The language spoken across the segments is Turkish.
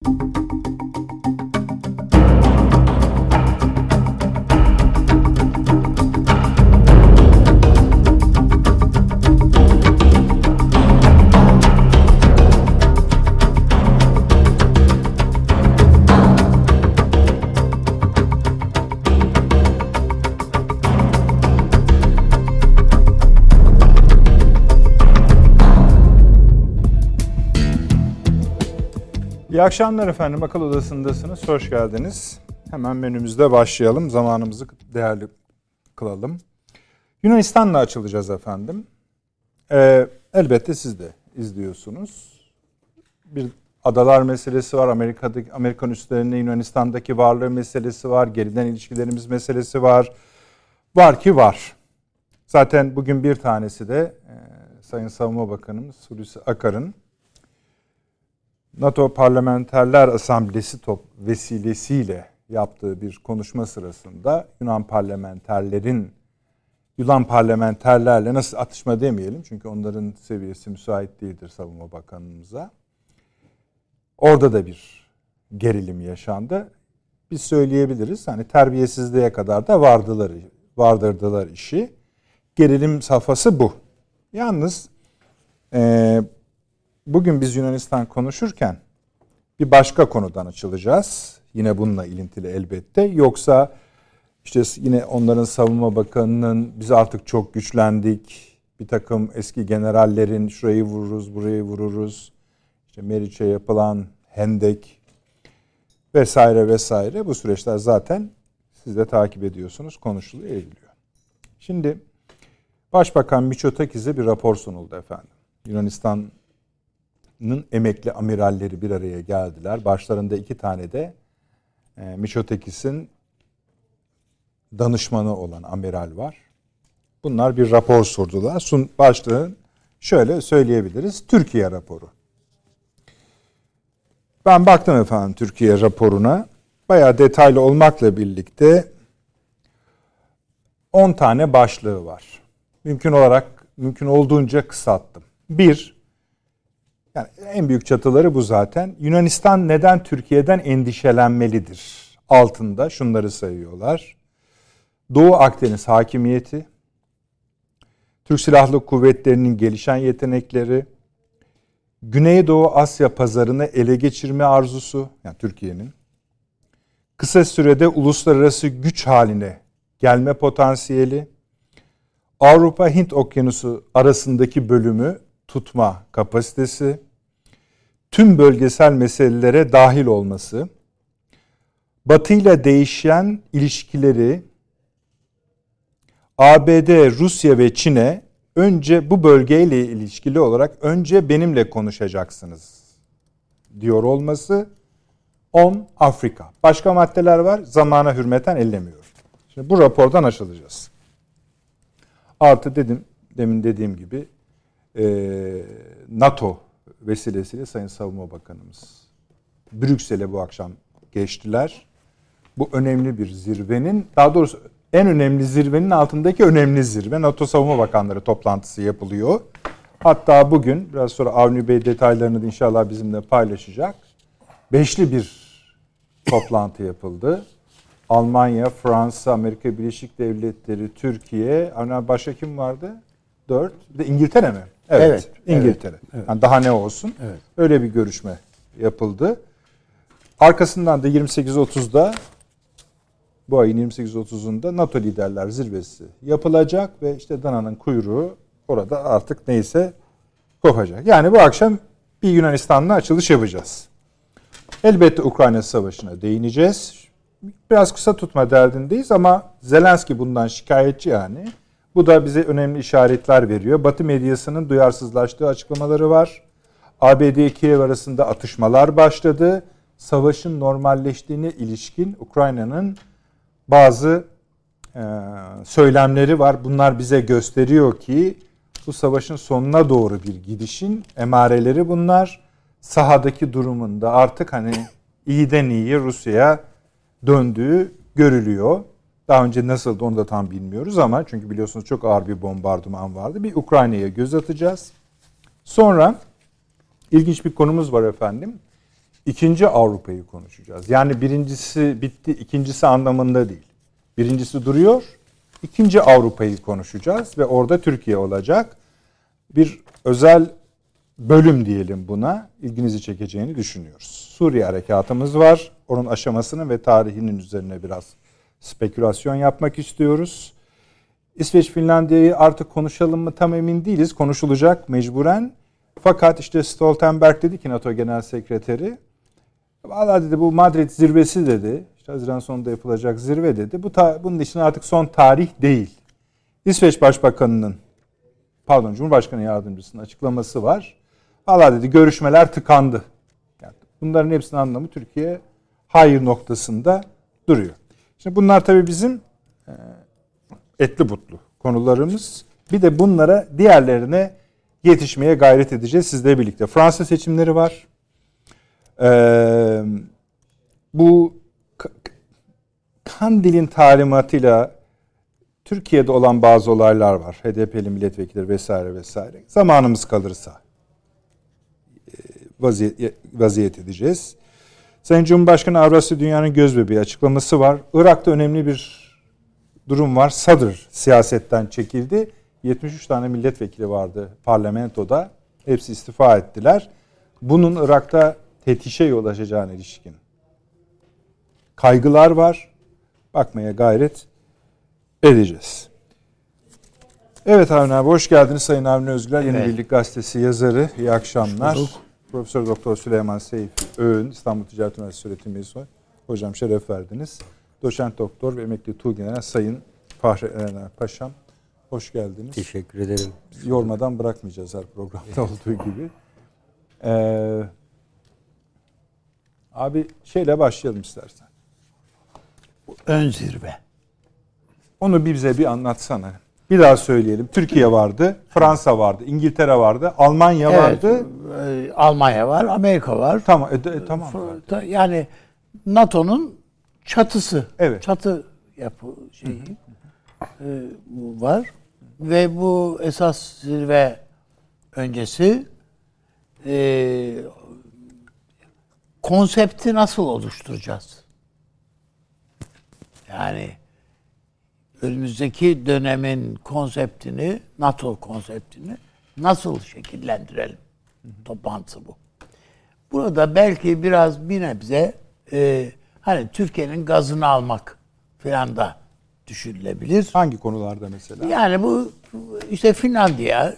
İyi akşamlar efendim. Akıl Odası'ndasınız. Hoş geldiniz. Hemen menümüzde başlayalım. Zamanımızı değerli kılalım. Yunanistan'la açılacağız efendim. Elbette siz de izliyorsunuz. Bir adalar meselesi var. Amerikan üslerinin Yunanistan'daki varlığı meselesi var. Geriden ilişkilerimiz meselesi var. Var ki var. Zaten bugün bir tanesi de Sayın Savunma Bakanımız Hulusi Akar'ın NATO Parlamenterler Asamblesi vesilesiyle yaptığı bir konuşma sırasında Yunan parlamenterlerle nasıl atışma demeyelim çünkü onların seviyesi müsait değildir Savunma Bakanımıza. Orada da bir gerilim yaşandı. Biz söyleyebiliriz. Hani terbiyesizliğe kadar da vardırdılar işi. Gerilim safhası bu. Yalnız bugün biz Yunanistan konuşurken bir başka konudan açılacağız. Yine bununla ilintili elbette. Yoksa işte yine onların savunma bakanının biz artık çok güçlendik. Bir takım eski generallerin şurayı vururuz, burayı vururuz. İşte Meriç'e yapılan Hendek vesaire vesaire. Bu süreçler zaten siz de takip ediyorsunuz, konuşuluyor, ediliyor. Şimdi Başbakan Mitsotakis'e bir rapor sunuldu efendim. Yunanistan'ın emekli amiralleri bir araya geldiler. Başlarında 2 tane de Mitsotakis'in danışmanı olan amiral var. Bunlar bir rapor sordular. Başlığın şöyle söyleyebiliriz. Türkiye raporu. Ben baktım efendim Türkiye raporuna. Bayağı detaylı olmakla birlikte 10 tane başlığı var. Mümkün olduğunca kısalttım. 1, yani en büyük çatıları bu zaten. Yunanistan neden Türkiye'den endişelenmelidir? Altında şunları sayıyorlar. Doğu Akdeniz hakimiyeti, Türk Silahlı Kuvvetleri'nin gelişen yetenekleri, Güneydoğu Asya pazarını ele geçirme arzusu, yani Türkiye'nin, kısa sürede uluslararası güç haline gelme potansiyeli, Avrupa-Hint Okyanusu arasındaki bölümü tutma kapasitesi, tüm bölgesel meselelere dahil olması, Batı ile değişen ilişkileri ABD, Rusya ve Çin'e önce bu bölgeyle ilişkili olarak önce benimle konuşacaksınız diyor olması. 10 Afrika. Başka maddeler var. Zamana hürmeten ellemiyorum. Şimdi bu rapordan açılacağız. Artı demin dediğim gibi NATO vesilesiyle Sayın Savunma Bakanımız Brüksel'e bu akşam geçtiler. Bu önemli bir zirvenin, daha doğrusu en önemli zirvenin altındaki önemli zirve. NATO Savunma Bakanları toplantısı yapılıyor. Hatta bugün, biraz sonra Avni Bey detaylarını da inşallah bizimle paylaşacak. 5'li bir toplantı yapıldı. Almanya, Fransa, Amerika Birleşik Devletleri, Türkiye, başka kim vardı? 4. Bir de İngiltere mi? Evet. İngiltere. Evet. Yani daha ne olsun? Evet. Öyle bir görüşme yapıldı. Arkasından da 28-30'da bu ayın 28-30'unda NATO Liderler Zirvesi yapılacak ve işte dananın kuyruğu orada artık neyse kopacak. Yani bu akşam bir Yunanistan'la açılış yapacağız. Elbette Ukrayna Savaşı'na değineceğiz. Biraz kısa tutma derdindeyiz ama Zelenski bundan şikayetçi yani. Bu da bize önemli işaretler veriyor. Batı medyasının duyarsızlaştığı açıklamaları var. ABD-Kiev arasında atışmalar başladı. Savaşın normalleştiğine ilişkin Ukrayna'nın bazı söylemleri var. Bunlar bize gösteriyor ki bu savaşın sonuna doğru bir gidişin emareleri bunlar. Sahadaki durumunda artık hani iyiden iyiye Rusya'ya döndüğü görülüyor. Daha önce nasıldı onu da tam bilmiyoruz ama çünkü biliyorsunuz çok ağır bir bombardıman vardı. Bir Ukrayna'ya göz atacağız. Sonra ilginç bir konumuz var efendim. ikinci Avrupa'yı konuşacağız. Yani birincisi bitti, ikincisi anlamında değil. Birincisi duruyor, ikinci Avrupa'yı konuşacağız ve orada Türkiye olacak. Bir özel bölüm diyelim buna, ilginizi çekeceğini düşünüyoruz. Suriye harekatımız var. Onun aşamasının ve tarihinin üzerine biraz spekülasyon yapmak istiyoruz. İsveç, Finlandiya'yı artık konuşalım mı tam emin değiliz. Konuşulacak mecburen. Fakat işte Stoltenberg dedi ki, NATO Genel Sekreteri, valla dedi bu Madrid zirvesi dedi. İşte Haziran sonunda yapılacak zirve dedi. Bunun için artık son tarih değil. İsveç Başbakanı'nın, Cumhurbaşkanı Yardımcısının açıklaması var. Valla dedi görüşmeler tıkandı. Yani bunların hepsinin anlamı Türkiye hayır noktasında duruyor. Şimdi bunlar tabii bizim etli butlu konularımız. Bir de bunlara, diğerlerine yetişmeye gayret edeceğiz sizle birlikte. Fransa seçimleri var. Bu Kandil'in talimatıyla Türkiye'de olan bazı olaylar var. HDP'li milletvekilleri vesaire vesaire. Zamanımız kalırsa vaziyet edeceğiz. Sayın Cumhurbaşkanı Avrasya Dünya'nın gözbebeği açıklaması var. Irak'ta önemli bir durum var. Sadr siyasetten çekildi. 73 tane milletvekili vardı parlamentoda. Hepsi istifa ettiler. Bunun Irak'ta teftişe yol açacağına ilişkin kaygılar var. Bakmaya gayret edeceğiz. Evet Avni abi, hoş geldiniz. Sayın Avni Özgür, Yeni Birlik Gazetesi yazarı. İyi akşamlar. Profesör Doktor Süleyman Seyfi Öğün, İstanbul Ticaret Üniversitesi öğretim üyesi. Hocam şeref verdiniz. Doçent Doktor ve Emekli Tuğgeneral Sayın Fahri Erener Paşam. Hoş geldiniz. Teşekkür ederim. Yormadan bırakmayacağız her programda olduğu gibi. Abi şeyle başlayalım istersen. Ön zirve. Onu bize bir anlatsana. Bir daha söyleyelim. Türkiye vardı, Fransa vardı, İngiltere vardı, Almanya vardı. Almanya var, Amerika var. Tamam, tamam. Yani NATO'nun çatısı. Evet. Çatı yapı şeyi var. Ve bu esas zirve öncesi konsepti nasıl oluşturacağız? Yani önümüzdeki dönemin konseptini, NATO konseptini nasıl şekillendirelim? Toplantısı bu. Burada belki biraz bir nebze hani Türkiye'nin gazını almak falan da düşünülebilir. Hangi konularda mesela? Yani bu işte Finlandiya,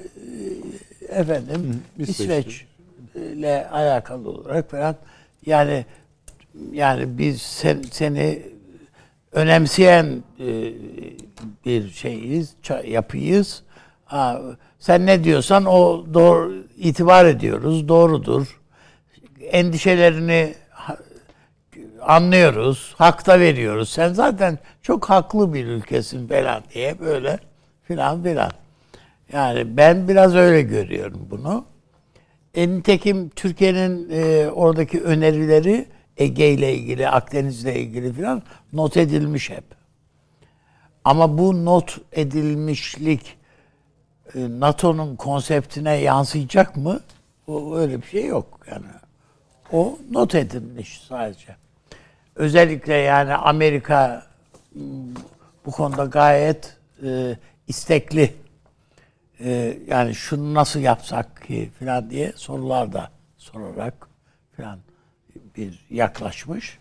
İsveç ile alakalı olarak falan yani biz seni önemseyen bir şeyiz, yapıyız. Sen ne diyorsan o doğru, itibar ediyoruz, doğrudur. Endişelerini anlıyoruz, hakta veriyoruz. Sen zaten çok haklı bir ülkesin falan diye böyle filan. Yani ben biraz öyle görüyorum bunu. Nitekim Türkiye'nin oradaki önerileri Ege ile ilgili, Akdeniz'le ilgili filan not edilmiş hep. Ama bu not edilmişlik NATO'nun konseptine yansıyacak mı? O öyle bir şey yok yani. O not edilmiş sadece. Özellikle yani Amerika bu konuda gayet istekli. Yani şunu nasıl yapsak ki falan diye sorular da sorarak falan bir yaklaşmış.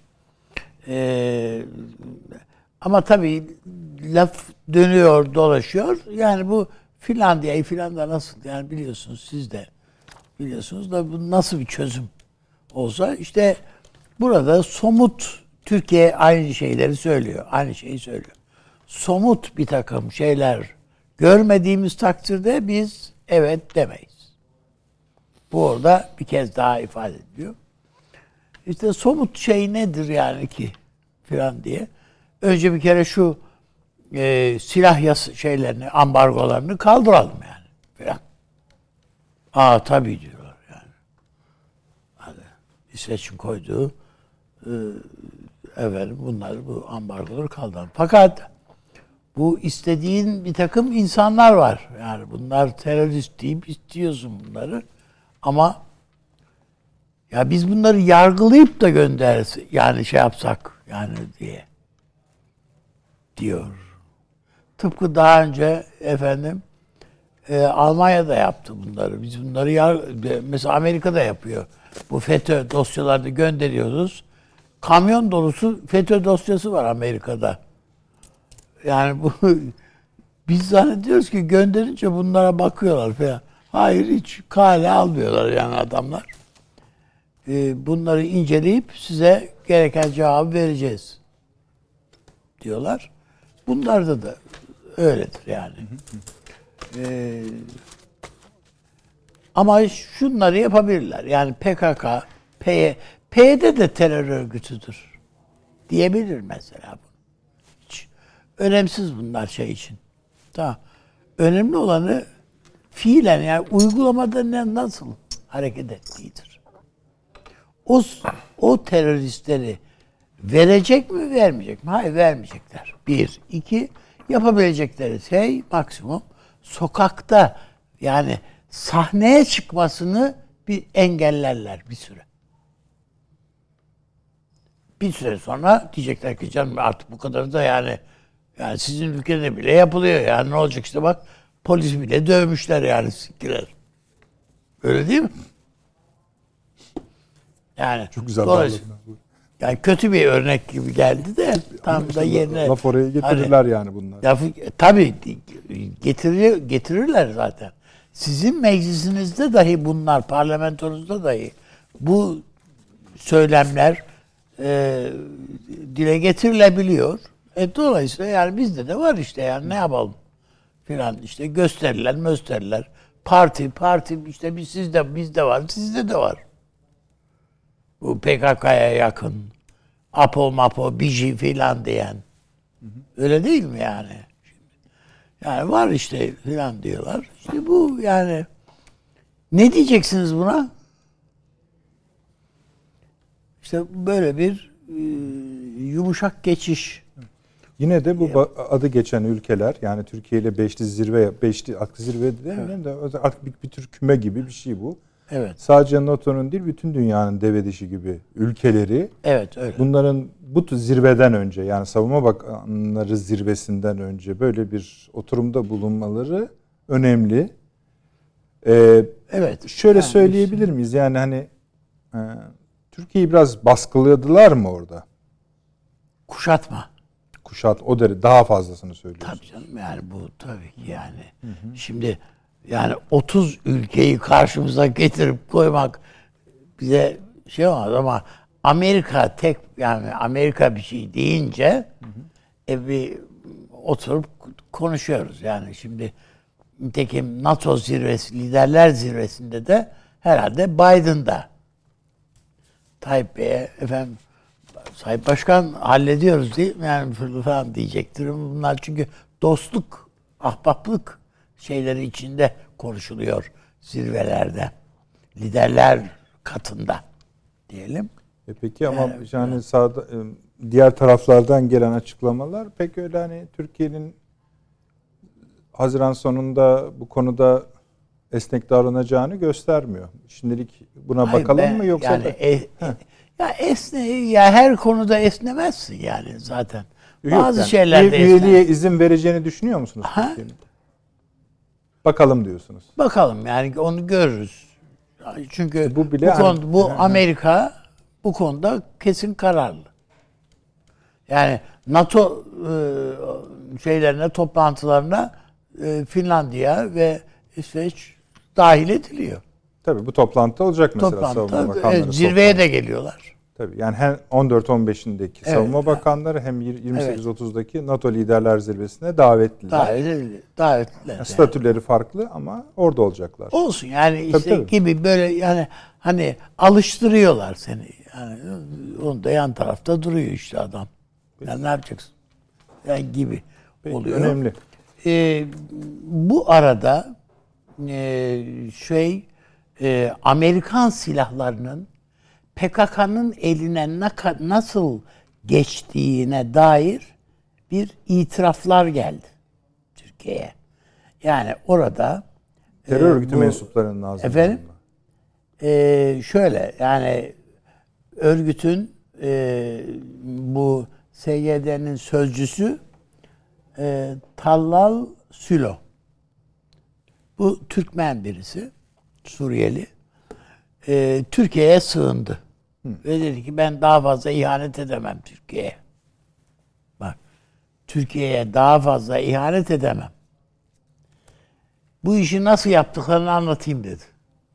Ama tabii laf dönüyor, dolaşıyor. Yani bu Finlandiya'yı filan da nasıl, yani biliyorsunuz, siz de biliyorsunuz da bu nasıl bir çözüm olsa, işte burada somut, Türkiye aynı şeyleri söylüyor. Aynı şeyi söylüyor. Somut bir takım şeyler görmediğimiz takdirde biz evet demeyiz. Bu orada bir kez daha ifade ediliyor. İşte somut şey nedir yani ki filan diye. Önce bir kere şu silah şeylerini, ambargolarını kaldıralım yani filan. Tabii diyorlar yani. Hani İsveç'in koyduğu bunları, bu ambargoları kaldıralım. Fakat bu istediğin bir takım insanlar var. Yani bunlar terörist deyip istiyorsun bunları. Ama Ya biz bunları yargılayıp da gönderse yani şey yapsak yani diyor. Tıpkı daha önce efendim Almanya'da yaptı bunları. Biz bunları mesela Amerika'da yapıyor. Bu FETÖ dosyalarını gönderiyoruz. Kamyon dolusu FETÖ dosyası var Amerika'da. Yani bu biz zannediyoruz ki gönderince bunlara bakıyorlar falan. Hayır, hiç kale almıyorlar yani adamlar. Bunları inceleyip size gereken cevabı vereceğiz diyorlar. Bunlarda da öyledir yani. Ama şunları yapabilirler. Yani PKK, PYD de terör örgütüdür diyebilir mesela bunu. Hiç önemsiz bunlar şey için. Tamam. Önemli olanı fiilen yani uygulamada nasıl hareket ettiğidir. O teröristleri verecek mi, vermeyecek mi? Hayır, vermeyecekler. Bir. İki, yapabilecekleri şey maksimum sokakta yani sahneye çıkmasını bir engellerler bir süre. Bir süre sonra diyecekler ki canım artık bu kadar da yani sizin ülkede bile yapılıyor yani ne olacak işte bak polis bile dövmüşler yani siktiler. Öyle değil mi? Yani çok güzel yani kötü bir örnek gibi geldi de tam da yerine laf oraya getirirler yani bunlar. Tabii getirirler zaten. Sizin meclisinizde dahi bunlar, parlamentonuzda dahi bu söylemler dile getirilebiliyor. Dolayısıyla yani bizde de var işte yani ne yapalım filan işte gösteriler. Parti işte bizde var, sizde de var. Bu PKK'ya yakın, APO, BİJİ filan diyen. Öyle değil mi yani? Yani var işte filan diyorlar. İşte bu yani ne diyeceksiniz buna? İşte böyle bir yumuşak geçiş. Yine de bu adı geçen ülkeler yani Türkiye ile beşli aklı zirve demeyeyim de artık bir tür küme gibi bir şey bu. Evet. Sadece NATO'nun değil bütün dünyanın deve dişi gibi ülkeleri. Evet öyle. Bunların bu zirveden önce yani savunma bakanları zirvesinden önce böyle bir oturumda bulunmaları önemli. Evet. Şöyle yani söyleyebilir miyiz? Yani hani Türkiye'yi biraz baskıladılar mı orada? Kuşatma. O daha fazlasını söylüyorsunuz. Tabii canım yani bu tabii ki yani. Hı. Şimdi yani 30 ülkeyi karşımıza getirip koymak bize şey olmaz ama Amerika bir şey deyince bir oturup konuşuyoruz yani şimdi nitekim NATO zirvesi, liderler zirvesinde de herhalde Biden'da Tayyip Bey'e Sayın Başkan hallediyoruz değil mi? Yani falan diyecektir. Bunlar çünkü dostluk, ahbaplık şeyleri içinde konuşuluyor zirvelerde. Liderler katında diyelim. Peki ama yani sağda, diğer taraflardan gelen açıklamalar pek öyle hani Türkiye'nin Haziran sonunda bu konuda esnek davranacağını göstermiyor. Şimdilik buna bakalım mı yoksa ya her konuda esnemezsin yani zaten. Bazı yani şeylerde üyeliğe izin vereceğini düşünüyor musunuz Türkiye'nin? Bakalım diyorsunuz. Bakalım yani onu görürüz. Çünkü bu Amerika bu konuda kesin kararlı. Yani NATO toplantılarına Finlandiya ve İsveç dahil ediliyor. Tabii bu toplantı olacak mesela savunma bakanları. Zirveye de geliyorlar. Tabii yani hem 14-15'indeki savunma bakanları hem 28-30'daki NATO liderler zirvesine davetliler. Davetliler. Yani statüleri farklı ama orada olacaklar. Olsun yani işte gibi böyle yani hani alıştırıyorlar seni. Yani onu da yan tarafta duruyor işte adam. Yani ne yapacaksın? Yani gibi oluyor. Önemli. Bu arada Amerikan silahlarının PKK'nın eline nasıl geçtiğine dair bir itiraflar geldi Türkiye'ye. Yani orada terör örgütü mensuplarının ağzından. Şöyle yani örgütün bu SYD'nin sözcüsü Tallal Sülo. Bu Türkmen birisi. Suriyeli. Türkiye'ye sığındı. Ve dedi ki ben daha fazla ihanet edemem Türkiye'ye. Bak. Türkiye'ye daha fazla ihanet edemem. Bu işi nasıl yaptıklarını anlatayım dedi.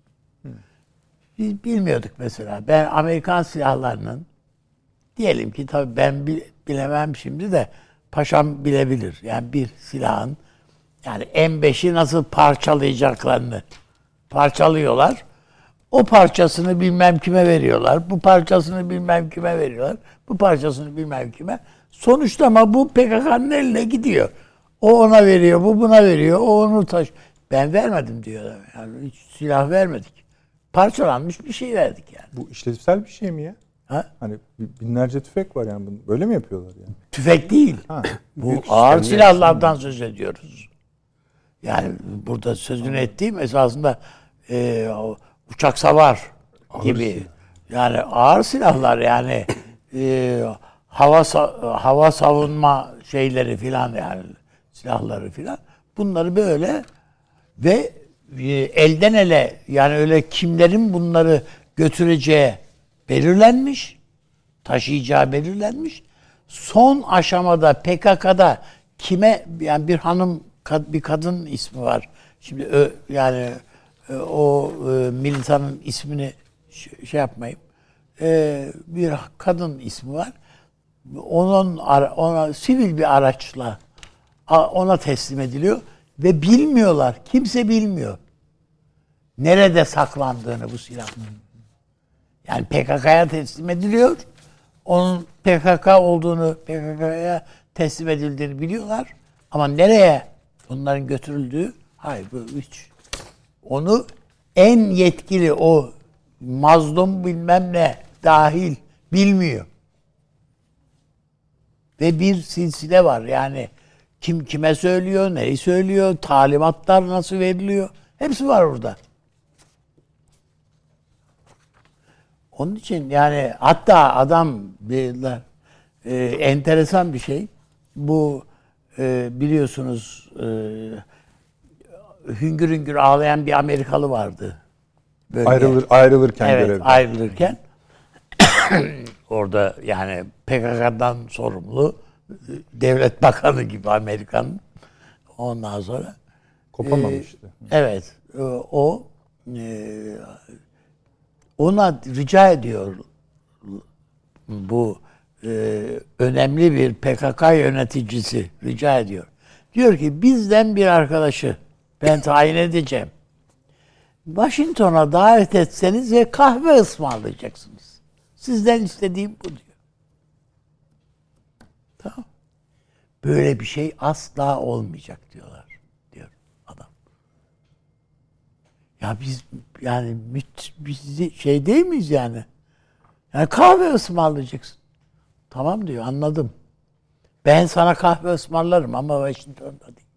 Biz bilmiyorduk mesela. Ben Amerikan silahlarının diyelim ki tabii ben bilemem şimdi de paşam bilebilir. Yani bir silahın yani M5'i nasıl parçalayacaklarını parçalıyorlar. O parçasını bilmem kime veriyorlar. Bu parçasını bilmem kime veriyorlar. Bu parçasını bilmem kime. Sonuçta ama bu PKK'nın eline gidiyor. O ona veriyor, bu buna veriyor. O onu ben vermedim diyor. Yani hiç silah vermedik. Parçalanmış bir şey verdik yani. Bu işlevsel bir şey mi ya? Ha? Hani binlerce tüfek var yani. Böyle mi yapıyorlar yani? Tüfek değil. Ha, bu ağır silahlardan söz ediyoruz. Yani burada sözünü ettiğim esasında uçak savar gibi. Yani ağır silahlar yani hava savunma şeyleri filan yani silahları filan. Bunları böyle ve elden ele yani öyle kimlerin bunları götüreceği belirlenmiş, taşıyacağı belirlenmiş. Son aşamada PKK'da kime yani bir hanım bir kadın ismi var. Şimdi yani o militanın ismini şey yapmayayım. Bir kadın ismi var. Ona sivil bir araçla ona teslim ediliyor ve bilmiyorlar. Kimse bilmiyor. Nerede saklandığını bu silah. Yani PKK'ya teslim ediliyor. Onun PKK olduğunu, PKK'ya teslim edildiğini biliyorlar. Ama nereye bunların götürüldüğü, hayır bu hiç. Onu en yetkili o mazlum bilmem ne dahil bilmiyor. Ve bir silsile var yani kim kime söylüyor, neyi söylüyor, talimatlar nasıl veriliyor. Hepsi var orada. Onun için yani hatta adam enteresan bir şey. Bu biliyorsunuz hüngür hüngür ağlayan bir Amerikalı vardı. Böyle ayrılırken evet, görevden. ayrılırken orada yani PKK'dan sorumlu devlet bakanı gibi Amerikan. Ondan sonra kopamamıştı. Evet. Ona rica ediyor bu önemli bir PKK yöneticisi rica ediyor. Diyor ki bizden bir arkadaşı ben tayin edeceğim. Washington'a davet etseniz ve kahve ısmarlayacaksınız. Sizden istediğim bu diyor. Tamam. Böyle bir şey asla olmayacak diyor adam. Ya biz yani biz şey değil miyiz yani? Yani kahve ısmarlayacaksın. Tamam diyor, anladım. Ben sana kahve ısmarlarım ama Washington'da değil.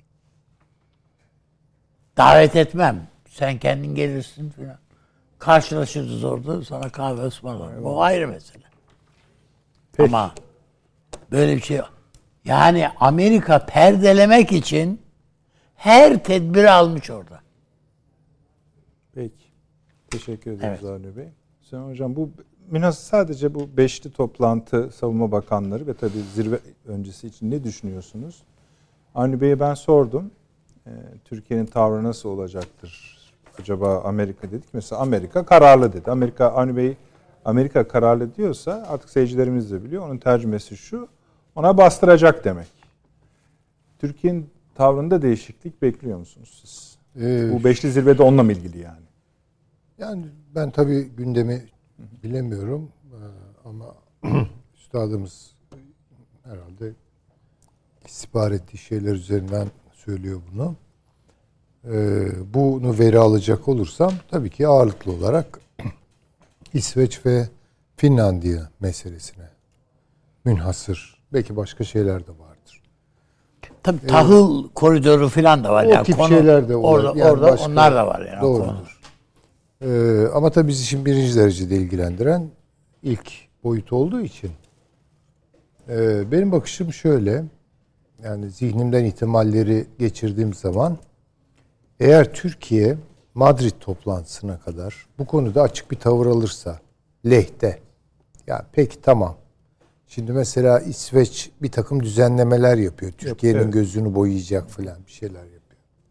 Davet etmem. Sen kendin gelirsin falan. Karşılaşırız orada, sana kahve ısmarlarım. O ayrı mesele. Peki. Ama böyle bir şey yani Amerika perdelemek için her tedbiri almış orada. Peki. Teşekkür ederiz Avni Bey. Hüseyin Hocam bu sadece bu beşli toplantı savunma bakanları ve tabii zirve öncesi için ne düşünüyorsunuz? Avni Bey'e ben sordum. Türkiye'nin tavrı nasıl olacaktır? Acaba Amerika dedik. Mesela Amerika kararlı dedi. Avni Bey Amerika kararlı diyorsa artık seyircilerimiz de biliyor. Onun tercümesi şu. Ona bastıracak demek. Türkiye'nin tavrında değişiklik bekliyor musunuz siz? Bu beşli zirvede onunla mı ilgili yani? Yani ben tabii gündemi bilemiyorum ama üstadımız herhalde istihbar ettiği şeyler üzerinden söylüyor bunu. Bunu veri alacak olursam tabii ki ağırlıklı olarak İsveç ve Finlandiya meselesine münhasır. Belki başka şeyler de vardır. Tabii tahıl koridoru falan da var. O yani tip şeyler de var. Orada onlar da var yani. Doğrudur. Ama tabii bizi şimdi birinci derecede ilgilendiren ilk boyut olduğu için benim bakışım şöyle, yani zihnimden ihtimalleri geçirdiğim zaman eğer Türkiye Madrid toplantısına kadar bu konuda açık bir tavır alırsa lehte, ya peki tamam. Şimdi mesela İsveç bir takım düzenlemeler yapıyor. Türkiye'nin gözünü boyayacak falan bir şeyler yapıyor.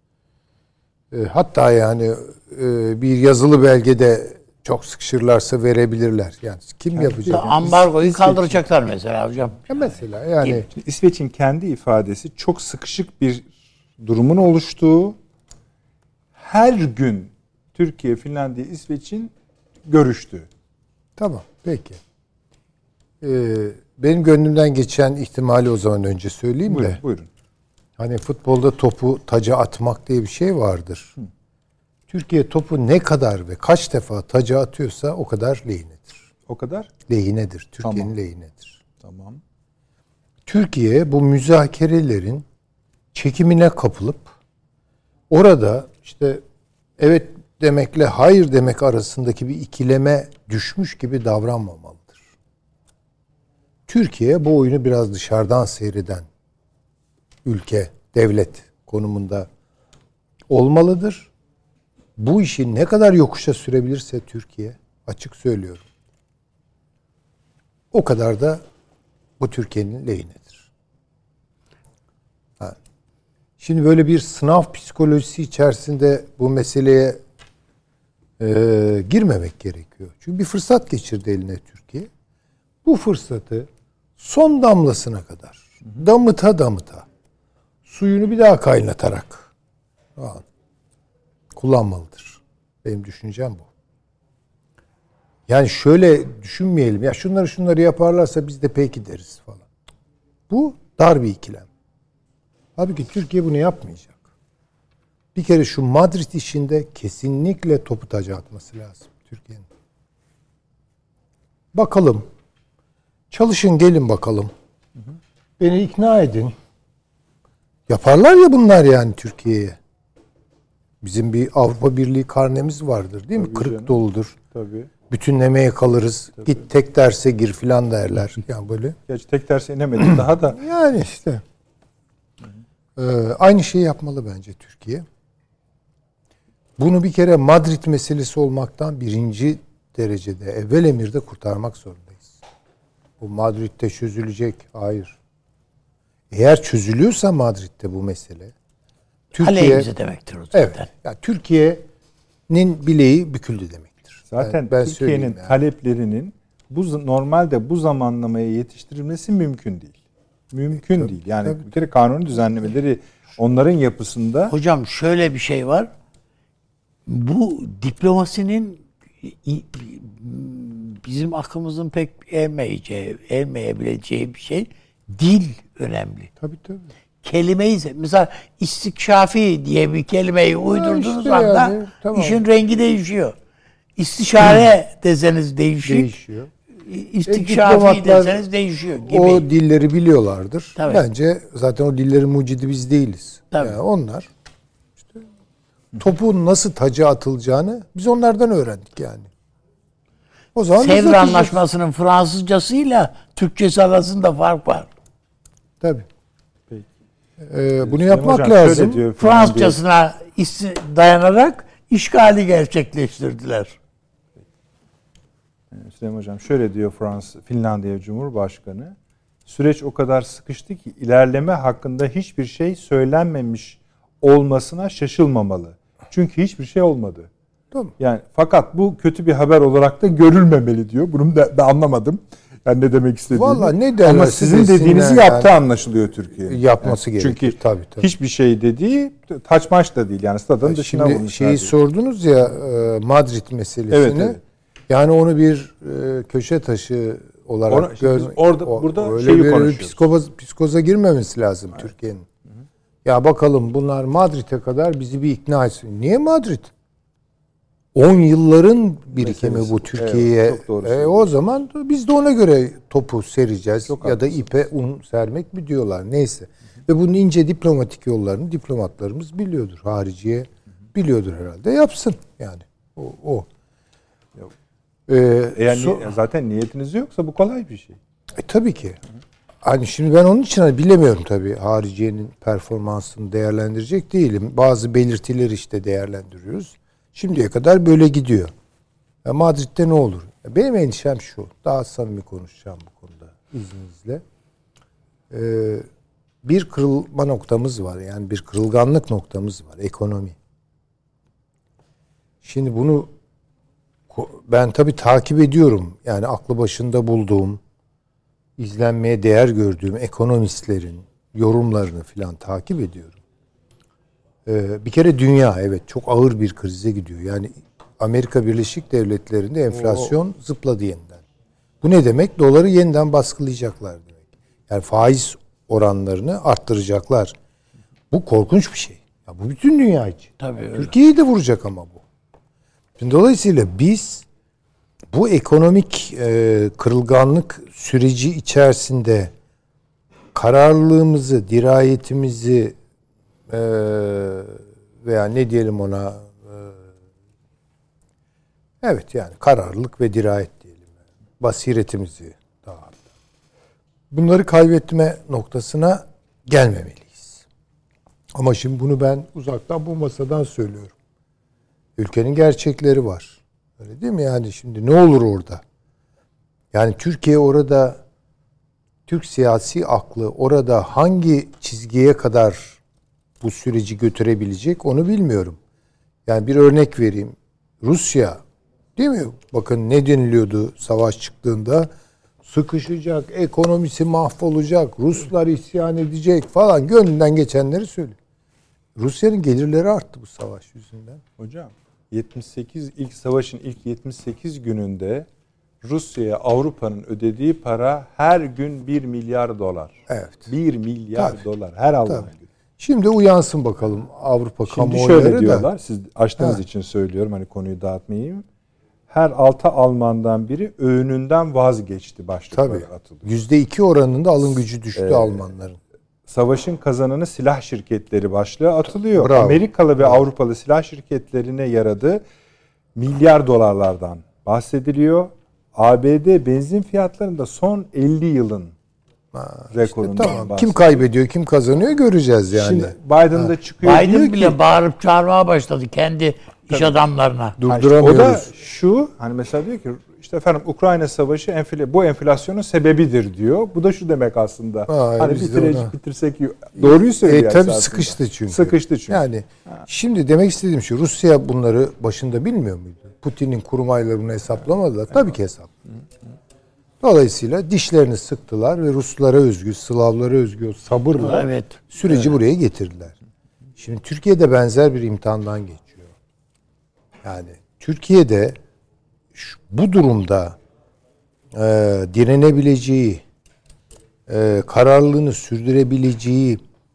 Hatta yani bir yazılı belgede çok sıkışırlarsa verebilirler. Yani kim yapacak? Ambargoyu kaldıracaklar mesela hocam. Mesela yani İsveç'in kendi ifadesi çok sıkışık bir durumun oluştuğu, her gün Türkiye, Finlandiya, İsveç'in görüştüğü. Tamam, peki. Benim gönlümden geçen ihtimali o zaman önce söyleyeyim Buyurun, de. buyurun. Hani futbolda topu taca atmak diye bir şey vardır. Türkiye topu ne kadar ve kaç defa taca atıyorsa o kadar lehinedir. O kadar? Lehinedir. Türkiye'nin Tamam. lehinedir. Tamam. Türkiye bu müzakerelerin çekimine kapılıp orada işte evet demekle hayır demek arasındaki bir ikileme düşmüş gibi davranmamalıdır. Türkiye bu oyunu biraz dışarıdan seyreden ülke, devlet konumunda olmalıdır. Bu işi ne kadar yokuşa sürebilirse Türkiye, açık söylüyorum, o kadar da bu Türkiye'nin lehinedir. Şimdi böyle bir sınav psikolojisi içerisinde bu meseleye girmemek gerekiyor. Çünkü bir fırsat geçirdi eline Türkiye. Bu fırsatı son damlasına kadar damıta suyunu bir daha kaynatarak kullanmalıdır. Benim düşüncem bu. Yani şöyle düşünmeyelim. Ya şunları yaparlarsa biz de peki deriz falan. Bu dar bir ikilem. Halbuki Türkiye bunu yapmayacak. Bir kere şu Madrid işinde kesinlikle topu taca atması lazım Türkiye'nin. Bakalım. Çalışın gelin bakalım. Beni ikna edin. Yaparlar ya bunlar yani Türkiye'ye. Bizim bir Avrupa Birliği karnemiz vardır değil mi? Tabii Kırık canım. doludur. Tabii. Bütünlemeye kalırız. Tabii. Git tek derse gir filan derler. Yani böyle. Gerçi tek derse inemedim daha da. Yani işte. Aynı şeyi yapmalı bence Türkiye. Bunu bir kere Madrid meselesi olmaktan birinci derecede evvel emirde kurtarmak zorundayız. Bu Madrid'de çözülecek. Hayır. Eğer çözülüyorsa Madrid'de bu mesele, Türkiye Aleyhimize demektir o zaten. evet. Yani Türkiye'nin bileği büküldü demektir. Zaten ben Türkiye'nin söyleyeyim yani. taleplerinin normalde bu zamanlamaya yetiştirilmesi mümkün değil. Mümkün değil. Yani bir kere kanuni düzenlemeleri onların yapısında. Hocam şöyle bir şey var. Bu diplomasinin bizim aklımızın pek ermeyebileceği bir şey. Dil önemli. Tabii. Kelimeyi mesela istikşafi diye bir kelimeyi uydurduğunuz işte anda yani, tamam. işin rengi değişiyor. İstişare deseniz Değişiyor. İstikşafi diplomatlar deseniz değişiyor gibi. O dilleri biliyorlardır. Tabii. Bence zaten o dillerin mucidi biz değiliz. Tabii. Yani onlar işte topun nasıl taca atılacağını biz onlardan öğrendik yani. O zaman biz Sevr atacağız. Anlaşması'nın Fransızcasıyla Türkçesi arasında fark var. Tabii. Peki. Bunu Süleyman yapmak Hocam lazım. şöyle diyor Fransızcasına dayanarak işgali gerçekleştirdiler. Süleyman Hocam şöyle diyor Finlandiya Cumhurbaşkanı. Süreç o kadar sıkıştı ki ilerleme hakkında hiçbir şey söylenmemiş olmasına şaşılmamalı. Çünkü hiçbir şey olmadı. Tamam. Yani fakat bu kötü bir haber olarak da görülmemeli diyor. Bunu da ben anlamadım. Yani ne demek istediğini. Vallahi ne derlerse ama sizin desinler dediğinizi yani. yaptığı anlaşılıyor Türkiye. Yapması gerekir. Çünkü Tabii. hiçbir şey dediği taç maç da değil. Yani stadın dışına Şimdi vurmuş. şeyi sordunuz ya Madrid meselesini. Evet. Yani onu bir köşe taşı olarak burada öyle şeyi bir konuşuyoruz. psikoza girmemesi lazım Türkiye'nin. Ya bakalım bunlar Madrid'e kadar bizi bir ikna etsin. Niye Madrid? 10 yılların birikimi Meselesi. bu Türkiye'ye. Evet, çok doğru O zaman biz de ona göre topu sereceğiz. Çok ya da haklısın. ipe un sermek mi diyorlar. Neyse. Ve bunun ince diplomatik yollarını diplomatlarımız biliyordur. Hariciye biliyordur herhalde. Yapsın yani. O. Yok. Eğer zaten niyetiniz yoksa bu kolay bir şey. Tabii ki. Hani şimdi ben onun için bilemiyorum tabii hariciyenin performansını değerlendirecek değilim. Bazı belirtileri işte değerlendiriyoruz. Şimdiye kadar böyle gidiyor. Madrid'de ne olur? Benim endişem şu. Daha samimi konuşacağım bu konuda izninizle. Bir kırılma noktamız var. Yani bir kırılganlık noktamız var. Ekonomi. Şimdi bunu ben tabii takip ediyorum. Yani aklı başında bulduğum, izlenmeye değer gördüğüm ekonomistlerin yorumlarını filan takip ediyorum. Bir kere dünya evet çok ağır bir krize gidiyor. Yani Amerika Birleşik Devletleri'nde enflasyon zıpladı yeniden. Bu ne demek? Doları yeniden baskılayacaklar demek. Yani faiz oranlarını arttıracaklar. Bu korkunç bir şey. Ya bu bütün dünya için. Tabii öyle. Türkiye'yi de vuracak ama bu. Şimdi dolayısıyla biz bu ekonomik kırılganlık süreci içerisinde kararlılığımızı, dirayetimizi veya ne diyelim ona evet yani kararlılık ve dirayet diyelim. Basiretimizi daha bunları kaybetme noktasına gelmemeliyiz. Ama şimdi bunu ben uzaktan bu masadan söylüyorum. Ülkenin gerçekleri var. Öyle değil mi? Yani şimdi ne olur orada? Yani Türkiye orada, Türk siyasi aklı orada hangi çizgiye kadar bu süreci götürebilecek onu bilmiyorum. Yani bir örnek vereyim. Rusya, değil mi? Bakın ne deniliyordu savaş çıktığında? Sıkışacak, ekonomisi mahvolacak, Ruslar isyan edecek falan. Gönlünden geçenleri söylüyor. Rusya'nın gelirleri arttı bu savaş yüzünden. Hocam 78 ilk savaşın ilk 78 gününde Rusya'ya Avrupa'nın ödediği para her gün 1 milyar dolar. Evet. 1 milyar dolar her Allah'ın günü. Şimdi uyansın bakalım Avrupa kamuoyları. Şimdi şöyle diyorlar. Siz açtığınız için söylüyorum hani konuyu dağıtmayayım. Her 6 Almandan biri öğününden vazgeçti başlıkları atıldı. %2 oranında alım gücü düştü Almanların. Savaşın kazananı silah şirketleri başlığı atılıyor. Bravo. Amerikalı ve Avrupalı silah şirketlerine yaradı milyar dolarlardan bahsediliyor. ABD benzin fiyatlarında son 50 yılın rekorundan tamam. bahsediyor. Kim kaybediyor, kim kazanıyor göreceğiz yani. Şimdi Biden da çıkıyor diyor Biden ki, bile bağırıp çağırmaya başladı kendi iş adamlarına. Durduramıyoruz. o da şu hani mesela diyor ki işte efendim Ukrayna savaşı bu enflasyonun sebebidir diyor. Bu da şu demek aslında. Hani bitirsek doğruyu söylüyor tabii aslında. sıkıştı çünkü. Sıkıştı çünkü. Yani şimdi demek istediğim şu Rusya bunları başında bilmiyor muydu? Putin'in kurmayla bunu hesaplamadılar. Tabii ki hesapladı. Dolayısıyla dişlerini sıktılar ve Ruslara özgü, Slavlara özgü sabırla süreci buraya getirdiler. Şimdi Türkiye'de benzer bir imtihandan geçiyor. Yani Türkiye'de bu durumda direnebileceği, kararlılığını sürdürebileceği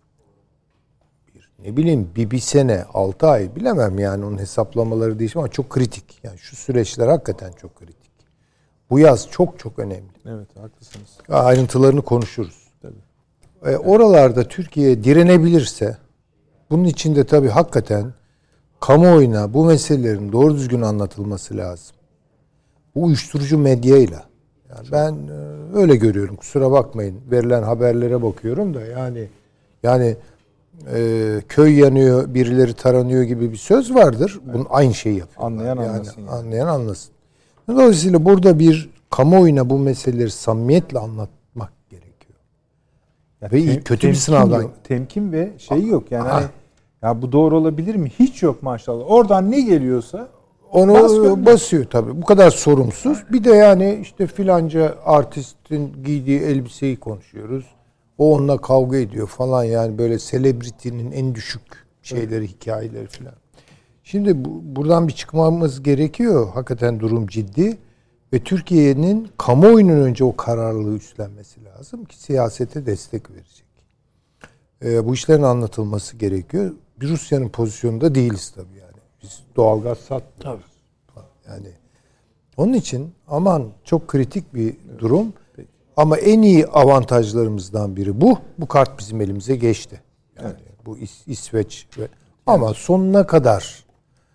bir sene, 6 ay bilemem yani onun hesaplamaları değişir ama çok kritik. Yani şu süreçler hakikaten çok kritik. Bu yaz çok çok önemli. Evet, haklısınız. Ayrıntılarını konuşuruz. Tabii. Oralarda Türkiye direnebilirse bunun içinde tabii hakikaten kamuoyuna bu meselelerin doğru düzgün anlatılması lazım. Bu uyuşturucu medyayla. Yani ben öyle görüyorum. Kusura bakmayın. Verilen haberlere bakıyorum da yani köy yanıyor, birileri taranıyor gibi bir söz vardır. Bunun aynı şeyi yapıyor. Anlayan anlasın. Yani. Anlayan anlasın. Dolayısıyla burada bir kamuoyuna bu meseleleri samimiyetle anlatmak gerekiyor. Ve kötü bir sınavdan. Yok, temkin ve şey yok. Yani hani, ya bu doğru olabilir mi? Hiç yok maşallah. Oradan ne geliyorsa onu basıyor tabii. Bu kadar sorumsuz. Bir de yani işte filanca artistin giydiği elbiseyi konuşuyoruz. O onunla kavga ediyor falan yani böyle selebriti'nin en düşük şeyleri, hikayeleri filan. Şimdi buradan bir çıkmamız gerekiyor. Hakikaten durum ciddi. Ve Türkiye'nin kamuoyunun önce o kararlılığı üstlenmesi lazım ki siyasete destek verecek. Bu işlerin anlatılması gerekiyor. Bir Rusya'nın pozisyonunda değiliz tabii yani. Biz doğalgaz satmıyoruz. Yani onun için aman çok kritik bir durum. Ama en iyi avantajlarımızdan biri bu. Bu kart bizim elimize geçti. Yani bu İsveç ama sonuna kadar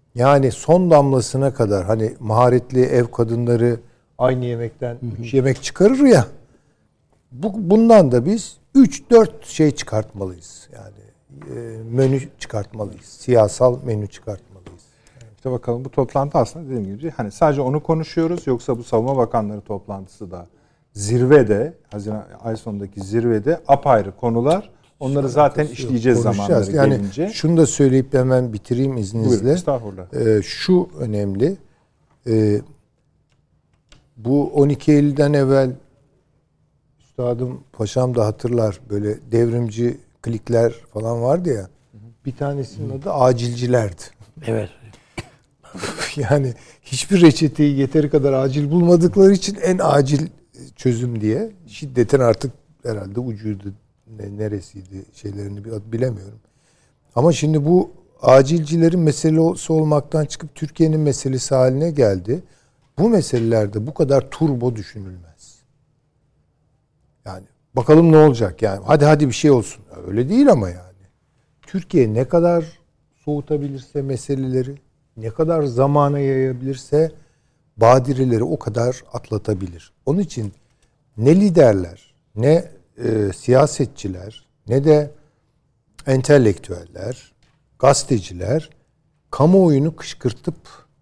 Yani son damlasına kadar, hani maharetli ev kadınları aynı yemekten 3 yemek çıkarır ya. Bundan da biz 3-4 şey çıkartmalıyız. Yani menü çıkartmalıyız. Siyasal menü çıkartmalıyız. İşte bakalım, bu toplantı aslında dediğim gibi hani sadece onu konuşuyoruz, yoksa bu Savunma Bakanları toplantısı da zirvede, Haziran ay sonundaki zirvede apayrı konular. Onları zaten işleyeceğiz zamanları gelince. Yani şunu da söyleyip hemen bitireyim izninizle. Buyurun, estağfurullah. Şu önemli. Bu 12 Eylül'den evvel üstadım, paşam da hatırlar, böyle devrimci klikler falan vardı ya. Bir tanesinin adı acilcilerdi. Evet. Yani hiçbir reçeteyi yeteri kadar acil bulmadıkları için en acil çözüm diye, şiddetin artık herhalde ucuydu, neresiydi şeylerini bilemiyorum. Ama şimdi bu acilcilerin meselesi olmaktan çıkıp Türkiye'nin meselesi haline geldi. Bu meselelerde bu kadar turbo düşünülmez. Yani bakalım ne olacak yani. Hadi bir şey olsun. Öyle değil ama yani. Türkiye ne kadar soğutabilirse meseleleri, ne kadar zamana yayabilirse badireleri o kadar atlatabilir. Onun için ne liderler, ne siyasetçiler, ne de entelektüeller, gazeteciler kamuoyunu kışkırtıp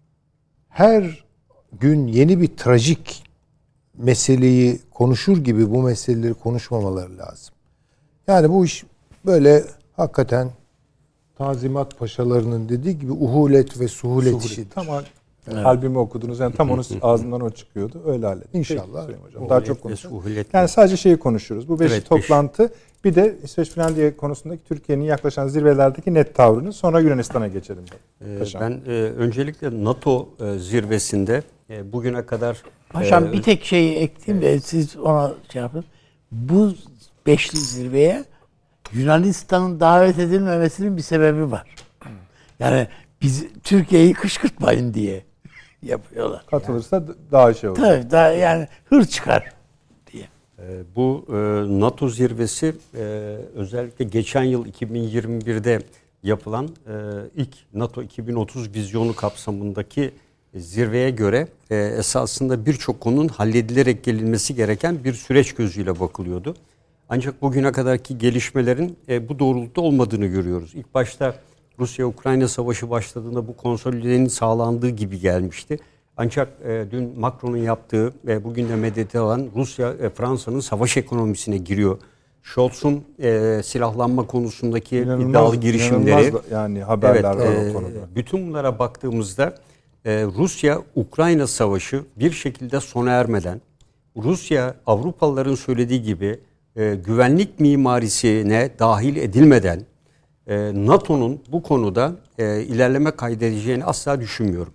her gün yeni bir trajik meseleyi konuşur gibi bu meseleleri konuşmamaları lazım. Yani bu iş böyle hakikaten Tanzimat paşalarının dediği gibi uhulet ve suhulet işidir. Tamam. Albümü okudunuz. Yani tam onun ağzından o çıkıyordu. Öyle halledin. İnşallah. Hocam. Daha çok konuşalım. Yani sadece şeyi konuşuyoruz. Bu 5 toplantı. Bir de İsveç Finlandiya konusundaki Türkiye'nin yaklaşan zirvelerdeki net tavrını, sonra Yunanistan'a geçelim. Ben öncelikle NATO zirvesinde bugüne kadar... Paşam bir tek şeyi ekleyeyim de siz ona şey yapın. Bu beşli zirveye Yunanistan'ın davet edilmemesinin bir sebebi var. Yani biz Türkiye'yi kışkırtmayın diye yapıyorlar. Katılırsa yani daha şey olur. Tabii, daha yani hır çıkar diye. Bu NATO zirvesi özellikle geçen yıl 2021'de yapılan ilk NATO 2030 vizyonu kapsamındaki zirveye göre esasında birçok konunun halledilerek gelinmesi gereken bir süreç gözüyle bakılıyordu. Ancak bugüne kadarki gelişmelerin bu doğrultuda olmadığını görüyoruz. İlk başta Rusya-Ukrayna savaşı başladığında bu konsolidenin sağlandığı gibi gelmişti. Ancak dün Macron'un yaptığı ve bugün de medyada olan Rusya, Fransa'nın savaş ekonomisine giriyor. Scholz'un silahlanma konusundaki iddialı girişimleri. Yani haberler var o konuda. Bütün bunlara baktığımızda Rusya-Ukrayna savaşı bir şekilde sona ermeden, Rusya Avrupalıların söylediği gibi güvenlik mimarisine dahil edilmeden NATO'nun bu konuda ilerleme kaydedeceğini asla düşünmüyorum.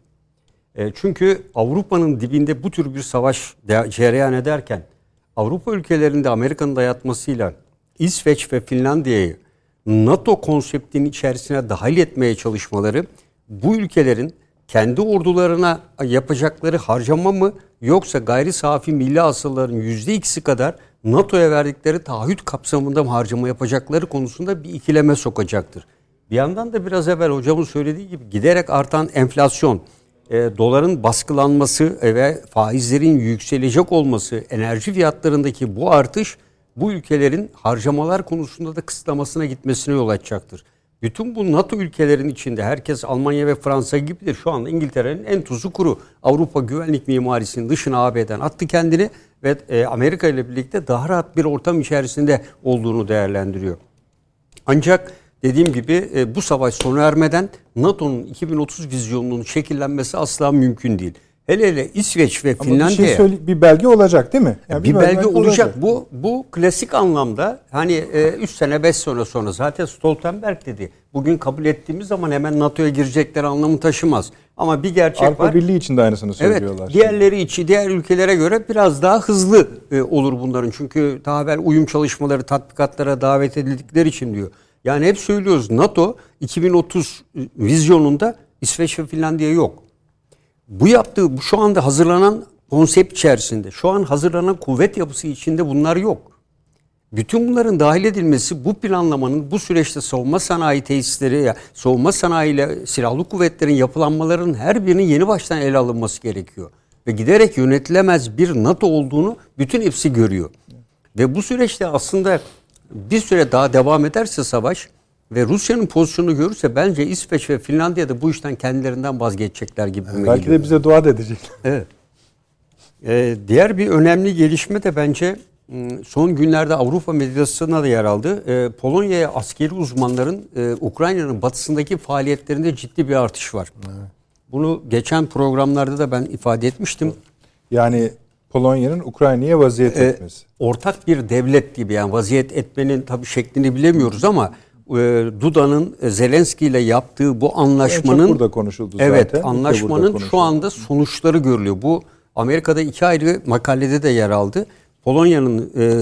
Çünkü Avrupa'nın dibinde bu tür bir savaş cereyan ederken Avrupa ülkelerinde Amerika'nın dayatmasıyla İsveç ve Finlandiya'yı NATO konseptinin içerisine dahil etmeye çalışmaları bu ülkelerin kendi ordularına yapacakları harcama mı, yoksa gayri safi milli hasılaların %2'si kadar NATO'ya verdikleri taahhüt kapsamında mı harcama yapacakları konusunda bir ikileme sokacaktır. Bir yandan da biraz evvel hocamın söylediği gibi giderek artan enflasyon, doların baskılanması ve faizlerin yükselecek olması, enerji fiyatlarındaki bu artış bu ülkelerin harcamalar konusunda da kısıtlamasına gitmesine yol açacaktır. Bütün bu NATO ülkelerin içinde herkes Almanya ve Fransa gibidir. Şu anda İngiltere'nin en tuzu kuru. Avrupa güvenlik mimarisinin dışına AB'den attı kendini ve Amerika ile birlikte daha rahat bir ortam içerisinde olduğunu değerlendiriyor. Ancak dediğim gibi bu savaş sona ermeden NATO'nun 2030 vizyonunun şekillenmesi asla mümkün değil. Hele İsveç ve Finlandiya. Ama bir belge olacak değil mi? Yani bir belge olacak. Bu klasik anlamda hani 3 sene 5 sene sonra zaten Stoltenberg dedi. Bugün kabul ettiğimiz zaman hemen NATO'ya girecekler anlamı taşımaz. Ama bir gerçek Avrupa var. Avrupa Birliği için de aynısını söylüyorlar. Evet, diğerleri için, diğer ülkelere göre biraz daha hızlı olur bunların. Çünkü daha evvel uyum çalışmaları, tatbikatlara davet edildikleri için diyor. Yani hep söylüyoruz, NATO 2030 vizyonunda İsveç ve Finlandiya yok. Bu yaptığı, şu anda hazırlanan konsept içerisinde, şu an hazırlanan kuvvet yapısı içinde bunlar yok. Bütün bunların dahil edilmesi, bu planlamanın bu süreçte savunma sanayi tesisleri, savunma sanayiyle silahlı kuvvetlerin yapılanmalarının her birinin yeni baştan ele alınması gerekiyor. Ve giderek yönetilemez bir NATO olduğunu bütün hepsi görüyor. Ve bu süreçte aslında bir süre daha devam ederse savaş ve Rusya'nın pozisyonunu görürse bence İsveç ve Finlandiya da bu işten kendilerinden vazgeçecekler gibi. Belki de bize dua da edecekler. Evet. Diğer bir önemli gelişme de bence son günlerde Avrupa medyasına da yer aldı. Polonya'ya askeri uzmanların Ukrayna'nın batısındaki faaliyetlerinde ciddi bir artış var. Evet. Bunu geçen programlarda da ben ifade etmiştim. Yani Polonya'nın Ukrayna'ya vaziyet etmesi. Ortak bir devlet gibi, yani vaziyet etmenin tabii şeklini bilemiyoruz ama Duda'nın Zelenski ile yaptığı bu anlaşmanın, çok burada konuşuldu zaten. Evet, anlaşmanın şu anda sonuçları görülüyor. Bu Amerika'da 2 ayrı makalede de yer aldı. Polonya'nın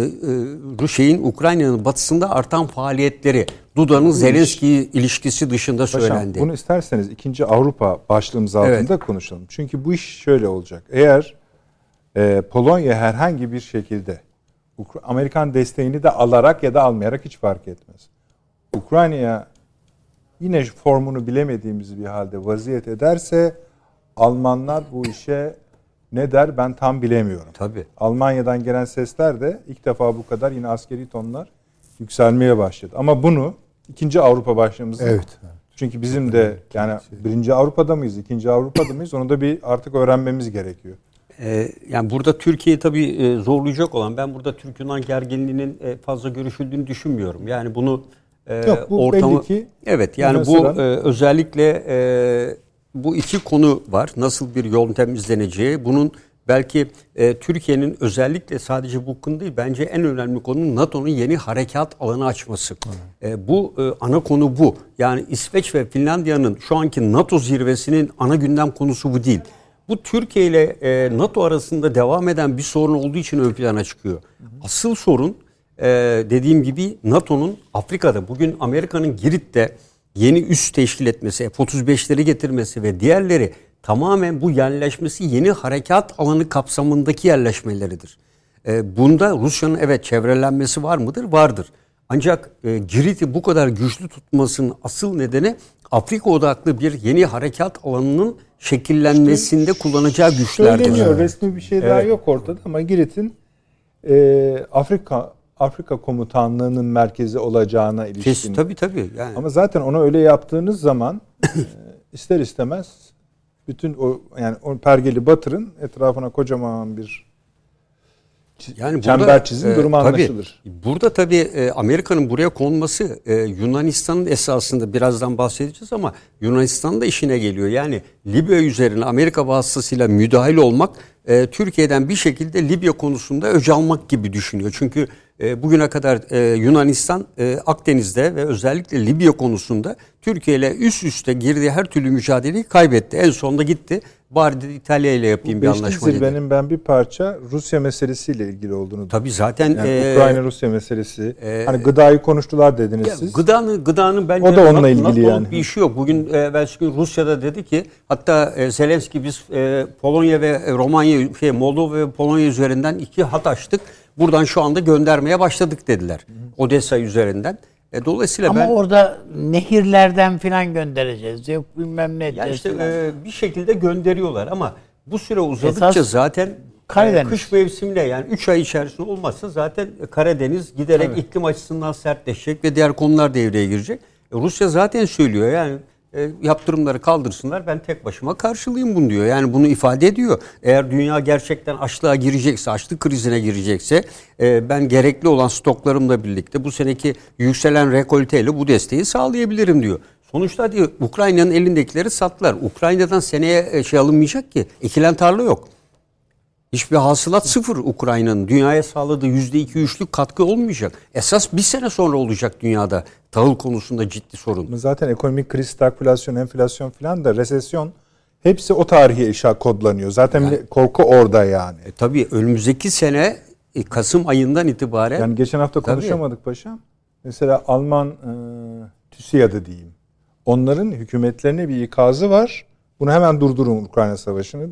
Ukrayna'nın batısında artan faaliyetleri Duda'nın Zelenski ilişkisi dışında söylendi. Bunu isterseniz 2. Avrupa başlığımız altında konuşalım. Çünkü bu iş şöyle olacak. Eğer Polonya herhangi bir şekilde Amerikan desteğini de alarak ya da almayarak hiç fark etmez. Ukrayna'ya yine formunu bilemediğimiz bir halde vaziyet ederse Almanlar bu işe ne der ben tam bilemiyorum. Tabii. Almanya'dan gelen sesler de ilk defa bu kadar yine askeri tonlar yükselmeye başladı. Ama bunu 2. Avrupa başlığımızda. Evet. Çünkü bizim de yani 1. Avrupa'da mıyız, 2. Avrupa'da mıyız onu da bir artık öğrenmemiz gerekiyor. Yani burada Türkiye'yi tabii zorlayacak olan, ben burada Türk-Yunan gerginliğinin fazla görüşüldüğünü düşünmüyorum. Yani bunu yok, bu ortamı, belli ki evet, yani bu özellikle bu iki konu var. Nasıl bir yöntem izleneceği, bunun belki Türkiye'nin özellikle sadece bu konu değil, bence en önemli konu NATO'nun yeni harekat alanı açması. Bu ana konu bu. Yani İsveç ve Finlandiya'nın şu anki NATO zirvesinin ana gündem konusu bu değil. Bu Türkiye ile NATO arasında devam eden bir sorun olduğu için ön plana çıkıyor. Asıl sorun dediğim gibi NATO'nun Afrika'da, bugün Amerika'nın Girit'te yeni üs teşkil etmesi, F-35'leri getirmesi ve diğerleri tamamen bu yerleşmesi yeni harekat alanı kapsamındaki yerleşmeleridir. Bunda Rusya'nın evet çevrelenmesi var mıdır? Vardır. Ancak Girit'i bu kadar güçlü tutmasının asıl nedeni Afrika odaklı bir yeni harekat alanının şekillenmesinde kullanacağı güçlerdir. Söyleniyor, resmi bir şey daha yok ortada ama Girit'in Afrika Komutanlığı'nın merkezi olacağına ilişkin. Tabii. Yani. Ama zaten onu öyle yaptığınız zaman ister istemez bütün o pergeli batırın etrafına kocaman bir çember çizim durumu anlaşılır. Burada tabii Amerika'nın buraya konması Yunanistan'ın esasında birazdan bahsedeceğiz ama Yunanistan'ın da işine geliyor. Yani Libya üzerine Amerika vasıtasıyla müdahil olmak Türkiye'den bir şekilde Libya konusunda öc almak gibi düşünüyor. Çünkü bugüne kadar Yunanistan Akdeniz'de ve özellikle Libya konusunda Türkiye ile üst üste girdiği her türlü mücadeleyi kaybetti. En sonunda gitti. Bari de İtalya ile yapayım bir anlaşma dedi. Zirvenin ben bir parça Rusya meselesiyle ilgili olduğunu. Tabii zaten yani Ukrayna-Rusya meselesi. Hani gıdayı konuştular dediniz siz. Gıdanın bence o da onunla ilgili yani. Bir işi yok. Bugün belki Rusya'da dedi ki, hatta Zelenski biz Polonya ve Romanya, Moldova ve Polonya üzerinden 2 hat açtık. Buradan şu anda göndermeye başladık dediler. Odessa üzerinden. Dolayısıyla ama orada nehirlerden filan göndereceğiz. Yok bilmem ne. Yani işte bir şekilde gönderiyorlar ama bu süre uzadıkça zaten kış mevsiminde, yani 3 ay içerisinde olmazsa zaten Karadeniz giderek iklim açısından sertleşecek ve diğer konular devreye girecek. Rusya zaten söylüyor yani yaptırımları kaldırsınlar, ben tek başıma karşılayayım bunu diyor. Yani bunu ifade ediyor. Eğer dünya gerçekten açlığa girecekse, açlık krizine girecekse ben gerekli olan stoklarımla birlikte bu seneki yükselen rekolteyle bu desteği sağlayabilirim diyor. Sonuçta diyor Ukrayna'nın elindekileri sattılar. Ukrayna'dan seneye alınmayacak ki. Ekilen tarla yok. Hiçbir hasılat sıfır Ukrayna'nın. Dünyaya sağladığı %2-3'lük katkı olmayacak. Esas bir sene sonra olacak dünyada tahıl konusunda ciddi sorun. Zaten ekonomik kriz, stagflasyon, enflasyon falan da resesyon hepsi o tarihe kodlanıyor. Zaten yani, korku orada yani. Tabii önümüzdeki sene Kasım ayından itibaren. Yani geçen hafta konuşamadık paşam. Mesela Alman TÜSİAD'ı diyeyim. Onların hükümetlerine bir ikazı var. Bunu hemen durdurun Ukrayna Savaşı'nı diye.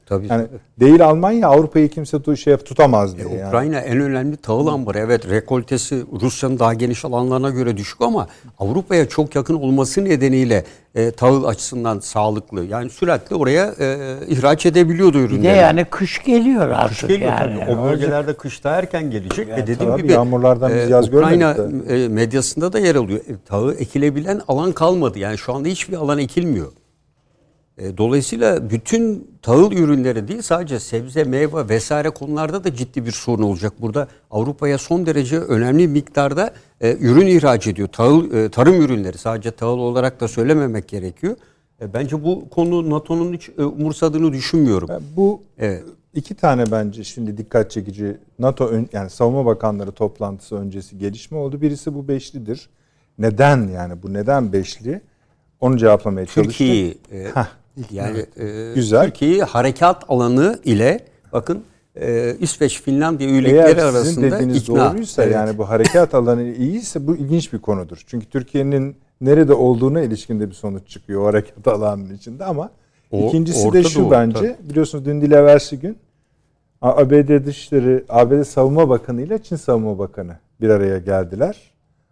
Tabii. Yani değil Almanya, Avrupa'yı kimse tutamaz diye. Yani. Ukrayna en önemli tahıl ambarı. Evet, rekoltesi Rusya'nın daha geniş alanlarına göre düşük ama Avrupa'ya çok yakın olması nedeniyle tahıl açısından sağlıklı. Yani sürekli oraya ihraç edebiliyordu ürünleri. Bir de yani kış geliyor artık. Kış geliyor yani. tabii. O bölgelerde kış daha erken gelecek. Yani dediğim gibi yağmurlardan biz yaz Ukrayna görmedik medyasında da yer alıyor. Tahıl ekilebilen alan kalmadı. Yani şu anda hiçbir alan ekilmiyor. Dolayısıyla bütün tahıl ürünleri değil, sadece sebze, meyve vesaire konularda da ciddi bir sorun olacak. Burada Avrupa'ya son derece önemli miktarda ürün ihraç ediyor. Tarım ürünleri, sadece tahıl olarak da söylememek gerekiyor. Bence bu konu NATO'nun hiç umursadığını düşünmüyorum. Bu iki tane bence şimdi dikkat çekici NATO yani Savunma Bakanları toplantısı öncesi gelişme oldu. Birisi bu beşlidir. Neden yani bu neden beşli? Onu cevaplamaya çalıştık. Türkiye'yi yani güzel. Türkiye'yi harekat alanı ile bakın İsveç, Finlandiya üyelikleri arasında sizin dediğiniz ikna. Doğruysa yani bu harekat alanı iyiyse bu ilginç bir konudur. Çünkü Türkiye'nin nerede olduğuna ilişkinde bir sonuç çıkıyor o harekat alanının içinde ama ikincisi de şu bence. Tabii. Biliyorsunuz dün değil evvelsi gün ABD Dışişleri, ABD Savunma Bakanı ile Çin Savunma Bakanı bir araya geldiler.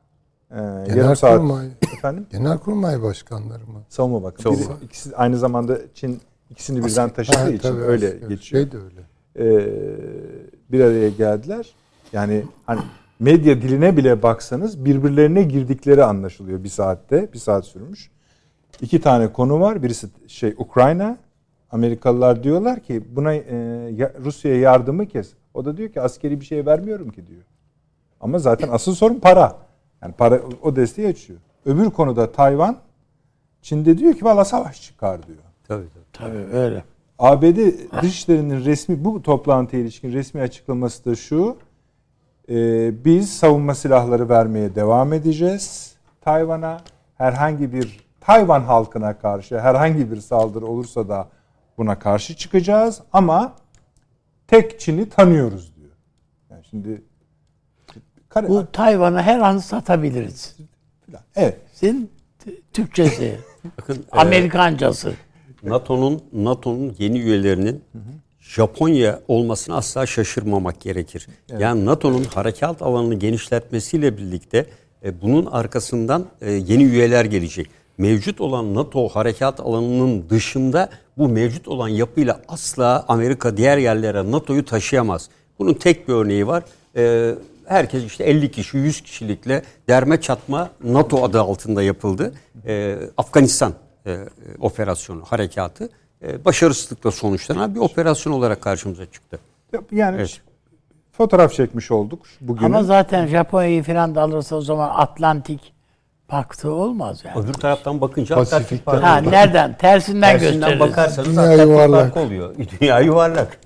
Genelkurmay başkanları mı? Savunma Bakanı. İkisi aynı zamanda Çin ikisini birden taşıdığı için tabii, öyle geçiyor. Şey de öyle. Bir araya geldiler. Yani hani medya diline bile baksanız birbirlerine girdikleri anlaşılıyor bir saatte. Bir saat sürmüş. İki tane konu var. Birisi Ukrayna. Amerikalılar diyorlar ki buna Rusya'ya yardımı kes. O da diyor ki askeri bir şey vermiyorum ki diyor. Ama zaten asıl sorun para. Yani para o desteği açıyor. Öbür konuda Tayvan, Çin'de diyor ki valla savaş çıkar diyor. Tabii öyle. ABD Dışişleri'nin resmi bu toplantıya ilişkin resmi açıklaması da şu. Biz savunma silahları vermeye devam edeceğiz Tayvan'a. Herhangi bir Tayvan halkına karşı herhangi bir saldırı olursa da buna karşı çıkacağız ama tek Çin'i tanıyoruz diyor. Yani şimdi bu Tayvan'a her an satabiliriz. Evet. Sizin Türkçesi, bakın, Amerikancası. NATO'nun yeni üyelerinin Japonya olmasına asla şaşırmamak gerekir. Evet. Yani NATO'nun harekat alanını genişletmesiyle birlikte bunun arkasından yeni üyeler gelecek. Mevcut olan NATO harekat alanının dışında bu mevcut olan yapıyla asla Amerika diğer yerlere NATO'yu taşıyamaz. Bunun tek bir örneği var. Herkes işte 50 kişi, 100 kişilikle derme çatma NATO adı altında yapıldı. Afganistan operasyonu, harekatı başarısızlıkla sonuçlanan bir operasyon olarak karşımıza çıktı. Yani fotoğraf çekmiş olduk bugün. Ama zaten Japonya'yı falan da alırsa o zaman Atlantik Paktı olmaz yani. Öbür taraftan bakınca Atlantik Paktı. Nereden? Tersinden bakarsanız Dünya yuvarlak oluyor. Dünya yuvarlak.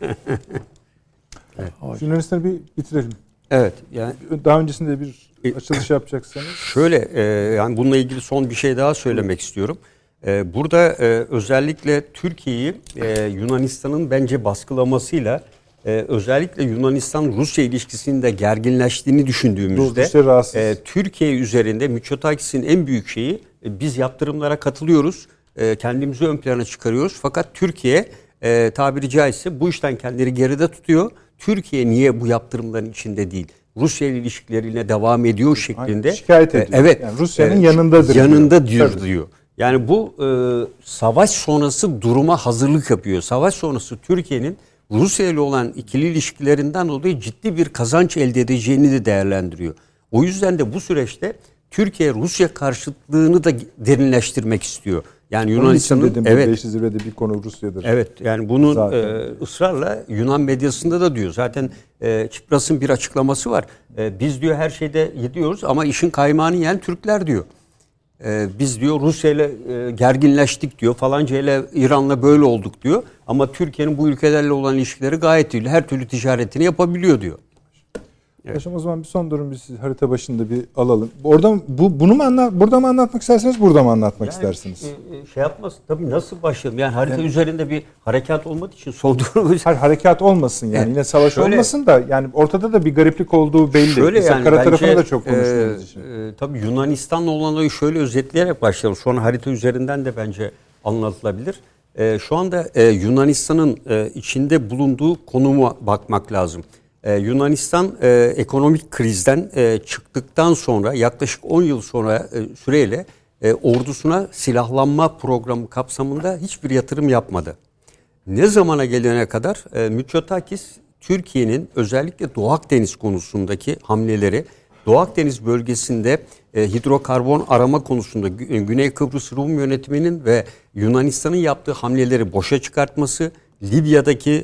Evet. Yunanistan'ı bir bitirelim. Evet. Yani daha öncesinde bir açılış yapacaksanız. Şöyle yani bununla ilgili son bir şey daha söylemek istiyorum. Burada özellikle Türkiye'yi Yunanistan'ın bence baskılamasıyla özellikle Yunanistan-Rusya ilişkisinin de gerginleştiğini düşündüğümüzde Türkiye üzerinde Mitsotakis'in en büyük şeyi biz yaptırımlara katılıyoruz. Kendimizi ön plana çıkarıyoruz. Fakat Türkiye tabiri caizse bu işten kendini geride tutuyor. Türkiye niye bu yaptırımların içinde değil? Rusya ile ilişkilerine devam ediyor şeklinde. Şikayet ediyor. Evet. Yani Rusya'nın yanındadır. Yanında diyor. Yani bu savaş sonrası duruma hazırlık yapıyor. Savaş sonrası Türkiye'nin Rusya ile olan ikili ilişkilerinden dolayı ciddi bir kazanç elde edeceğini de değerlendiriyor. O yüzden de bu süreçte Türkiye Rusya karşıtlığını da derinleştirmek istiyor. Yani Yunanistan'ın Beşli zirvede bir konu Rusya'dır. Evet, yani bunun ısrarla Yunan medyasında da diyor. Zaten Çipras'ın bir açıklaması var. Biz diyor her şeyde yediyoruz ama işin kaymağını yiyen Türkler diyor. Biz diyor Rusya ile gerginleştik diyor. Falanca ile İran'la böyle olduk diyor. Ama Türkiye'nin bu ülkelerle olan ilişkileri gayet iyi. Her türlü ticaretini yapabiliyor diyor. Evet. Paşam o zaman bir son durum biz harita başında bir alalım. Oradan burada mı anlatmak isterseniz burada mı anlatmak istersiniz? Şey yapmasın tabii, nasıl başlayalım? Yani harita üzerinde bir harekat olmadığı için son durum. Harekat olmasın yani. Yine savaş olmasın da yani ortada da bir gariplik olduğu belli. Şöyle yani, kara tarafını da çok konuştuğumuz için. Tabii Yunanistan'la olan olayı şöyle özetleyerek başlayalım. Sonra harita üzerinden de bence anlatılabilir. Şu anda Yunanistan'ın içinde bulunduğu konuma bakmak lazım. Yunanistan ekonomik krizden çıktıktan sonra yaklaşık 10 yıl sonra süreyle ordusuna silahlanma programı kapsamında hiçbir yatırım yapmadı. Ne zamana gelene kadar Mitsotakis Türkiye'nin özellikle Doğu Akdeniz konusundaki hamleleri, Doğu Akdeniz bölgesinde hidrokarbon arama konusunda Güney Kıbrıs Rum yönetiminin ve Yunanistan'ın yaptığı hamleleri boşa çıkartması, Libya'daki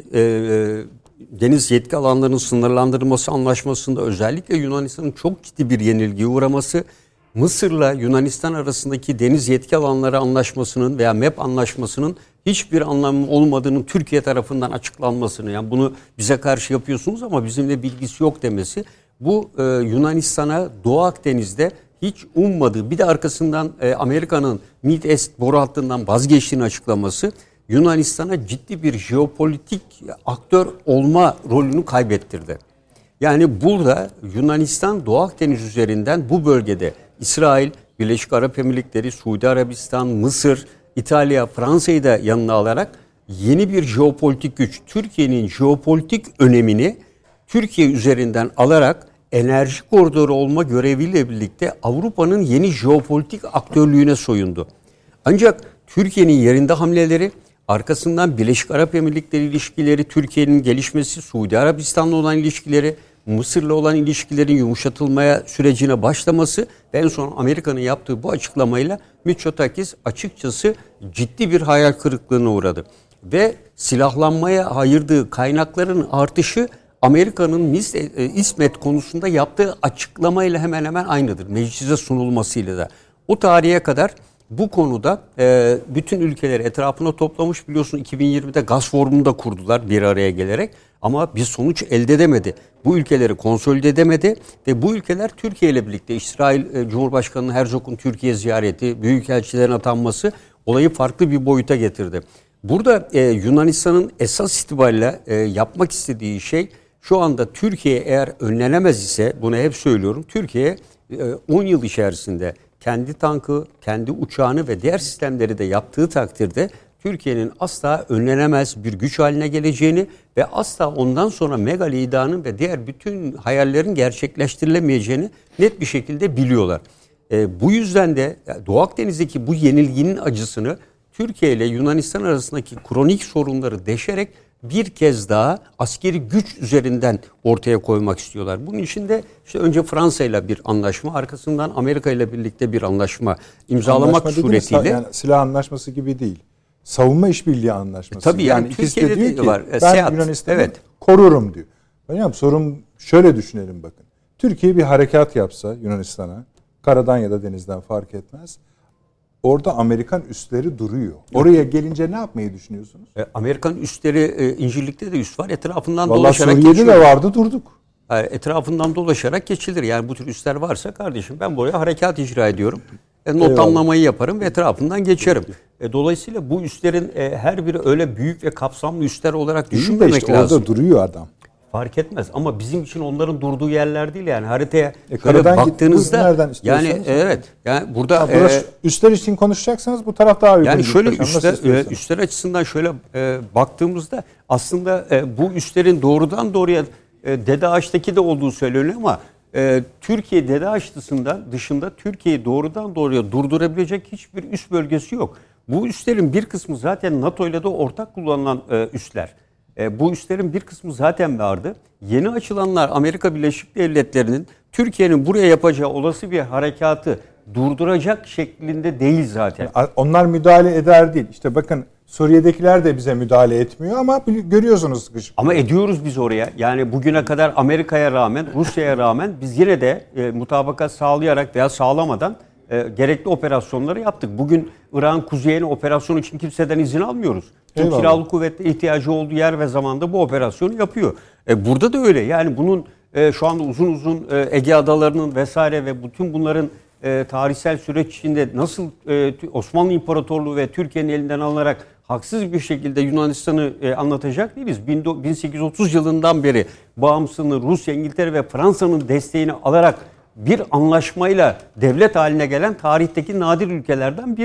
deniz yetki alanlarının sınırlandırılması anlaşmasında özellikle Yunanistan'ın çok ciddi bir yenilgiye uğraması, Mısır'la Yunanistan arasındaki deniz yetki alanları anlaşmasının veya MEP anlaşmasının hiçbir anlamı olmadığının Türkiye tarafından açıklanmasını, yani bunu bize karşı yapıyorsunuz ama bizimle bilgisi yok demesi, bu Yunanistan'a Doğu Akdeniz'de hiç ummadığı, bir de arkasından Amerika'nın Mid-Est boru hattından vazgeçtiğini açıklaması Yunanistan'a ciddi bir jeopolitik aktör olma rolünü kaybettirdi. Yani burada Yunanistan Doğu Akdeniz üzerinden bu bölgede İsrail, Birleşik Arap Emirlikleri, Suudi Arabistan, Mısır, İtalya, Fransa'yı da yanına alarak yeni bir jeopolitik güç, Türkiye'nin jeopolitik önemini Türkiye üzerinden alarak enerji koridoru olma göreviyle birlikte Avrupa'nın yeni jeopolitik aktörlüğüne soyundu. Ancak Türkiye'nin yerinde hamleleri, arkasından Birleşik Arap Emirlikleri ilişkileri, Türkiye'nin gelişmesi, Suudi Arabistan'la olan ilişkileri, Mısır'la olan ilişkilerin yumuşatılmaya sürecine başlaması ve en son Amerika'nın yaptığı bu açıklamayla Mitsotakis açıkçası ciddi bir hayal kırıklığına uğradı. Ve silahlanmaya ayırdığı kaynakların artışı Amerika'nın İsmet konusunda yaptığı açıklamayla hemen hemen aynıdır. Meclise sunulmasıyla da. O tarihe kadar bu konuda bütün ülkeleri etrafına toplamış, biliyorsun 2020'de gaz forumunu da kurdular bir araya gelerek ama bir sonuç elde edemedi. Bu ülkeleri konsolide edemedi ve bu ülkeler Türkiye ile birlikte İsrail Cumhurbaşkanı Herzog'un Türkiye ziyareti, büyükelçilerin atanması olayı farklı bir boyuta getirdi. Burada Yunanistan'ın esas itibariyle yapmak istediği şey şu anda Türkiye eğer önlenemez ise, bunu hep söylüyorum, Türkiye 10 yıl içerisinde kendi tankı, kendi uçağını ve diğer sistemleri de yaptığı takdirde Türkiye'nin asla önlenemez bir güç haline geleceğini ve asla ondan sonra Megalida'nın ve diğer bütün hayallerin gerçekleştirilemeyeceğini net bir şekilde biliyorlar. Bu yüzden de Doğu Akdeniz'deki bu yenilginin acısını Türkiye ile Yunanistan arasındaki kronik sorunları deşerek bir kez daha askeri güç üzerinden ortaya koymak istiyorlar. Bunun için de işte önce Fransa ile bir anlaşma, arkasından Amerika ile birlikte bir anlaşma imzalamak suretiyle. Yani silah anlaşması gibi değil. Savunma işbirliği anlaşması. Tabii yani ikisi de diyor ki var. Ben Yunanistan'ı korurum diyor. Hocam sorun şöyle düşünelim bakın. Türkiye bir harekat yapsa Yunanistan'a, karadan ya da denizden fark etmez. Orada Amerikan üsleri duruyor. Oraya gelince ne yapmayı düşünüyorsunuz? Amerikan üsleri, İncirlik'te de üs var. Etrafından Vallahi dolaşarak Suriye'de geçiyor. de vardı, durduk. Yani etrafından dolaşarak geçilir. Yani bu tür üsler varsa kardeşim ben buraya harekat icra ediyorum. Notamlamayı yaparım ve etrafından geçerim. Dolayısıyla bu üslerin her biri öyle büyük ve kapsamlı üsler olarak düşünmemek işte lazım. Orada duruyor adam. Fark etmez ama bizim için onların durduğu yerler değil, yani haritaya baktığınızda yani evet, yani burada üstler için konuşacaksanız bu taraf daha uygun. Yani şöyle üstler açısından şöyle baktığımızda aslında bu üslerin doğrudan doğruya Dede Ağaç'taki de olduğu söyleniyor ama Türkiye Dede Ağaç dışında Türkiye'yi doğrudan doğruya durdurabilecek hiçbir üs bölgesi yok. Bu üslerin bir kısmı zaten NATO ile de ortak kullanılan üsler. Bu üslerin bir kısmı zaten vardı. Yeni açılanlar Amerika Birleşik Devletleri'nin Türkiye'nin buraya yapacağı olası bir harekatı durduracak şeklinde değil zaten. Onlar müdahale eder değil. İşte bakın Suriye'dekiler de bize müdahale etmiyor ama görüyorsunuz sıkışık. Ama ediyoruz biz oraya. Yani bugüne kadar Amerika'ya rağmen, Rusya'ya rağmen biz yine de mutabakat sağlayarak veya sağlamadan gerekli operasyonları yaptık. Bugün Irak'ın kuzeyine operasyon için kimseden izin almıyoruz. Türk Silahlı Kuvvetleri ihtiyacı olduğu yer ve zamanda bu operasyonu yapıyor. Burada da öyle. Yani bunun şu anda uzun Ege Adaları'nın vesaire ve bütün bunların tarihsel süreç içinde nasıl Osmanlı İmparatorluğu ve Türkiye'nin elinden alınarak haksız bir şekilde Yunanistan'ı anlatacak değiliz. 1830 yılından beri bağımsızlığını Rusya, İngiltere ve Fransa'nın desteğini alarak bir anlaşmayla devlet haline gelen tarihteki nadir ülkelerden biridir.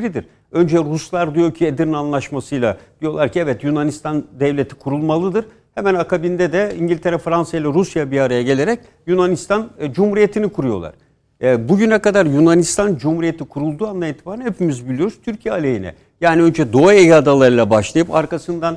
Önce Ruslar diyor ki Edirne Anlaşması'yla diyorlar ki evet Yunanistan devleti kurulmalıdır. Hemen akabinde de İngiltere, Fransa ile Rusya bir araya gelerek Yunanistan Cumhuriyeti'ni kuruyorlar. Bugüne kadar Yunanistan Cumhuriyeti kurulduğu andan itibaren hepimiz biliyoruz Türkiye aleyhine. Yani önce Doğu Ege adalarıyla başlayıp arkasından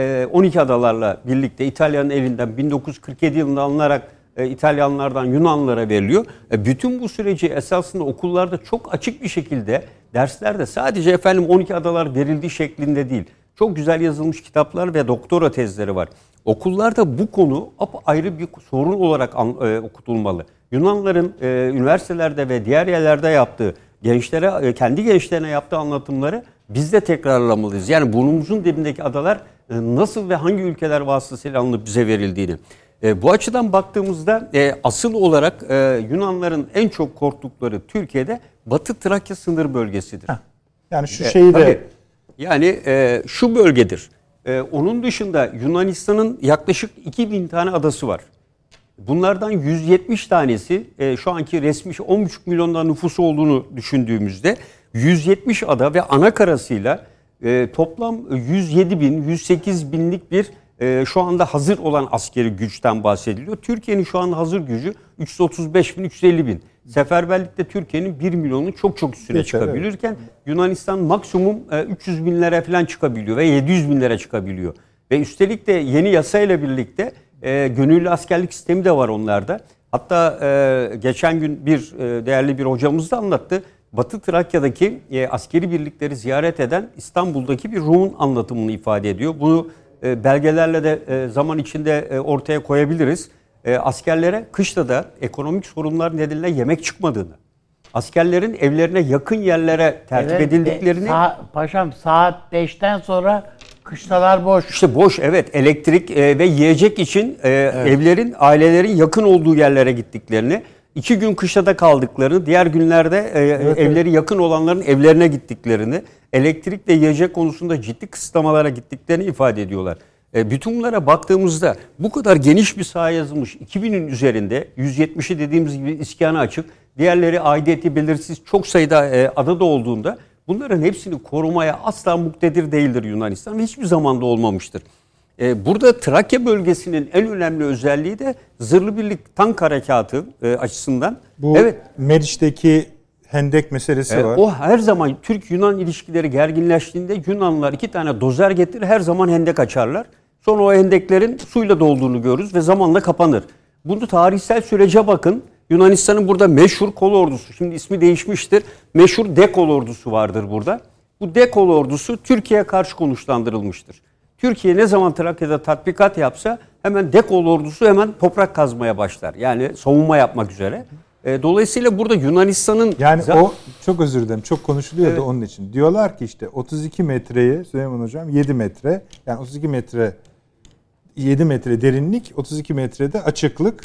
12 adalarla birlikte İtalya'nın elinden 1947 yılında alınarak İtalyanlardan Yunanlılara veriliyor. Bütün bu süreci esasında okullarda çok açık bir şekilde derslerde sadece 12 adalar verildiği şeklinde değil. Çok güzel yazılmış kitaplar ve doktora tezleri var. Okullarda bu konu ayrı bir sorun olarak okutulmalı. Yunanlıların üniversitelerde ve diğer yerlerde yaptığı gençlere, kendi gençlerine yaptığı anlatımları biz de tekrarlamalıyız. Yani burnumuzun dibindeki adalar nasıl ve hangi ülkeler vasıtasıyla alınıp bize verildiğini. Bu açıdan baktığımızda asıl olarak Yunanların en çok korktukları Türkiye'de Batı Trakya sınır bölgesidir. Yani şu şeyi de... Tabii, yani şu bölgedir. Onun dışında Yunanistan'ın yaklaşık 2000 tane adası var. Bunlardan 170 tanesi şu anki resmi 10,5 milyondan nüfusu olduğunu düşündüğümüzde 170 ada ve ana karasıyla toplam 107 bin, 108 binlik bir şu anda hazır olan askeri güçten bahsediliyor. Türkiye'nin şu anda hazır gücü 335 bin, 350 bin. Seferberlikte Türkiye'nin 1 milyonun çok üstüne çıkabilirken Yunanistan maksimum 300 binlere falan çıkabiliyor ve 700 binlere çıkabiliyor. Ve üstelik de yeni yasayla birlikte gönüllü askerlik sistemi de var onlarda. Hatta geçen gün değerli bir hocamız da anlattı. Batı Trakya'daki askeri birlikleri ziyaret eden İstanbul'daki bir Rum'un anlatımını ifade ediyor. Bunu belgelerle de zaman içinde ortaya koyabiliriz. Askerlere kışta da ekonomik sorunlar nedeniyle yemek çıkmadığını, askerlerin evlerine yakın yerlere tertip edildiklerini... Paşam saat 5'ten sonra kışlalar boş. İşte boş, evet. Elektrik ve yiyecek için evlerin, ailelerin yakın olduğu yerlere gittiklerini, 2 gün kışlada kaldıklarını, diğer günlerde evleri yakın olanların evlerine gittiklerini, elektrik ve yiyecek konusunda ciddi kısıtlamalara gittiklerini ifade ediyorlar. Bütün bunlara baktığımızda bu kadar geniş bir saha yazılmış, 2000'in üzerinde, 170'i dediğimiz gibi iskana açık, diğerleri aidiyeti belirsiz çok sayıda adada olduğunda bunların hepsini korumaya asla muktedir değildir Yunanistan ve hiçbir zamanda olmamıştır. Burada Trakya bölgesinin en önemli özelliği de zırhlı birlik tank harekatı açısından. Bu Meriç'teki hendek meselesi var. O her zaman Türk-Yunan ilişkileri gerginleştiğinde Yunanlılar 2 tane dozer getirir, her zaman hendek açarlar. Sonra o hendeklerin suyla dolduğunu görürüz ve zamanla kapanır. Bunu tarihsel sürece bakın. Yunanistan'ın burada meşhur kol ordusu, şimdi ismi değişmiştir. Meşhur Dekol ordusu vardır burada. Bu Dekol ordusu Türkiye'ye karşı konuşlandırılmıştır. Türkiye ne zaman Trakya'da tatbikat yapsa hemen Dekol ordusu hemen toprak kazmaya başlar. Yani savunma yapmak üzere. Dolayısıyla burada Yunanistan'ın... Yani o çok özür dilerim, çok konuşuluyor da onun için. Diyorlar ki işte 32 metreyi Süleyman Hocam 7 metre, yani 32 metre 7 metre derinlik, 32 metrede açıklık.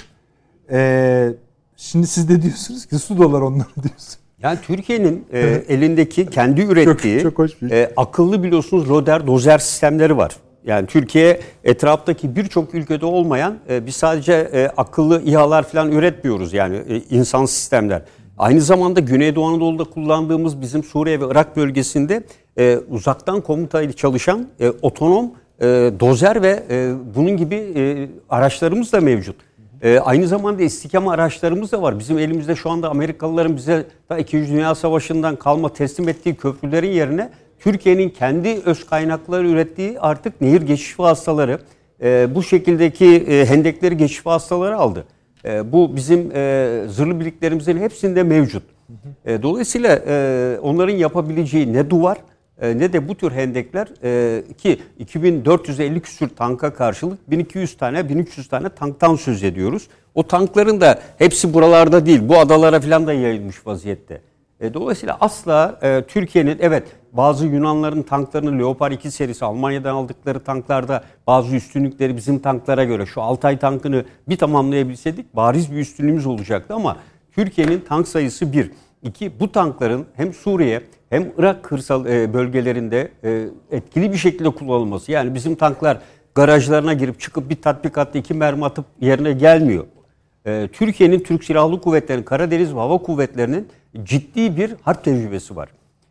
Şimdi siz de diyorsunuz ki su dolar onları diyorsunuz. Yani Türkiye'nin elindeki kendi ürettiği çok hoş bir akıllı biliyorsunuz loder dozer sistemleri var. Yani Türkiye etraftaki birçok ülkede olmayan biz sadece akıllı İHA'lar falan üretmiyoruz yani insan sistemler. Aynı zamanda Güneydoğu Anadolu'da kullandığımız bizim Suriye ve Irak bölgesinde uzaktan komutayla çalışan otonom dozer ve bunun gibi araçlarımız da mevcut. Aynı zamanda istikama araçlarımız da var. Bizim elimizde şu anda Amerikalıların bize ta 2. Dünya Savaşı'ndan kalma teslim ettiği köprülerin yerine Türkiye'nin kendi öz kaynakları ürettiği artık nehir geçiş vasıtaları, bu şekildeki hendekleri geçiş vasıtaları aldı. Bu bizim zırhlı birliklerimizin hepsinde mevcut. Dolayısıyla onların yapabileceği ne duvar ne de bu tür hendekler ki 2450 küsür tanka karşılık 1200 tane 1300 tane tanktan söz ediyoruz. O tankların da hepsi buralarda değil, bu adalara falan da yayılmış vaziyette. Dolayısıyla asla Türkiye'nin bazı Yunanların tanklarının Leopard 2 serisi Almanya'dan aldıkları tanklarda bazı üstünlükleri bizim tanklara göre şu Altay tankını bir tamamlayabilseydik bariz bir üstünlüğümüz olacaktı ama Türkiye'nin tank sayısı 1. 2. Bu tankların hem Suriye hem Irak kırsal bölgelerinde etkili bir şekilde kullanılması. Yani bizim tanklar garajlarına girip çıkıp bir tatbikatta 2 mermi atıp yerine gelmiyor. Türkiye'nin Türk Silahlı Kuvvetleri'nin, Karadeniz ve Hava Kuvvetleri'nin ciddi bir harp tecrübesi var.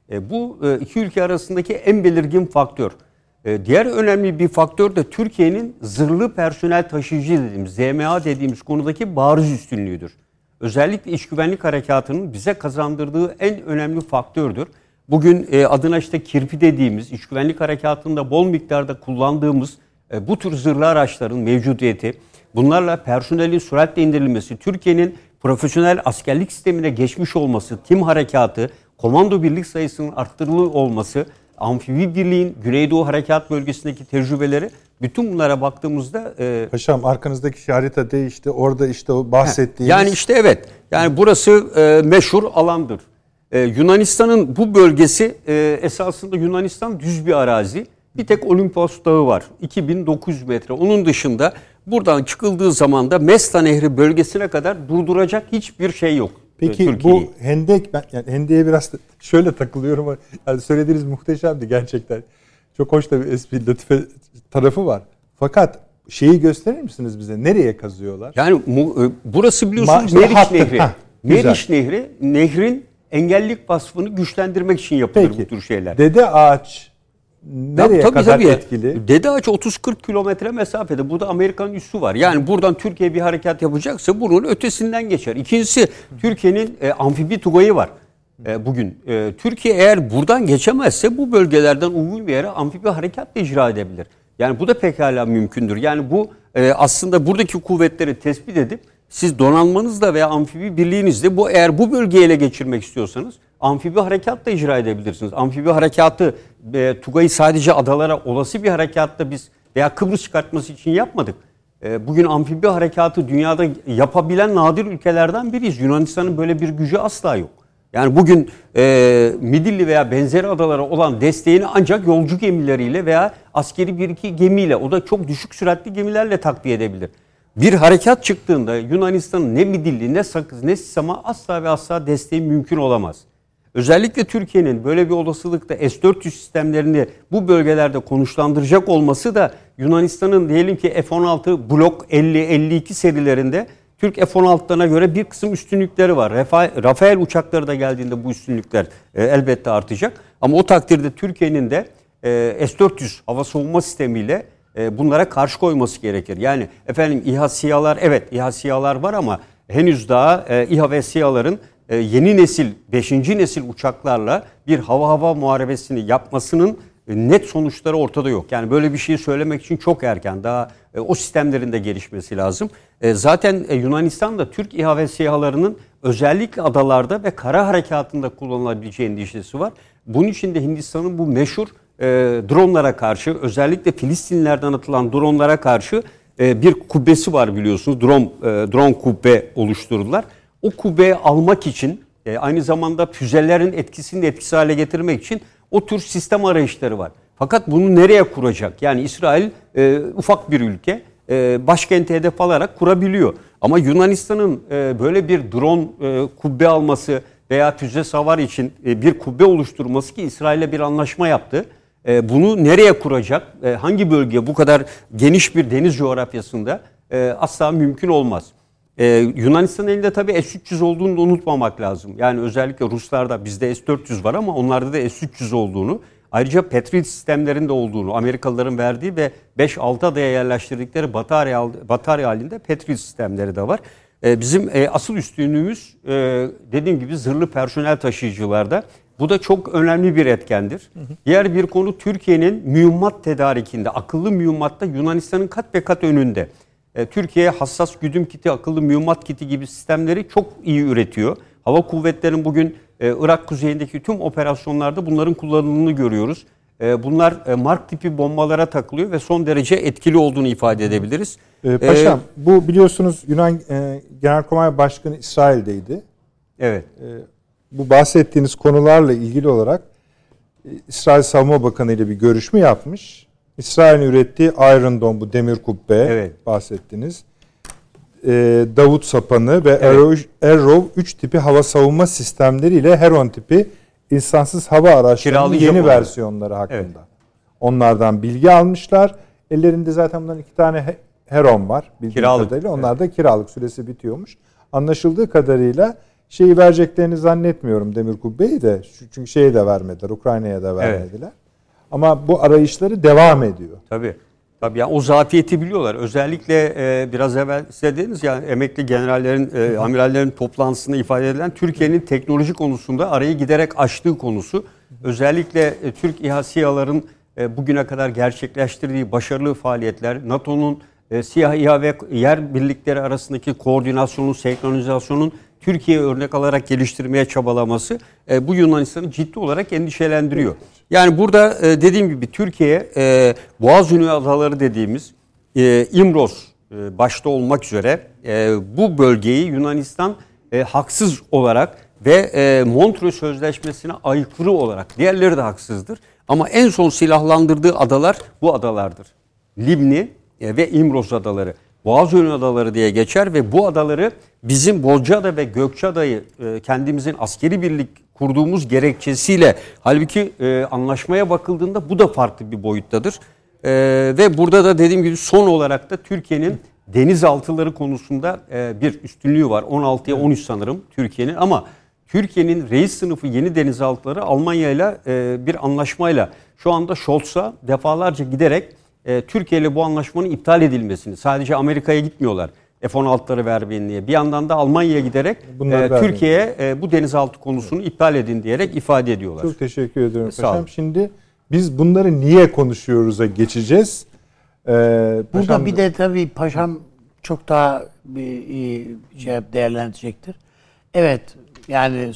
Bu iki ülke arasındaki en belirgin faktör. Diğer önemli bir faktör de Türkiye'nin zırhlı personel taşıyıcı dediğimiz, ZMA dediğimiz konudaki bariz üstünlüğüdür. Özellikle iç güvenlik harekatının bize kazandırdığı en önemli faktördür. Bugün adına işte kirpi dediğimiz, iç güvenlik harekatında bol miktarda kullandığımız bu tür zırhlı araçların mevcudiyeti, bunlarla personelin süratle indirilmesi, Türkiye'nin profesyonel askerlik sistemine geçmiş olması, tim harekatı, komando birlik sayısının arttırılı olması, amfibi birliğin Güneydoğu Harekat Bölgesi'ndeki tecrübeleri, bütün bunlara baktığımızda... Paşam arkanızdaki harita değişti. Orada işte o bahsettiğiniz... Yani işte evet. Yani burası meşhur alandır. Yunanistan'ın bu bölgesi esasında Yunanistan düz bir arazi. Bir tek Olimpos Dağı var. 2900 metre. Onun dışında buradan çıkıldığı zaman da Mesla Nehri bölgesine kadar durduracak hiçbir şey yok. Peki bu hendek, ben yani hendeye biraz şöyle takılıyorum. Yani söylediğiniz muhteşemdi gerçekten. Çok hoş da bir espri, latife tarafı var. Fakat şeyi gösterir misiniz bize? Nereye kazıyorlar? Yani burası biliyorsunuz Meriç Nehri. Meriç Nehri, nehrin engellilik vasfını güçlendirmek için yapılır bu tür şeyler. Dede Ağaç nereye kadar etkili? Dede Ağaç 30-40 kilometre mesafede. Burada Amerika'nın üssü var. Yani buradan Türkiye bir harekat yapacaksa bunun ötesinden geçer. İkincisi, Türkiye'nin amfibi Tugay'ı var. Bugün Türkiye eğer buradan geçemezse bu bölgelerden uygun bir yere amfibi harekat da icra edebilir. Yani bu da pekala mümkündür. Yani bu aslında buradaki kuvvetleri tespit edip siz donanmanızla veya amfibi birliğinizle eğer bu bölgeyi ele geçirmek istiyorsanız amfibi harekat da icra edebilirsiniz. Amfibi harekatı Tugay'ı sadece adalara olası bir harekatta biz veya Kıbrıs çıkartması için yapmadık. Bugün amfibi harekatı dünyada yapabilen nadir ülkelerden biriyiz. Yunanistan'ın böyle bir gücü asla yok. Yani bugün Midilli veya benzeri adalara olan desteğini ancak yolcu gemileriyle veya askeri bir iki gemiyle, o da çok düşük süratli gemilerle takviye edebilir. Bir harekat çıktığında Yunanistan'ın ne Midilli, ne Sakız, ne Sisama asla ve asla desteği mümkün olamaz. Özellikle Türkiye'nin böyle bir olasılıkta S-400 sistemlerini bu bölgelerde konuşlandıracak olması da Yunanistan'ın diyelim ki F-16 Blok 50-52 serilerinde Türk F-16'larına göre bir kısım üstünlükleri var. Rafael uçakları da geldiğinde bu üstünlükler elbette artacak. Ama o takdirde Türkiye'nin de S-400 hava savunma sistemiyle bunlara karşı koyması gerekir. Yani efendim İHA SİHA'lar, evet İHA SİHA'lar var ama henüz daha İHA ve SİHA'ların yeni nesil, 5. nesil uçaklarla bir hava muharebesini yapmasının net sonuçları ortada yok. Yani böyle bir şey söylemek için çok erken. Daha o sistemlerin de gelişmesi lazım. Zaten Yunanistan'da Türk İHA ve SİHA'larının özellikle adalarda ve kara harekatında kullanılabileceği endişesi var. Bunun için de Hindistan'ın bu meşhur dronlara karşı, özellikle Filistinlerden atılan dronlara karşı bir kubbesi var biliyorsunuz. Drone kubbe oluşturdular. O kubbeyi almak için aynı zamanda füzelerin etkisini de etkisiz hale getirmek için o tür sistem arayışları var. Fakat bunu nereye kuracak? Yani İsrail ufak bir ülke, başkenti hedef alarak kurabiliyor. Ama Yunanistan'ın böyle bir drone kubbe alması veya füze savar için bir kubbe oluşturması, ki İsrail'le bir anlaşma yaptı. Bunu nereye kuracak? Hangi bölgeye? Bu kadar geniş bir deniz coğrafyasında asla mümkün olmaz. Yunanistan'ın elinde tabii S-300 olduğunu da unutmamak lazım. Yani özellikle Ruslarda, bizde S-400 var ama onlarda da S-300 olduğunu, ayrıca Patriot sistemlerinde olduğunu, Amerikalıların verdiği ve 5-6 adaya yerleştirdikleri batarya halinde Patriot sistemleri de var. Bizim asıl üstünlüğümüz dediğim gibi zırhlı personel taşıyıcılarda. Bu da çok önemli bir etkendir. Diğer bir konu, Türkiye'nin mühimmat tedarikinde, akıllı mühimmatta Yunanistan'ın kat ve kat önünde. Türkiye hassas güdüm kiti, akıllı mühimmat kiti gibi sistemleri çok iyi üretiyor. Hava kuvvetlerinin bugün Irak kuzeyindeki tüm operasyonlarda bunların kullanıldığını görüyoruz. Bunlar Mark tipi bombalara takılıyor ve son derece etkili olduğunu ifade edebiliriz. Paşam, bu biliyorsunuz Yunan Genelkurmay Başkanı İsrail'deydi. Evet. Bu bahsettiğiniz konularla ilgili olarak İsrail Savunma Bakanı ile bir görüşme yapmış. İsrail'in ürettiği Iron Dome, bu demir kubbe, evet, bahsettiniz. Davut Sapanı ve evet, Arrow 3 tipi hava savunma sistemleriyle Heron tipi insansız hava araçlarının yeni versiyonları hakkında. Evet. Onlardan bilgi almışlar. Ellerinde zaten bunların 2 tane Heron var. Bildiğim kadarıyla. Onlar da kiralık, süresi bitiyormuş. Anlaşıldığı kadarıyla şeyi vereceklerini zannetmiyorum Demir Kubbe'yi de. Çünkü şeye de vermediler, Ukrayna'ya da vermediler. Evet. Ama bu arayışları devam ediyor. Tabii. Tabii yani o zafiyeti biliyorlar. Özellikle biraz evvel size dediniz ya, emekli generallerin, amirallerin toplantısında ifade edilen Türkiye'nin teknoloji konusunda arayı giderek aştığı konusu. Özellikle Türk İHA SİHA'ların bugüne kadar gerçekleştirdiği başarılı faaliyetler, NATO'nun SİHA, İHA ve yer birlikleri arasındaki koordinasyonun, senkronizasyonun Türkiye'ye örnek alarak geliştirmeye çabalaması bu Yunanistan'ı ciddi olarak endişelendiriyor. Yani burada dediğim gibi Türkiye Boğazünü Adaları dediğimiz İmros başta olmak üzere bu bölgeyi Yunanistan haksız olarak ve Montreux Sözleşmesi'ne aykırı olarak, diğerleri de haksızdır. Ama en son silahlandırdığı adalar bu adalardır. Libni ve İmros adaları. Boğazönü Adaları diye geçer ve bu adaları bizim Bozcaada ve Gökçeada'yı kendimizin askeri birlik kurduğumuz gerekçesiyle, halbuki anlaşmaya bakıldığında bu da farklı bir boyuttadır. Ve burada da dediğim gibi son olarak da Türkiye'nin denizaltıları konusunda bir üstünlüğü var. 16'ya 13 sanırım Türkiye'nin, ama Türkiye'nin reis sınıfı yeni denizaltıları Almanya ile bir anlaşmayla şu anda Scholz'a defalarca giderek Türkiye ile bu anlaşmanın iptal edilmesini, sadece Amerika'ya gitmiyorlar F-16'ları vermeyin diye, bir yandan da Almanya'ya giderek Türkiye'ye bu denizaltı konusunu iptal edin diyerek ifade ediyorlar. Çok teşekkür ederim paşam. Şimdi biz bunları niye konuşuyoruz'a geçeceğiz. Burada bir de tabii paşam çok daha bir şey değerlendirecektir. Evet, yani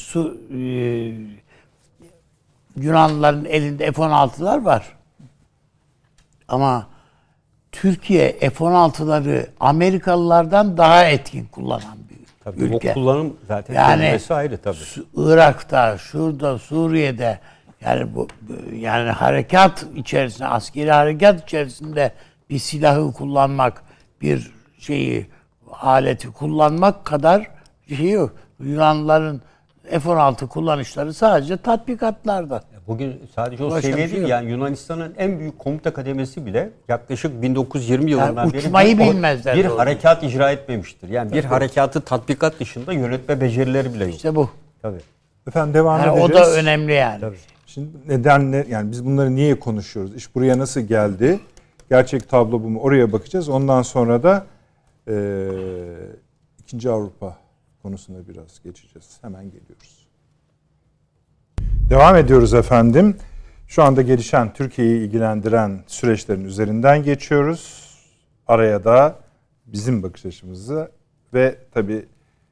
Yunanlıların elinde F-16'lar var. Ama Türkiye F-16'ları Amerikalılardan daha etkin kullanan bir ülke. O kullanım zaten yani ayrı tabii. Irak'ta, şurada, Suriye'de, yani harekat içerisinde, askeri harekat içerisinde bir silahı kullanmak, bir aleti kullanmak kadar şey yok. Yunanlıların F-16 kullanışları sadece tatbikatlarda. Bugün sadece o seviye değil, yani Yunanistan'ın en büyük komuta kademesi bile yaklaşık 1920 yılından beri bir harekat icra etmemiştir. Yani bir harekatı tatbikat dışında yönetme becerileri bile yok. İşte bu. Tabii. Efendim devam edeceğiz. O da önemli yani. Tabii. Şimdi yani biz bunları niye konuşuyoruz? İş buraya nasıl geldi? Gerçek tablo bu mu? Oraya bakacağız. Ondan sonra da 2. Avrupa konusuna biraz geçeceğiz. Hemen geliyoruz. Devam ediyoruz efendim. Şu anda gelişen, Türkiye'yi ilgilendiren süreçlerin üzerinden geçiyoruz. Araya da bizim bakış açımızı ve tabii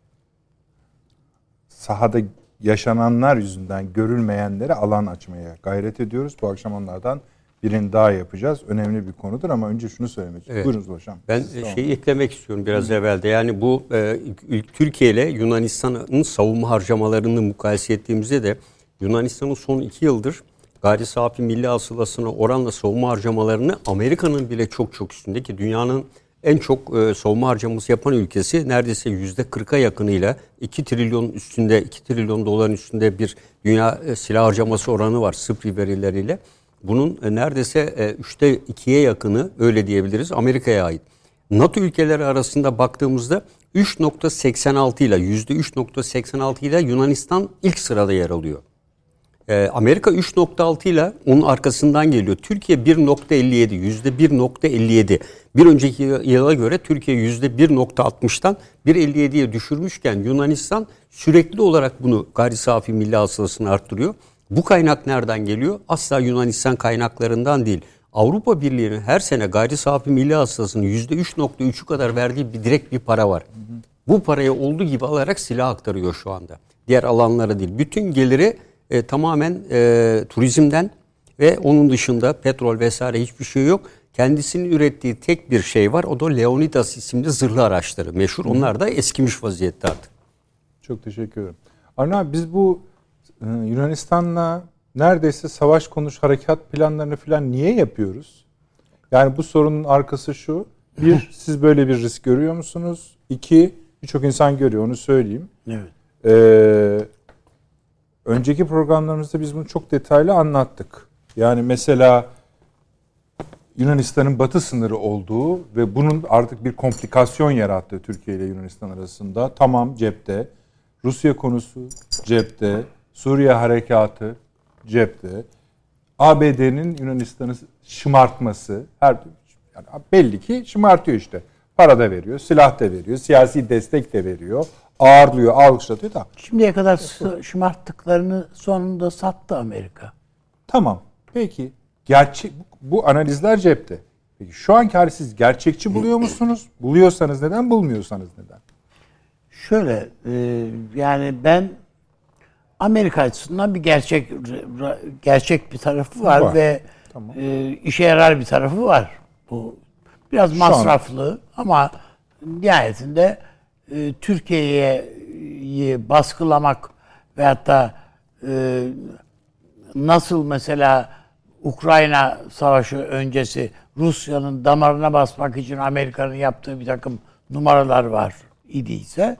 sahada yaşananlar yüzünden görülmeyenlere alan açmaya gayret ediyoruz. Bu akşam onlardan birini daha yapacağız. Önemli bir konudur ama önce şunu söylemek istiyorum. Evet. Buyurunuz hocam. Ben eklemek istiyorum biraz evvelde. Yani bu Türkiye ile Yunanistan'ın savunma harcamalarını mukayese ettiğimizde de Yunanistan'ın son 2 yıldır gayri safi milli hasılasına oranla savunma harcamalarını Amerika'nın bile çok çok üstünde, ki dünyanın en çok savunma harcaması yapan ülkesi, neredeyse %40'a yakınıyla 2 trilyon üstünde, 2 trilyon doların üstünde bir dünya silah harcaması oranı var SIPRI verileriyle. Bunun neredeyse 3'te 2'ye yakını, öyle diyebiliriz, Amerika'ya ait. NATO ülkeleri arasında baktığımızda 3.86 ile %3.86 ile Yunanistan ilk sırada yer alıyor. Amerika 3.6 ile onun arkasından geliyor. Türkiye 1.57, %1.57. Bir önceki yıla göre Türkiye %1.60'tan 1.57'ye düşürmüşken Yunanistan sürekli olarak bunu gayri safi milli hasılasını arttırıyor. Bu kaynak nereden geliyor? Asla Yunanistan kaynaklarından değil. Avrupa Birliği'nin her sene gayri safi milli hasılasının %3.3'ü kadar verdiği direkt bir para var. Bu parayı olduğu gibi alarak silah aktarıyor şu anda. Diğer alanlara değil. Bütün geliri tamamen turizmden ve onun dışında petrol vesaire hiçbir şey yok. Kendisinin ürettiği tek bir şey var. O da Leonidas isimli zırhlı araçları meşhur. Onlar da eskimiş vaziyette artık. Çok teşekkür ederim. Arna, biz bu Yunanistan'la neredeyse savaş harekat planlarını falan niye yapıyoruz? Yani bu sorunun arkası şu. 1, siz böyle bir risk görüyor musunuz? 2, birçok insan görüyor, onu söyleyeyim. Evet. Önceki programlarımızda biz bunu çok detaylı anlattık. Yani mesela Yunanistan'ın batı sınırı olduğu ve bunun artık bir komplikasyon yarattığı Türkiye ile Yunanistan arasında. Tamam, cepte Rusya konusu cepte, Suriye harekatı cepte, ABD'nin Yunanistan'ı şımartması, yani belli ki şımartıyor işte. Para da veriyor, silah da veriyor, siyasi destek de veriyor, ağırlıyor, alkışlatıyor da. Şimdiye kadar şımarttıklarını sonunda sattı Amerika. Tamam. Peki gerçek bu analizler cepte. Peki şu anki hali siz gerçekçi buluyor musunuz? Buluyorsanız neden, bulmuyorsanız neden? Şöyle yani ben Amerika açısından bir gerçek bir tarafı var. Ve Tamam. işe yarar bir tarafı var. Bu biraz masraflı ama nihayetinde Türkiye'yi baskılamak veyahut da nasıl mesela Ukrayna Savaşı öncesi Rusya'nın damarına basmak için Amerika'nın yaptığı bir takım numaralar var idiyse,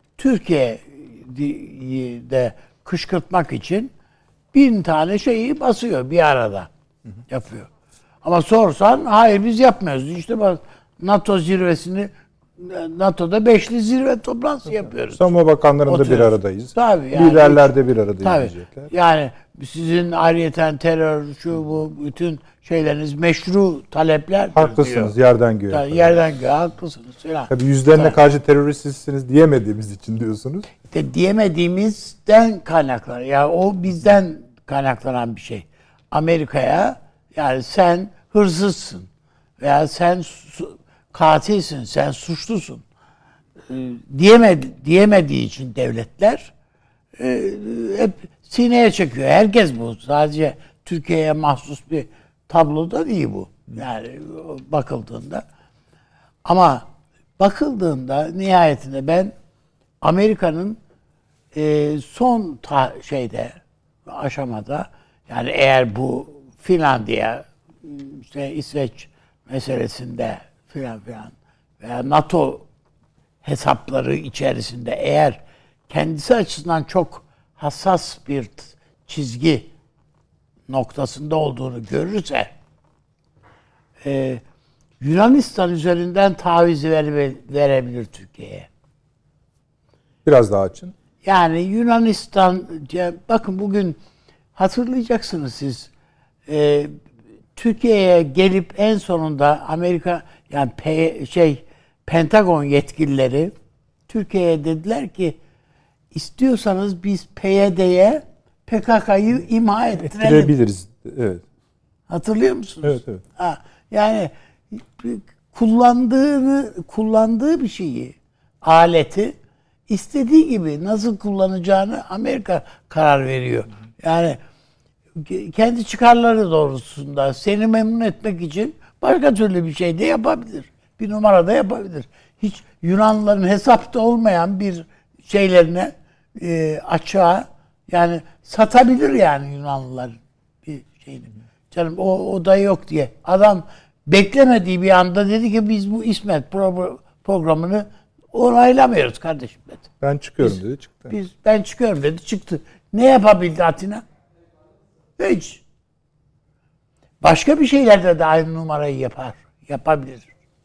Türkiye'yi de kışkırtmak için 1000 tane şeyi basıyor bir arada. Yapıyor. Ama sorsan hayır biz yapmıyoruz. İşte bak NATO zirvesini, NATO'da 5'li zirve toplantısı yapıyoruz. Savunma bakanlarında bir aradayız. Tabii yani, liderler de bir arada diyecekler. Yani sizin ayrıyeten terör, şu bu bütün şeyleriniz meşru taleplerdir. Haklısınız diyor. yerden göğe. Yani yerden göğe haklısınız. Tabii yüzlerine karşı teröristsiniz diyemediğimiz için diyorsunuz. Diyemediğimizden kaynaklanıyor. Yani o bizden kaynaklanan bir şey. Amerika'ya yani sen hırsızsın veya sen katilsin, sen suçlusun diyemediği için devletler hep sineye çekiyor. Herkes bu. Sadece Türkiye'ye mahsus bir tablo da değil bu. Yani bakıldığında. Ama bakıldığında nihayetinde ben Amerika'nın son aşamada yani eğer bu Finlandiya, işte İsveç meselesinde filan veya NATO hesapları içerisinde eğer kendisi açısından çok hassas bir çizgi noktasında olduğunu görürse Yunanistan üzerinden taviz verebilir Türkiye'ye. Biraz daha açın. Yani Yunanistan, bakın bugün hatırlayacaksınız siz, Türkiye'ye gelip en sonunda Amerika yani Pentagon yetkilileri Türkiye'ye dediler ki istiyorsanız biz PYD'ye PKK'yı imha ettirebiliriz. Evet. Hatırlıyor musunuz? Evet, evet. Yani kullandığı bir şeyi, aleti istediği gibi nasıl kullanacağını Amerika karar veriyor. Yani kendi çıkarları doğrultusunda seni memnun etmek için başka türlü bir şey de yapabilir. Bir numara da yapabilir. Hiç Yunanlıların hesapta olmayan bir şeylerine açığa yani satabilir yani Yunanlılar bir şeyini. Canım o da yok diye. Adam beklemediği bir anda dedi ki biz bu İsmet programını onaylamıyoruz kardeşim dedi. Ben çıkıyorum dedi, çıktı. Ben çıkıyorum dedi, çıktı. Ne yapabildi Atina? Hiç. Başka bir şeylerde de aynı numarayı yapabilir.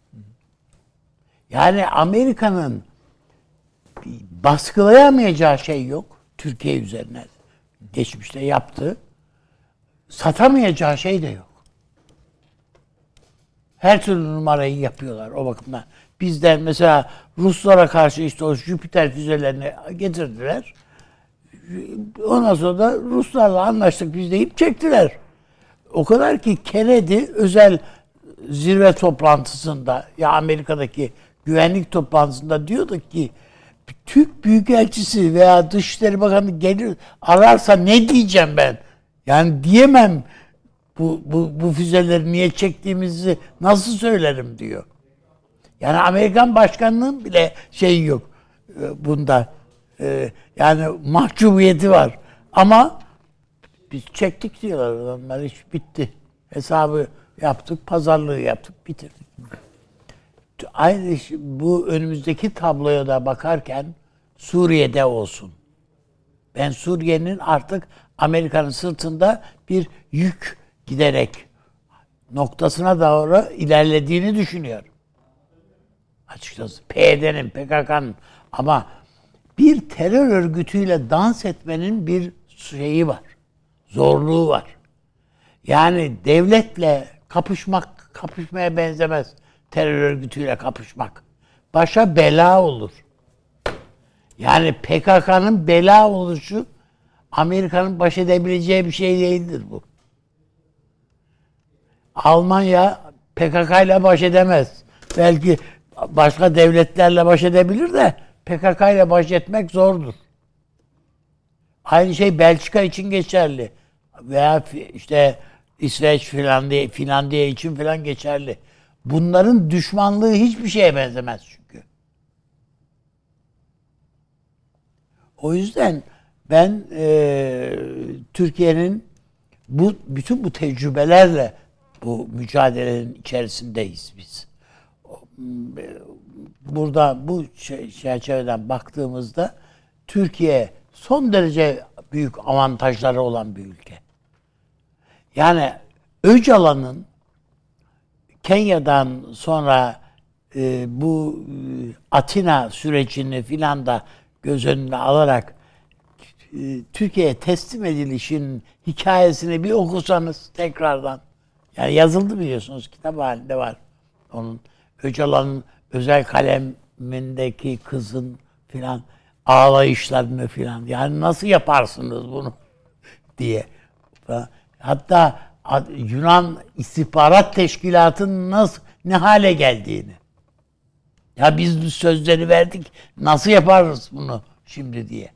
Yani Amerika'nın baskılayamayacağı şey yok. Türkiye üzerine geçmişte yaptığı. Satamayacağı şey de yok. Her türlü numarayı yapıyorlar o bakımdan. Bizden mesela Ruslara karşı işte o Jüpiter füzelerini getirdiler. Ondan sonra da Ruslarla anlaştık biz deyip çektiler. O kadar ki Kennedy özel zirve toplantısında ya Amerika'daki güvenlik toplantısında diyordu ki Türk Büyükelçisi veya Dışişleri Bakanı gelir ararsa ne diyeceğim ben? Yani diyemem bu füzeleri niye çektiğimizi nasıl söylerim diyor. Yani Amerikan başkanının bile şeyi yok bunda. Yani mahcubiyeti var. Ama biz çektik diyorlar adamlar. İş bitti. Hesabı yaptık, pazarlığı yaptık, bitirdik. Aynı bu önümüzdeki tabloya da bakarken Suriye'de olsun. Ben Suriye'nin artık Amerika'nın sırtında bir yük giderek noktasına doğru ilerlediğini düşünüyorum. Açıkçası PYD'nin, PKK'nın ama bir terör örgütüyle dans etmenin bir şeyi var. Zorluğu var. Yani devletle kapışmaya benzemez. Terör örgütüyle kapışmak. Başa bela olur. Yani PKK'nın bela oluşu Amerika'nın baş edebileceği bir şey değildir bu. Almanya PKK ile baş edemez. Belki başka devletlerle baş edebilir de PKK ile baş etmek zordur. Aynı şey Belçika için geçerli. Veya işte İsveç, Finlandiya için falan geçerli. Bunların düşmanlığı hiçbir şeye benzemez çünkü. O yüzden ben Türkiye'nin bütün bu tecrübelerle bu mücadelenin içerisindeyiz biz. Burada bu çerçeveden baktığımızda Türkiye son derece büyük avantajları olan bir ülke. Yani Öcalan'ın Kenya'dan sonra bu Atina sürecini filan da göz önüne alarak Türkiye'ye teslim edilişin hikayesini bir okusanız tekrardan, yani yazıldı biliyorsunuz, kitap halinde var. Onun Öcalan'ın özel kalemindeki kızın filan ağlayışlarını filan, yani nasıl yaparsınız bunu diye. Hatta Yunan istihbarat teşkilatının ne hale geldiğini. Ya biz bu sözleri verdik, nasıl yaparız bunu şimdi diye.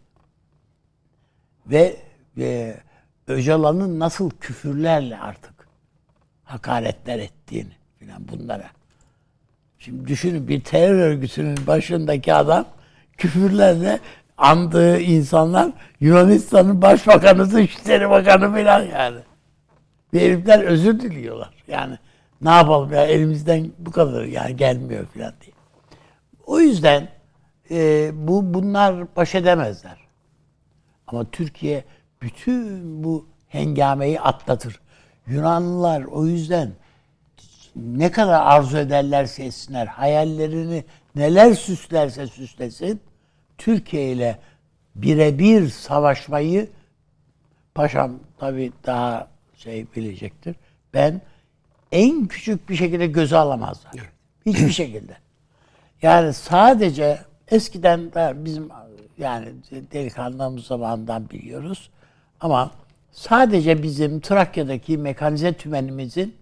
Ve Öcalan'ın nasıl küfürlerle artık hakaretler ettiğini filan bunlara. Şimdi düşünün, bir terör örgütünün başındaki adam küfürlerle andığı insanlar Yunanistan'ın başbakanı, dışişleri bakanı filan yani. Ve herifler özür diliyorlar. Yani ne yapalım ya, elimizden bu kadar yani gelmiyor filan diye. O yüzden bunlar baş edemezler. Ama Türkiye bütün bu hengameyi atlatır. Yunanlılar o yüzden ne kadar arzu ederlerse etsinler, hayallerini neler süslerse süslesin, Türkiye ile birebir savaşmayı, paşam tabii daha bilecektir, ben en küçük bir şekilde göze alamazlar. Evet. Hiçbir şekilde. Yani sadece eskiden de bizim yani delikanlımız zamanından biliyoruz ama sadece bizim Trakya'daki mekanize tümenimizin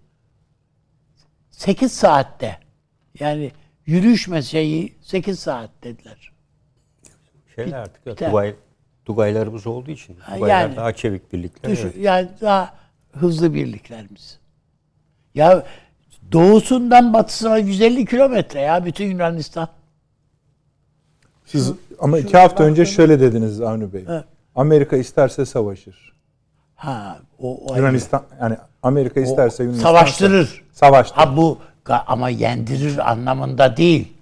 8 saatte, yani yürüyüş mesleği 8 saat dediler. Artık Tugaylarımız olduğu için. Tugaylar yani, daha çevik birlikler. Evet. Yani daha hızlı birliklerimiz. Ya doğusundan batısına 150 kilometre ya bütün Yunanistan. Siz ama 2 hafta önce şöyle dediniz Avni Bey. Evet. Amerika isterse savaşır. O Yunanistan yani Amerika isterse Yunanistan savaştırır. Savaştırır. Bu ama yendirir anlamında değil.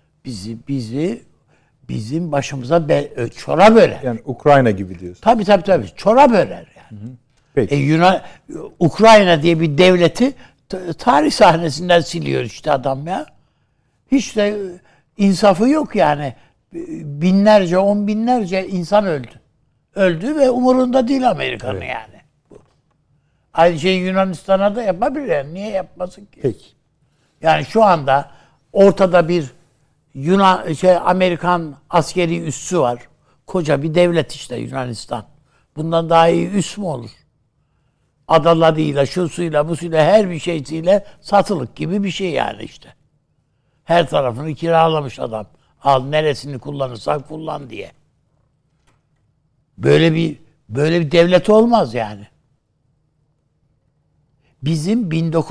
Bizim başımıza çorap örer. Yani Ukrayna gibi diyorsun. Tabii. Çorap örer yani. Hı hı. Peki. Ukrayna diye bir devleti tarih sahnesinden siliyor işte adam ya. Hiç de insafı yok yani. Binlerce, 10 binlerce insan öldü. Öldü ve umurunda değil Amerika'nın, evet. Yani. Aynı şeyi Yunanistan'a da yapabilir yani. Niye yapmasın ki? Peki. Yani şu anda ortada bir Amerikan askeri üssü var. Koca bir devlet işte Yunanistan. Bundan daha iyi üs mü olur? Adalarıyla, şusuyla, busuyla, her bir şeysiyle satılık gibi bir şey yani işte. Her tarafını kiralamış adam. Al neresini kullanırsan kullan diye. Böyle bir devlet olmaz yani. Bizim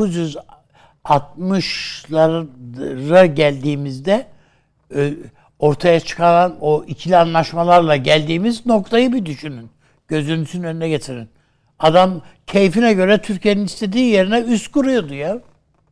1960'lara geldiğimizde ortaya çıkan o ikili anlaşmalarla geldiğimiz noktayı bir düşünün. Gözünüzün önüne getirin. Adam keyfine göre Türkiye'nin istediği yerine üs kuruyordu ya.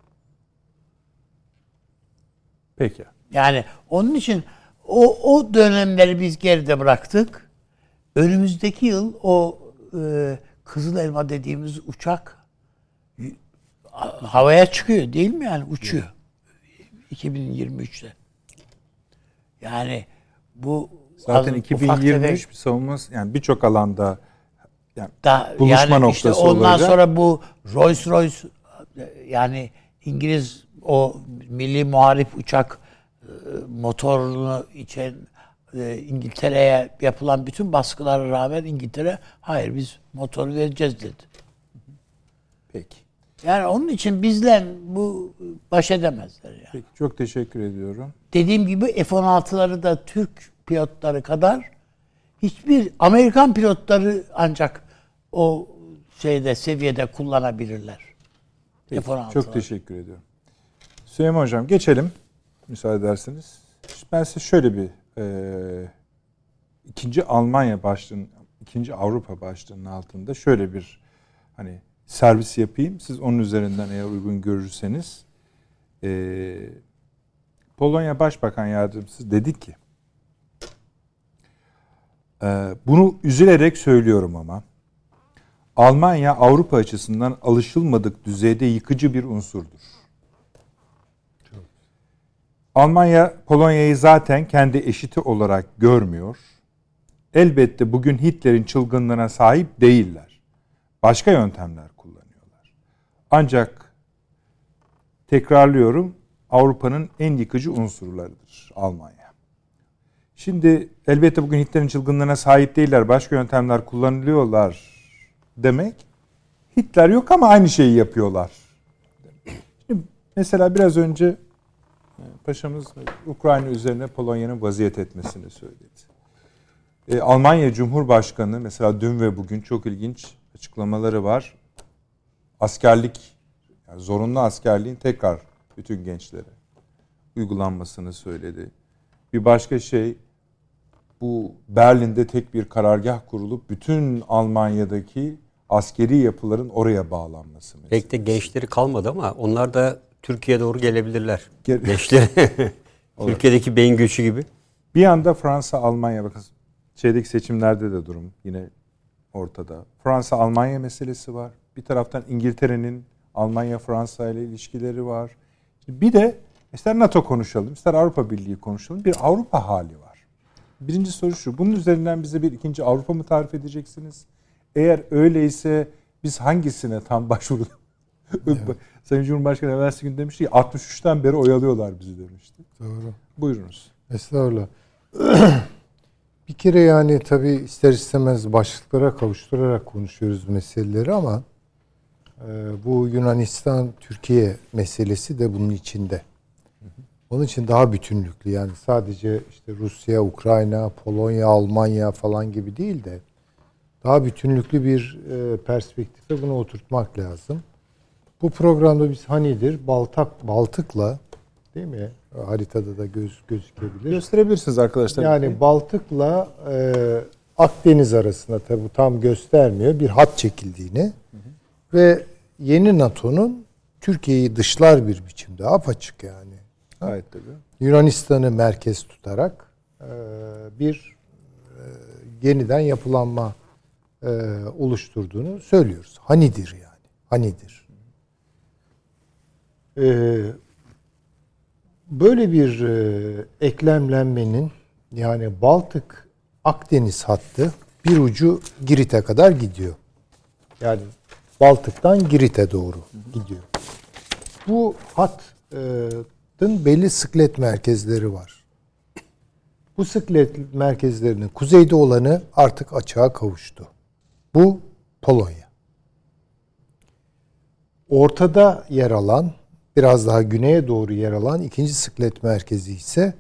Peki. Yani onun için o dönemleri biz geride bıraktık. Önümüzdeki yıl o Kızıl Elma dediğimiz uçak havaya çıkıyor değil mi yani, uçuyor. 2023'te. Yani bu Zaten ufak 2023 tefek- bir savunma, yani birçok alanda yani da, buluşma yani noktası işte ondan olacak. sonra bu Rolls-Royce, yani İngiliz o milli muharip uçak motorunu içen İngiltere'ye yapılan bütün baskılara rağmen İngiltere hayır biz motoru vereceğiz dedi. Peki. Yani onun için bizle bu baş edemezler yani. Peki, çok teşekkür ediyorum. Dediğim gibi F-16'ları da Türk pilotları kadar hiçbir Amerikan pilotları ancak o seviyede kullanabilirler. Peki, F-16'ları. çok teşekkür ediyorum. Süleyman Hocam geçelim müsaade ederseniz. Ben size şöyle bir ikinci Almanya başlığının, ikinci Avrupa başlığının altında şöyle bir hani servis yapayım. Siz onun üzerinden eğer uygun görürseniz. Polonya Başbakan Yardımcısı dedi ki, bunu üzülerek söylüyorum ama Almanya Avrupa açısından alışılmadık düzeyde yıkıcı bir unsurdur. Almanya Polonya'yı zaten kendi eşiti olarak görmüyor. Elbette bugün Hitler'in çılgınlığına sahip değiller. Başka yöntemler kullanıyorlar. Ancak tekrarlıyorum, Avrupa'nın en yıkıcı unsurlarıdır Almanya. Şimdi elbette bugün Hitler'in çılgınlığına sahip değiller. Başka yöntemler kullanılıyorlar demek. Hitler yok ama aynı şeyi yapıyorlar. Şimdi mesela biraz önce Paşamız Ukrayna üzerine Polonya'nın vaziyet etmesini söyledi. Almanya Cumhurbaşkanı mesela dün ve bugün çok ilginç açıklamaları var. Askerlik, yani zorunlu askerliğin tekrar bütün gençlere uygulanmasını söyledi. Bir başka şey, bu Berlin'de tek bir karargah kurulup bütün Almanya'daki askeri yapıların oraya bağlanması meselesi. Pek de gençleri kalmadı ama onlar da Türkiye'ye doğru gelebilirler. Gençleri. Türkiye'deki beyin göçü gibi. Bir yanda Fransa, Almanya, bakın şeydeki seçimlerde de durum yine ortada. Fransa-Almanya meselesi var. Bir taraftan İngiltere'nin Almanya-Fransa ile ilişkileri var. Bir de ister NATO konuşalım, ister Avrupa Birliği konuşalım. Bir Avrupa hali var. Birinci soru şu. Bunun üzerinden bize bir ikinci Avrupa mı tarif edeceksiniz? Eğer öyleyse biz hangisine tam başvuralım? Evet. Sayın Cumhurbaşkanı evvelsi gün demişti ki 63'ten beri oyalıyorlar bizi demişti. Doğru. Buyurunuz. Estağfurullah. Bir kere yani tabii ister istemez başlıklara kavuşturarak konuşuyoruz meseleleri ama bu Yunanistan-Türkiye meselesi de bunun içinde. Onun için daha bütünlüklü, yani sadece işte Rusya, Ukrayna, Polonya, Almanya falan gibi değil de daha bütünlüklü bir perspektife bunu oturtmak lazım. Bu programda biz Hani'dir, Baltık'la, değil mi? Haritada da gözükebilir. Gösterebilirsiniz arkadaşlar. Yani Baltık'la Akdeniz arasında, tabi bu tam göstermiyor, bir hat çekildiğini ve yeni NATO'nun Türkiye'yi dışlar bir biçimde, apaçık yani. Gayet tabii. Yunanistan'ı merkez tutarak bir yeniden yapılanma oluşturduğunu söylüyoruz. Hanidir yani. Hanidir. Böyle bir eklemlenmenin, yani Baltık Akdeniz hattı bir ucu Girit'e kadar gidiyor. Yani Baltık'tan Girit'e doğru gidiyor. Bu hattın belli sıklet merkezleri var. Bu sıklet merkezlerinin kuzeyde olanı artık açığa kavuştu. Bu Polonya. Ortada yer alan, biraz daha güneye doğru yer alan ikinci sıklet merkezi ise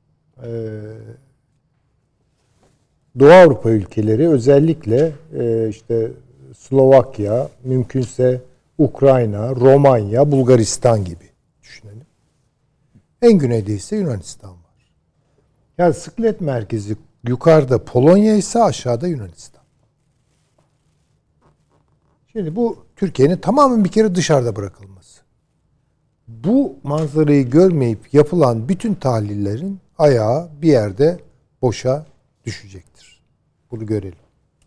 Doğu Avrupa ülkeleri, özellikle işte Slovakya, mümkünse Ukrayna, Romanya, Bulgaristan gibi düşünelim. En güneyde ise Yunanistan var. Yani sıklet merkezi yukarıda Polonya ise aşağıda Yunanistan. Şimdi bu Türkiye'nin tamamen bir kere dışarıda bırakılması. Bu manzarayı görmeyip yapılan bütün tahlillerin ayağı bir yerde boşa düşecektir. Bunu görelim.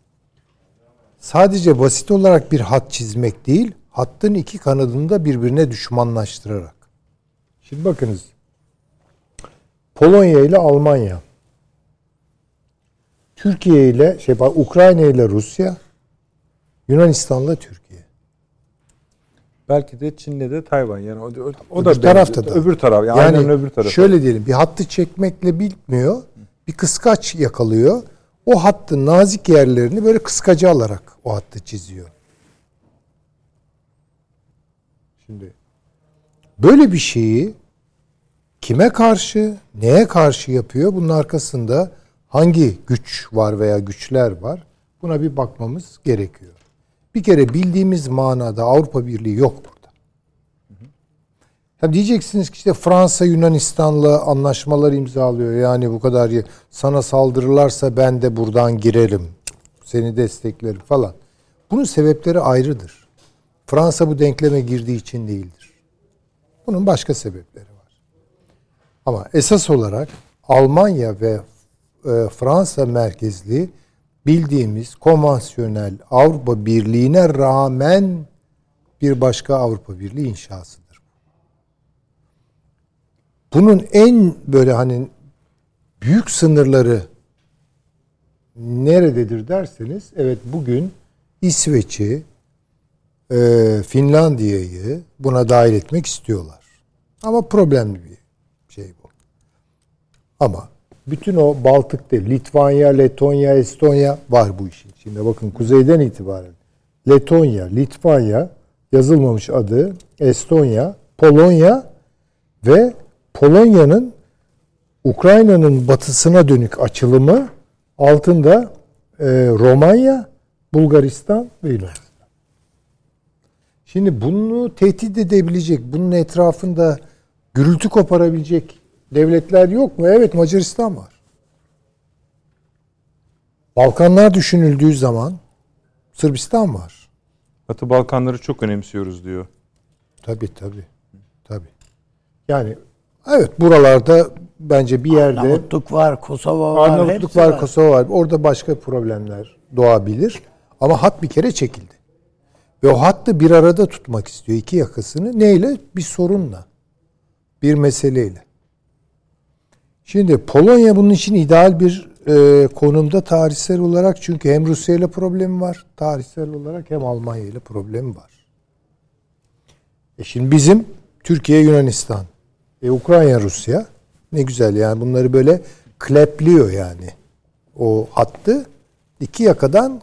Sadece basit olarak bir hat çizmek değil, hattın iki kanadını da birbirine düşmanlaştırarak. Şimdi bakınız. Polonya ile Almanya Türkiye ile Ukrayna ile Rusya, Yunanistan'la Türkiye. Belki de Çin'le de Tayvan. Yani o Öbür tarafta da. Öbür taraf. Yani aynen öbür taraf. Şöyle diyelim, bir hattı çekmekle bitmiyor. Bir kıskaç yakalıyor. O hattın nazik yerlerini böyle kıskacı alarak o hattı çiziyor. Şimdi böyle bir şeyi kime karşı, neye karşı yapıyor? Bunun arkasında hangi güç var veya güçler var? Buna bir bakmamız gerekiyor. Bir kere bildiğimiz manada Avrupa Birliği yok burada. Ya diyeceksiniz ki işte Fransa Yunanistan'la anlaşmalar imzalıyor. Yani bu kadar sana saldırırlarsa ben de buradan girerim. Seni desteklerim falan. Bunun sebepleri ayrıdır. Fransa bu denkleme girdiği için değildir. Bunun başka sebepleri var. Ama esas olarak Almanya ve Fransa merkezli bildiğimiz konvansiyonel Avrupa Birliği'ne rağmen bir başka Avrupa Birliği inşasıdır. Bunun en böyle hani büyük sınırları nerededir derseniz, evet bugün İsveç'i, Finlandiya'yı buna dahil etmek istiyorlar. Ama problemli bir şey bu. Ama bütün o Baltık değil, Litvanya, Letonya, Estonya var bu işin. Şimdi bakın kuzeyden itibaren Letonya, Litvanya, yazılmamış adı, Estonya, Polonya ve Polonya'nın Ukrayna'nın batısına dönük açılımı, altında Romanya, Bulgaristan ve Yunanistan. Şimdi bunu tehdit edebilecek, bunun etrafında gürültü koparabilecek devletler yok mu? Evet, Macaristan var. Balkanlar düşünüldüğü zaman Sırbistan var. Batı Balkanları çok önemsiyoruz diyor. Tabii. Yani evet, buralarda bence bir yerde Arnavutluk var, Kosova var. Arnavutluk var, Kosova var. Orada başka problemler doğabilir. Ama hat bir kere çekildi. Ve o hattı bir arada tutmak istiyor. İki yakasını. Neyle? Bir sorunla. Bir meseleyle. Şimdi Polonya bunun için ideal bir konumda tarihsel olarak. Çünkü hem Rusya ile problemi var tarihsel olarak, hem Almanya ile problemi var. Şimdi bizim Türkiye, Yunanistan, Ukrayna, Rusya, ne güzel yani, bunları böyle klepliyor yani. O hattı iki yakadan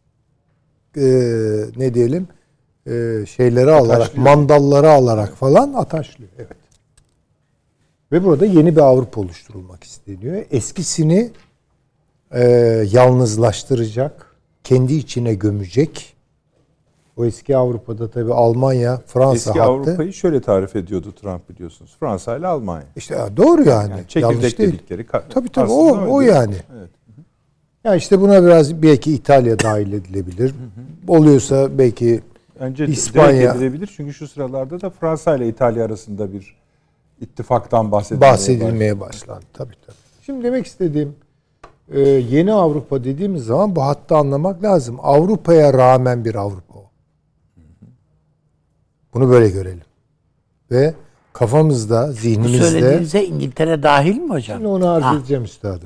ne diyelim şeyleri alarak, mandalları alarak falan ataşlıyor. Evet. Ve burada yeni bir Avrupa oluşturulmak isteniyor. Eskisini yalnızlaştıracak, kendi içine gömecek. O eski Avrupa'da tabii Almanya, Fransa eski hattı. Avrupa'yı şöyle tarif ediyordu Trump, biliyorsunuz. Fransa ile Almanya. İşte doğru yani. Çekirdek dedikleri. Tabii o yani. Evet. Ya işte buna biraz belki İtalya dahil edilebilir. Oluyorsa belki Bence İspanya edilebilir. Çünkü şu sıralarda da Fransa ile İtalya arasında bir ittifaktan bahsedilmeye başlandı. Tabii. Şimdi demek istediğim, yeni Avrupa dediğimiz zaman bu hattı anlamak lazım. Avrupa'ya rağmen bir Avrupa o. Bunu böyle görelim. Ve kafamızda, zihnimizde... Bu söylediğinize İngiltere dahil mi hocam? Şimdi onu arz edeceğim üstadım.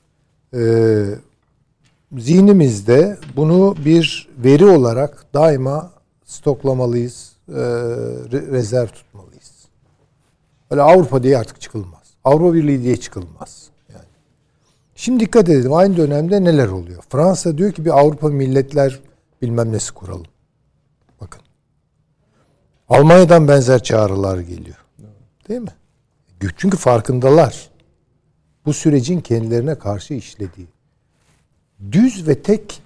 Zihnimizde bunu bir veri olarak daima stoklamalıyız, rezerv tutmalıyız. Öyle Avrupa diye artık çıkılmaz. Avrupa Birliği diye çıkılmaz. Yani. Şimdi dikkat edelim, aynı dönemde neler oluyor? Fransa diyor ki bir Avrupa Milletler bilmem nesi kuralım. Bakın. Almanya'dan benzer çağrılar geliyor. Değil mi? Çünkü farkındalar. Bu sürecin kendilerine karşı işlediği. Düz ve tek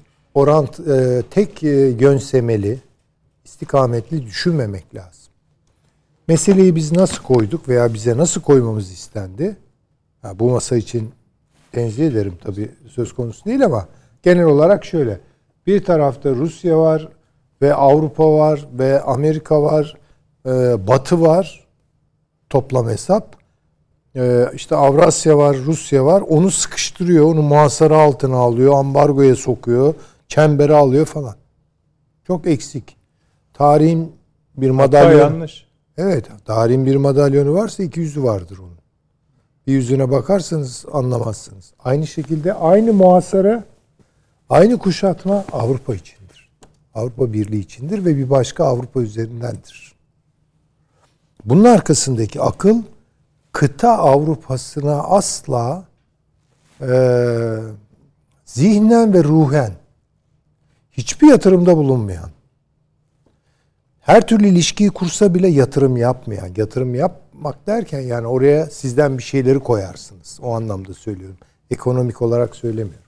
yönsemeli, istikametli düşünmemek lazım. Meseleyi biz nasıl koyduk veya bize nasıl koymamız istendi? Bu masa için tenzih ederim tabii, söz konusu değil, ama genel olarak şöyle. Bir tarafta Rusya var ve Avrupa var ve Amerika var, Batı var, toplam hesap. İşte Avrasya var, Rusya var. Onu sıkıştırıyor, onu muhasara altına alıyor, ambargoya sokuyor, çembere alıyor falan. Çok eksik. Tarihin bir madalyon. Yanlış. Evet, tarihin bir madalyonu varsa 200'ü vardır onun. Bir yüzüne bakarsanız anlamazsınız. Aynı şekilde aynı muhasara, aynı kuşatma Avrupa içindir. Avrupa Birliği içindir ve bir başka Avrupa üzerindendir. Bunun arkasındaki akıl kıta Avrupa'sına asla zihnen ve ruhen hiçbir yatırımda bulunmayan, her türlü ilişkiyi kursa bile yatırım yapmayan, yatırım yapmak derken yani oraya sizden bir şeyleri koyarsınız. O anlamda söylüyorum. Ekonomik olarak söylemiyorum.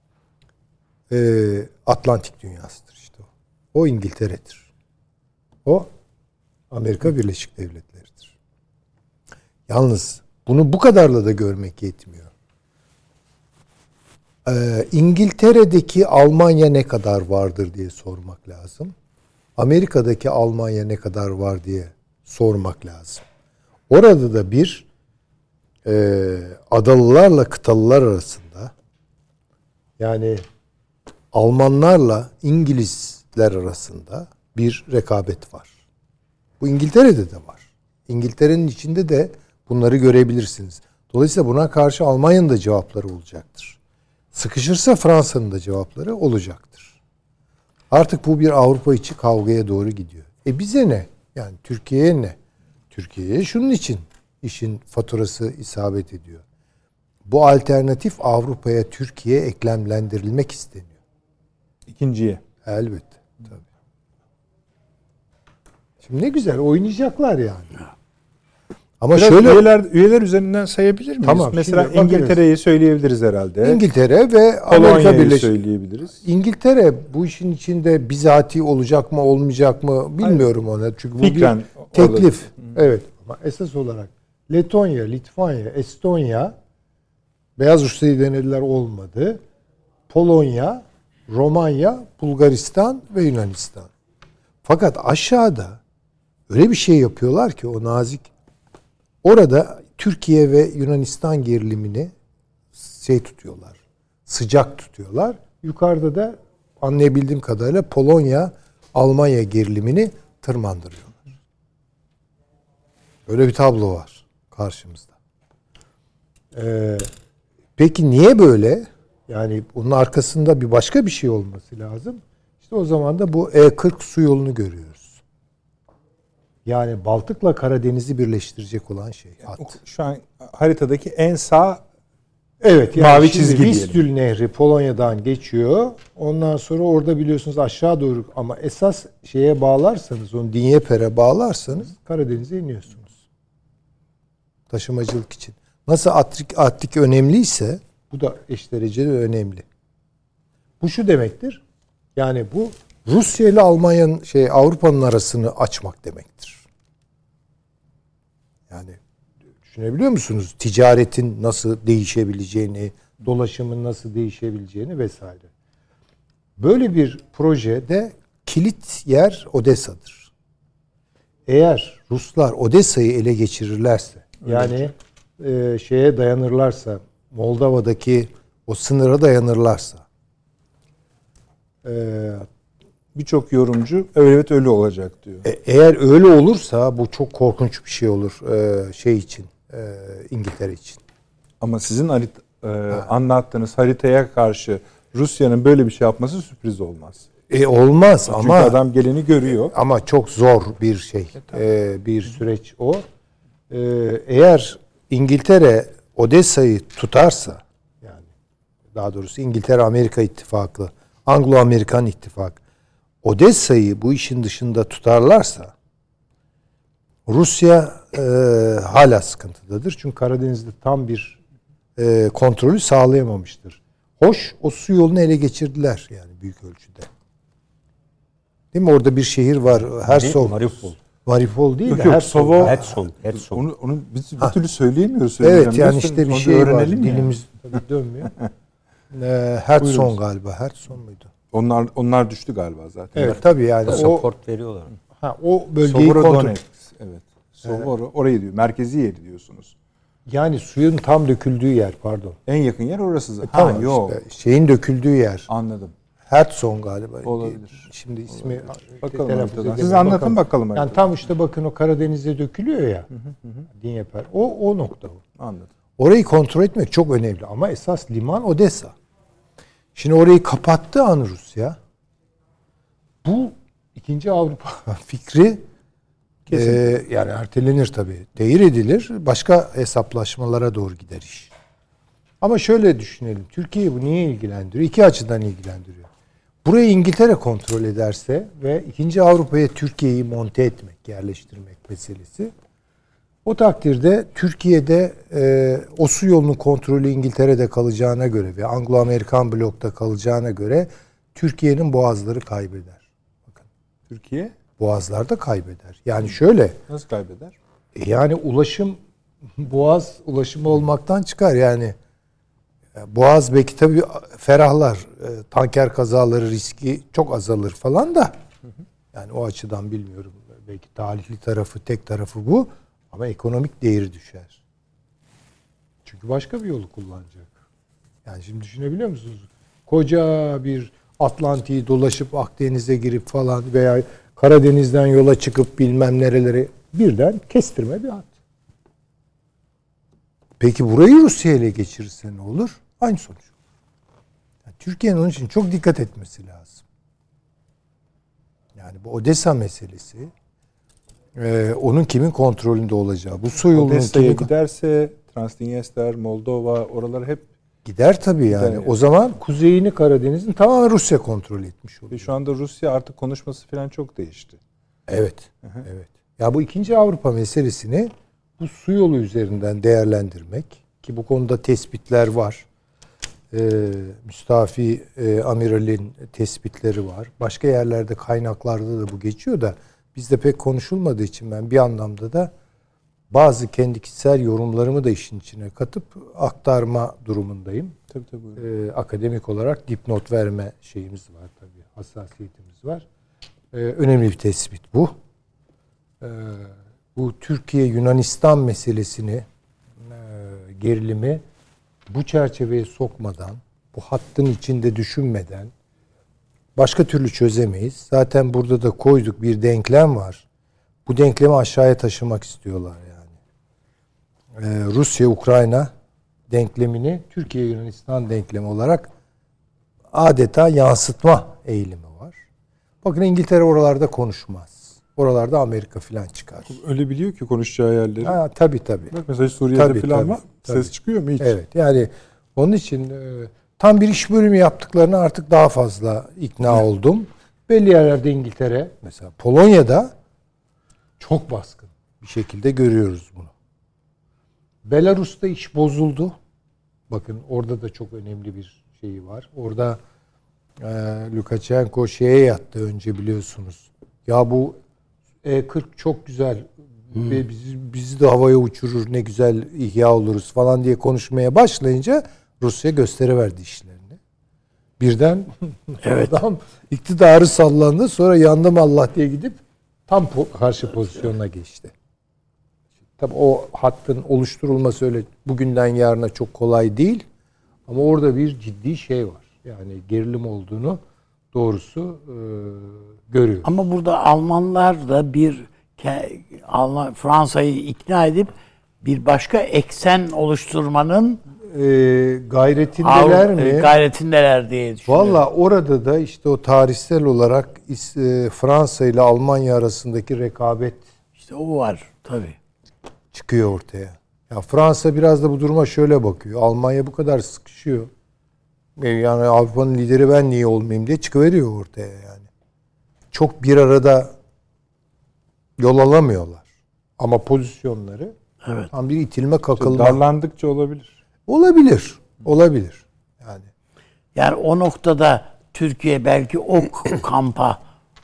Atlantik dünyasıdır işte o. O İngiltere'dir. O Amerika Birleşik Devletleri'dir. Yalnız bunu bu kadarla da görmek yetmiyor. İngiltere'deki Almanya ne kadar vardır diye sormak lazım. Amerika'daki Almanya ne kadar var diye sormak lazım. Orada da bir adalılarla kıtalılar arasında, yani Almanlarla İngilizler arasında bir rekabet var. Bu İngiltere'de de var. İngiltere'nin içinde de bunları görebilirsiniz. Dolayısıyla buna karşı Almanya'nın da cevapları olacaktır. Sıkışırsa Fransa'nın da cevapları olacaktır. Artık bu bir Avrupa içi kavgaya doğru gidiyor. Bize ne? Yani Türkiye'ye ne? Türkiye'ye şunun için işin faturası isabet ediyor. Bu alternatif Avrupa'ya, Türkiye eklemlendirilmek isteniyor. İkinciye. Elbette. Tabii. Şimdi ne güzel oynayacaklar yani. Ama biraz şöyle üyeler üzerinden sayabilir miyiz? Tamam, Mesela şimdi bakıyoruz. İngiltere'yi söyleyebiliriz herhalde. İngiltere ve Amerika Polonya'yı Birleşik söyleyebiliriz. İngiltere bu işin içinde bizatihi olacak mı olmayacak mı bilmiyorum ona. Çünkü bu Fikren bir teklif. Evet. Ama esas olarak Letonya, Litvanya, Estonya, Beyaz Rusya'yı denediler olmadı. Polonya, Romanya, Bulgaristan ve Yunanistan. Fakat aşağıda öyle bir şey yapıyorlar ki o nazik. Orada Türkiye ve Yunanistan gerilimini tutuyorlar. Sıcak tutuyorlar. Yukarıda da anlayabildiğim kadarıyla Polonya, Almanya gerilimini tırmandırıyorlar. Böyle bir tablo var karşımızda. Peki niye böyle? Yani bunun arkasında bir başka bir şey olması lazım. İşte o zaman da bu E40 su yolunu görüyoruz. Yani Baltık'la Karadeniz'i birleştirecek olan şey. Hat. Şu an haritadaki en sağ Evet, yani mavi şimdi çizgi Vistül diyelim. Nehri Polonya'dan geçiyor. Ondan sonra orada biliyorsunuz aşağı doğru, ama esas şeye bağlarsanız, onu Dnieper'e bağlarsanız Karadeniz'e iniyorsunuz. Taşımacılık için. Nasıl Attik önemliyse bu da eş derecede önemli. Bu şu demektir. Yani bu Rusya ile Almanya'nın Avrupa'nın arasını açmak demektir. Yani düşünebiliyor musunuz? Ticaretin nasıl değişebileceğini, dolaşımın nasıl değişebileceğini vesaire. Böyle bir projede kilit yer Odessa'dır. Eğer Ruslar Odessa'yı ele geçirirlerse, yani şeye dayanırlarsa, Moldova'daki o sınıra dayanırlarsa, birçok yorumcu evet öyle olacak diyor. Eğer öyle olursa bu çok korkunç bir şey olur için, İngiltere için. Ama sizin anlattığınız haritaya karşı Rusya'nın böyle bir şey yapması sürpriz olmaz. Olmaz çünkü ama adam geleni görüyor. Ama çok zor bir şey, bir süreç o. Eğer İngiltere Odessa'yı tutarsa, yani daha doğrusu İngiltere-Amerika ittifakı, Anglo-Amerikan ittifak, Odessa'yı bu işin dışında tutarlarsa, Rusya hala sıkıntıdadır. Çünkü Karadeniz'de tam bir kontrolü sağlayamamıştır. Hoş, o su yolunu ele geçirdiler yani büyük ölçüde. Değil mi? Orada bir şehir var. Herson. Mariupol değil de Herson. Onu biz bir türlü söyleyemiyoruz. Evet, yani işte bir şey var. Yani. Dilimiz tabii dönmüyor. Herson galiba. Herson muydu? Onlar düştü galiba zaten. Evet, tabii yani. Pasaport veriyorlar. O bölgeyi kontrol. Evet. Sovoro, orayı diyor. Merkezi yeri diyorsunuz. Yani suyun tam döküldüğü yer, pardon. En yakın yer orası zaten. Tamam, yok. işte şeyin döküldüğü yer. Anladım. Herson galiba. Olabilir. Şimdi ismi bakalım telaffuz haritadan. edelim. Siz anlatın bakalım. Yani tam işte bakın o Karadeniz'e dökülüyor ya. Dnieper. O nokta o. Anladım. Orayı kontrol etmek çok önemli ama esas liman Odessa. Şimdi orayı kapattığı an Rusya, bu ikinci Avrupa fikri yani ertelenir tabii. Tehir edilir. Başka hesaplaşmalara doğru gider iş. Ama şöyle düşünelim. Türkiye'yi bu niye ilgilendiriyor? İki açıdan ilgilendiriyor. Burayı İngiltere kontrol ederse ve ikinci Avrupa'ya Türkiye'yi monte etmek, yerleştirmek meselesi. O takdirde Türkiye'de o su yolunun kontrolü İngiltere'de kalacağına göre ve Anglo-Amerikan blokta kalacağına göre Türkiye'nin boğazları kaybeder. Bakın. Türkiye Boğazlarda kaybeder. Yani şöyle. nasıl kaybeder? Yani boğaz ulaşımı olmaktan çıkar. Yani boğaz belki tabii ferahlar. Tanker kazaları riski çok azalır falan da. Yani o açıdan bilmiyorum. Belki talihli tarafı, tek tarafı bu. Ama ekonomik değeri düşer. Çünkü başka bir yolu kullanacak. Yani şimdi düşünebiliyor musunuz? Koca bir Atlantik'i dolaşıp Akdeniz'e girip falan veya Karadeniz'den yola çıkıp bilmem nerelere birden kestirme bir hat. Peki burayı Rusya ile geçirirse ne olur? Aynı sonuç. Yani Türkiye'nin onun için çok dikkat etmesi lazım. Yani bu Odessa meselesi onun kimin kontrolünde olacağı. Bu su yolunun Odessa'ya giderse Transnistria, Moldova oralar hep gider tabii yani. O zaman kuzeyini Karadeniz'in tamamen Rusya kontrol etmiş oluyor. şu anda Rusya artık konuşması falan çok değişti. Evet. Evet. Ya bu ikinci Avrupa meselesini bu su yolu üzerinden değerlendirmek ki bu konuda tespitler var. Müstafi Amiral'in tespitleri var. Başka yerlerde kaynaklarda da bu geçiyor da bizde pek konuşulmadığı için ben bir anlamda da bazı kendi kişisel yorumlarımı da işin içine katıp aktarma durumundayım. Tabii. Akademik olarak dipnot verme şeyimiz var tabii. Hassasiyetimiz var. Önemli bir tespit bu. Bu Türkiye-Yunanistan meselesini gerilimi bu çerçeveye sokmadan, bu hattın içinde düşünmeden başka türlü çözemeyiz. Zaten burada da koyduk bir denklem var. Bu denklemi aşağıya taşımak istiyorlar yani. Rusya-Ukrayna denklemini Türkiye-Yunanistan denklemi olarak adeta yansıtma eğilimi var. Bakın İngiltere oralarda konuşmaz. Oralarda Amerika falan çıkar. Öyle biliyor ki konuşacağı yerleri. Ha, tabii. Bak mesela Suriye'de falan var. Ses çıkıyor mu hiç? Evet yani onun için tam bir iş bölümü yaptıklarına artık daha fazla ikna oldum. Belli yerlerde İngiltere, mesela Polonya'da çok baskın bir şekilde görüyoruz bunu. Belarus'ta iş bozuldu. Bakın orada da çok önemli bir şeyi var. Orada Lukashenko şeye yattı önce biliyorsunuz. Ya bu E40 çok güzel ve bizi de havaya uçurur, ne güzel ihya oluruz falan diye konuşmaya başlayınca Rusya gösteriverdi işlerini. Birden adam iktidarı sallandı, sonra yandım Allah diye gidip tam karşı pozisyonuna geçti. Tabii o hattın oluşturulması öyle bugünden yarına çok kolay değil. Ama orada bir ciddi şey var. Yani gerilim olduğunu doğrusu görüyor. Ama burada Almanlar da Fransa'yı ikna edip bir başka eksen oluşturmanın gayretindeler mi? Gayretindeler diye düşünüyorum. Valla orada da işte o tarihsel olarak Fransa ile Almanya arasındaki rekabet işte o var tabii. Çıkıyor ortaya. Ya Fransa biraz da bu duruma şöyle bakıyor. Almanya bu kadar sıkışıyor. Yani Avrupa'nın lideri ben niye olmayayım diye çıkıveriyor ortaya yani. Çok bir arada yol alamıyorlar. Ama pozisyonları tam bir itilme kakılma. Darlandıkça olabilir. Olabilir. Yani o noktada Türkiye belki o kampa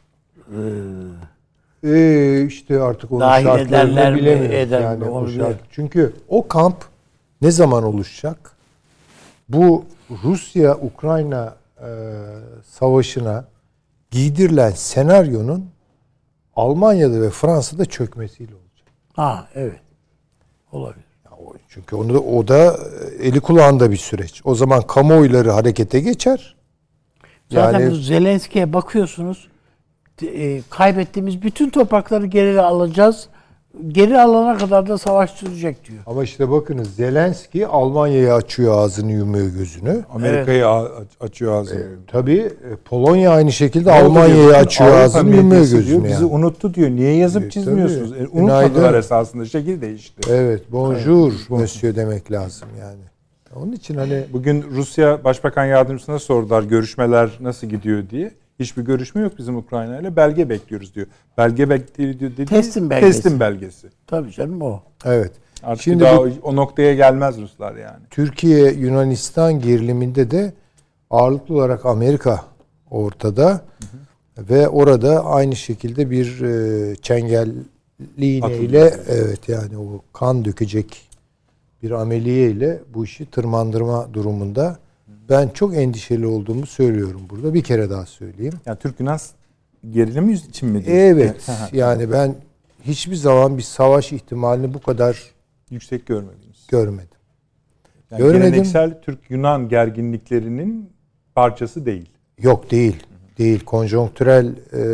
işte artık onun dahil şartlarını ederler mi, bilemiyoruz. eder Yani mi, o onu şart. Çünkü o kamp ne zaman oluşacak? Bu Rusya-Ukrayna savaşına giydirilen senaryonun Almanya'da ve Fransa'da çökmesiyle olacak. Ha evet. Olabilir. Çünkü o da eli kulağında bir süreç. O zaman kamuoyları harekete geçer. Zaten bu Zelenski'ye bakıyorsunuz, kaybettiğimiz bütün toprakları geri alacağız. geri alana kadar da savaş sürecek diyor. Ama işte bakınız, Zelenski Almanya'ya açıyor ağzını, yumuyor gözünü. Amerika'yı açıyor ağzını. Tabii Polonya aynı şekilde Ne oldu Almanya'ya diyor, açıyor Avrupa ağzını, yumuyor medyası gözünü. diyor, bizi unuttu diyor. Niye yazıp çizmiyorsunuz? tabii. Unutmadılar Günaydın. esasında. Şekil değişti. Evet, bonjour monsieur demek lazım yani. Onun için hani Bugün Rusya Başbakan Yardımcısına sordular görüşmeler nasıl gidiyor diye. Hiçbir görüşme yok bizim Ukrayna ile. Belge bekliyoruz diyor. Belge bekliyor diyor. Teslim belgesi. Teslim belgesi. Tabii canım o. evet. Artık Şimdi daha bu o noktaya gelmez Ruslar yani. Türkiye Yunanistan geriliminde de ağırlıklı olarak Amerika ortada ve orada aynı şekilde bir çengelli iğneyle, evet yani o kan dökecek bir ameliye ile bu işi tırmandırma durumunda. Ben çok endişeli olduğumu söylüyorum burada. Bir kere daha söyleyeyim. Yani Türk-Yunan gerilimi için mi diyorsun? Evet. Yani ben hiçbir zaman bir savaş ihtimalini bu kadar Yüksek görmediniz. görmedim. Yani Görmedim. geleneksel Türk-Yunan gerginliklerinin parçası değil. Yok, değil. Değil. Konjonktürel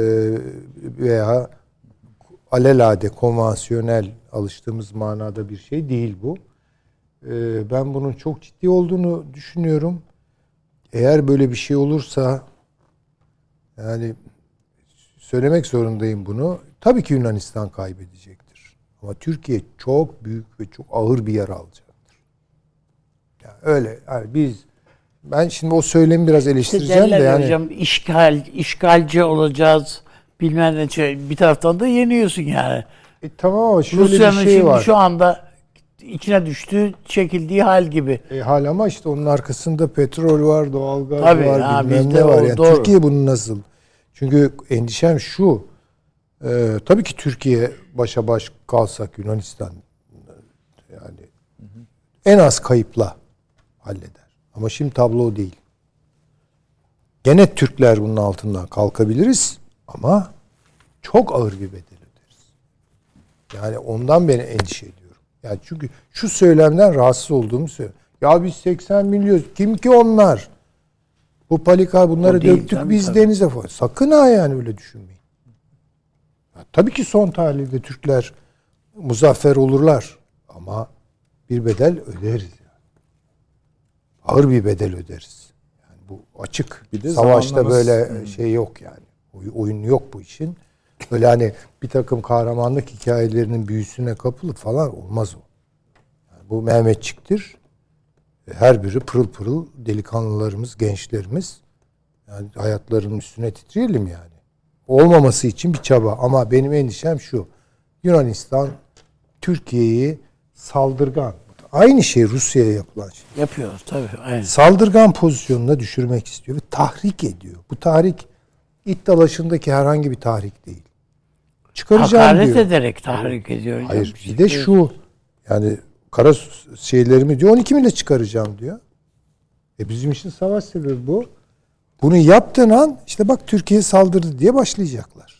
veya alelade konvansiyonel alıştığımız manada bir şey değil bu. Ben bunun çok ciddi olduğunu düşünüyorum. Eğer böyle bir şey olursa, yani söylemek zorundayım bunu. Tabii ki Yunanistan kaybedecektir. Ama Türkiye çok büyük ve çok ağır bir yara alacaktır. Yani öyle. Yani ben şimdi o söylemi biraz eleştireceğim de Derler yani. hocam işgalci olacağız. Bilmem ne bir taraftan da yeniyorsun yani. Tamam ama şöyle Rusya'nın bir şey şimdi var. şu anda içine düştüğü, çekildiği hal gibi. Hal ama işte onun arkasında petrol var, doğalgaz Tabii, var, bilmem bizde ne var. o Yani doğru. Türkiye bunu nasıl? Çünkü endişem şu. Tabii ki Türkiye başa baş kalsak Yunanistan yani en az kayıpla halleder. Ama şimdi tablo o değil. Gene Türkler bunun altından kalkabiliriz ama çok ağır bir bedel öderiz. Yani ondan beni endişe ediyorum. Yani çünkü şu söylemden rahatsız olduğumu söylüyorum. Ya biz 80 milyon, kim ki onlar? Bu palika bunları O değil, döktük tabii, biz tabii. denize falan. Sakın ha yani öyle düşünmeyin. Ya, tabii ki son tahlilde Türkler muzaffer olurlar. Ama bir bedel öderiz yani. Ağır bir bedel öderiz. Yani bu açık. Bir de Savaşta zamanlaması- böyle şey yok yani. Oyun yok bu işin. Böyle hani bir takım kahramanlık hikayelerinin büyüsüne kapılıp falan olmaz o. Yani bu Mehmetçik'tir. Her biri pırıl pırıl delikanlılarımız, gençlerimiz. Yani hayatlarının üstüne titreyelim yani. Olmaması için bir çaba. Ama benim endişem şu. Yunanistan Türkiye'yi saldırgan. Aynı şey Rusya'ya yapılan şey. Yapıyoruz tabii. Aynen. Saldırgan pozisyonuna düşürmek istiyor ve tahrik ediyor. Bu tahrik iç dalaşındaki herhangi bir tahrik değil. Çıkaracağım Hakaret diyor. ederek tahrik ediyor. hocam. Hayır, bir de şu yani kara şeylerimi diyor 12 mille çıkaracağım diyor. Bizim için savaş sebebi bu. Bunu yaptığın an işte bak Türkiye saldırdı diye başlayacaklar.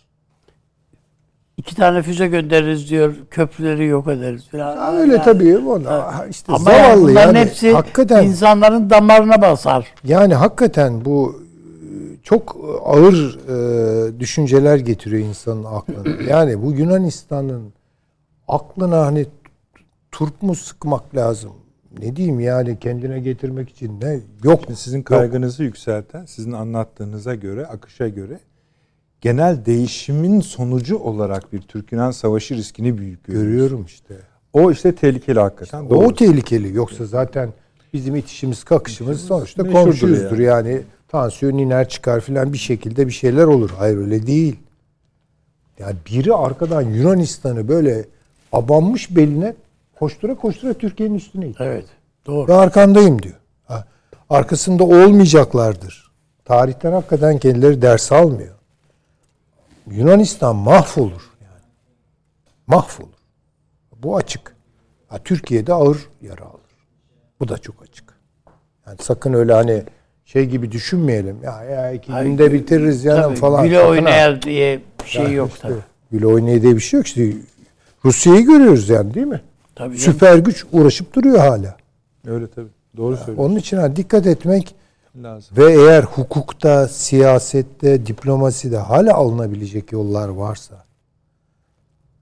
2 tane füze göndeririz diyor. Köprüleri yok ederiz falan. Ya öyle Yani- tabii ona işte Ama yani zavallı bunların yani hepsi hakikaten insanların damarına basar. yani hakikaten bu çok ağır düşünceler getiriyor insanın aklına. Yani bu Yunanistan'ın aklına hani turp mu sıkmak lazım? Ne diyeyim yani kendine getirmek için ne? Yok. Şimdi sizin kaygınızı yükselten, sizin anlattığınıza göre, akışa göre genel değişimin sonucu olarak bir Türk-Yunan savaşı riskini büyük görüyoruz. Görüyorum işte. O işte tehlikeli hakikaten. Doğru. O tehlikeli. Yoksa zaten bizim itişimiz kakışımız sonuçta meşhurdur komşuyuzdur. Yani tansiyon iner çıkar filan bir şekilde bir şeyler olur. Hayır öyle değil. Yani biri arkadan Yunanistan'ı böyle abanmış beline koştura koştura Türkiye'nin üstüne itiyor. Evet. Doğru. Ve arkandayım diyor. Arkasında olmayacaklardır. Tarihten hakikaten kendileri ders almıyor. Yunanistan mahvolur. Yani. Mahvolur. Bu açık. Türkiye'de ağır yara alır. Bu da çok açık. Yani sakın öyle hani şey gibi düşünmeyelim. Ya iki günde bitiririz yani Tabii, falan. güle Sakın oynayar diye bir şey yok işte, tabii. güle oynaya diye bir şey yok. İşte Rusya'yı görüyoruz yani değil mi? Tabii canım. Süper güç uğraşıp duruyor hala. Öyle tabii. Doğru söylüyorsun. Onun için dikkat etmek Lazım. ve eğer hukukta, siyasette, diplomaside hala alınabilecek yollar varsa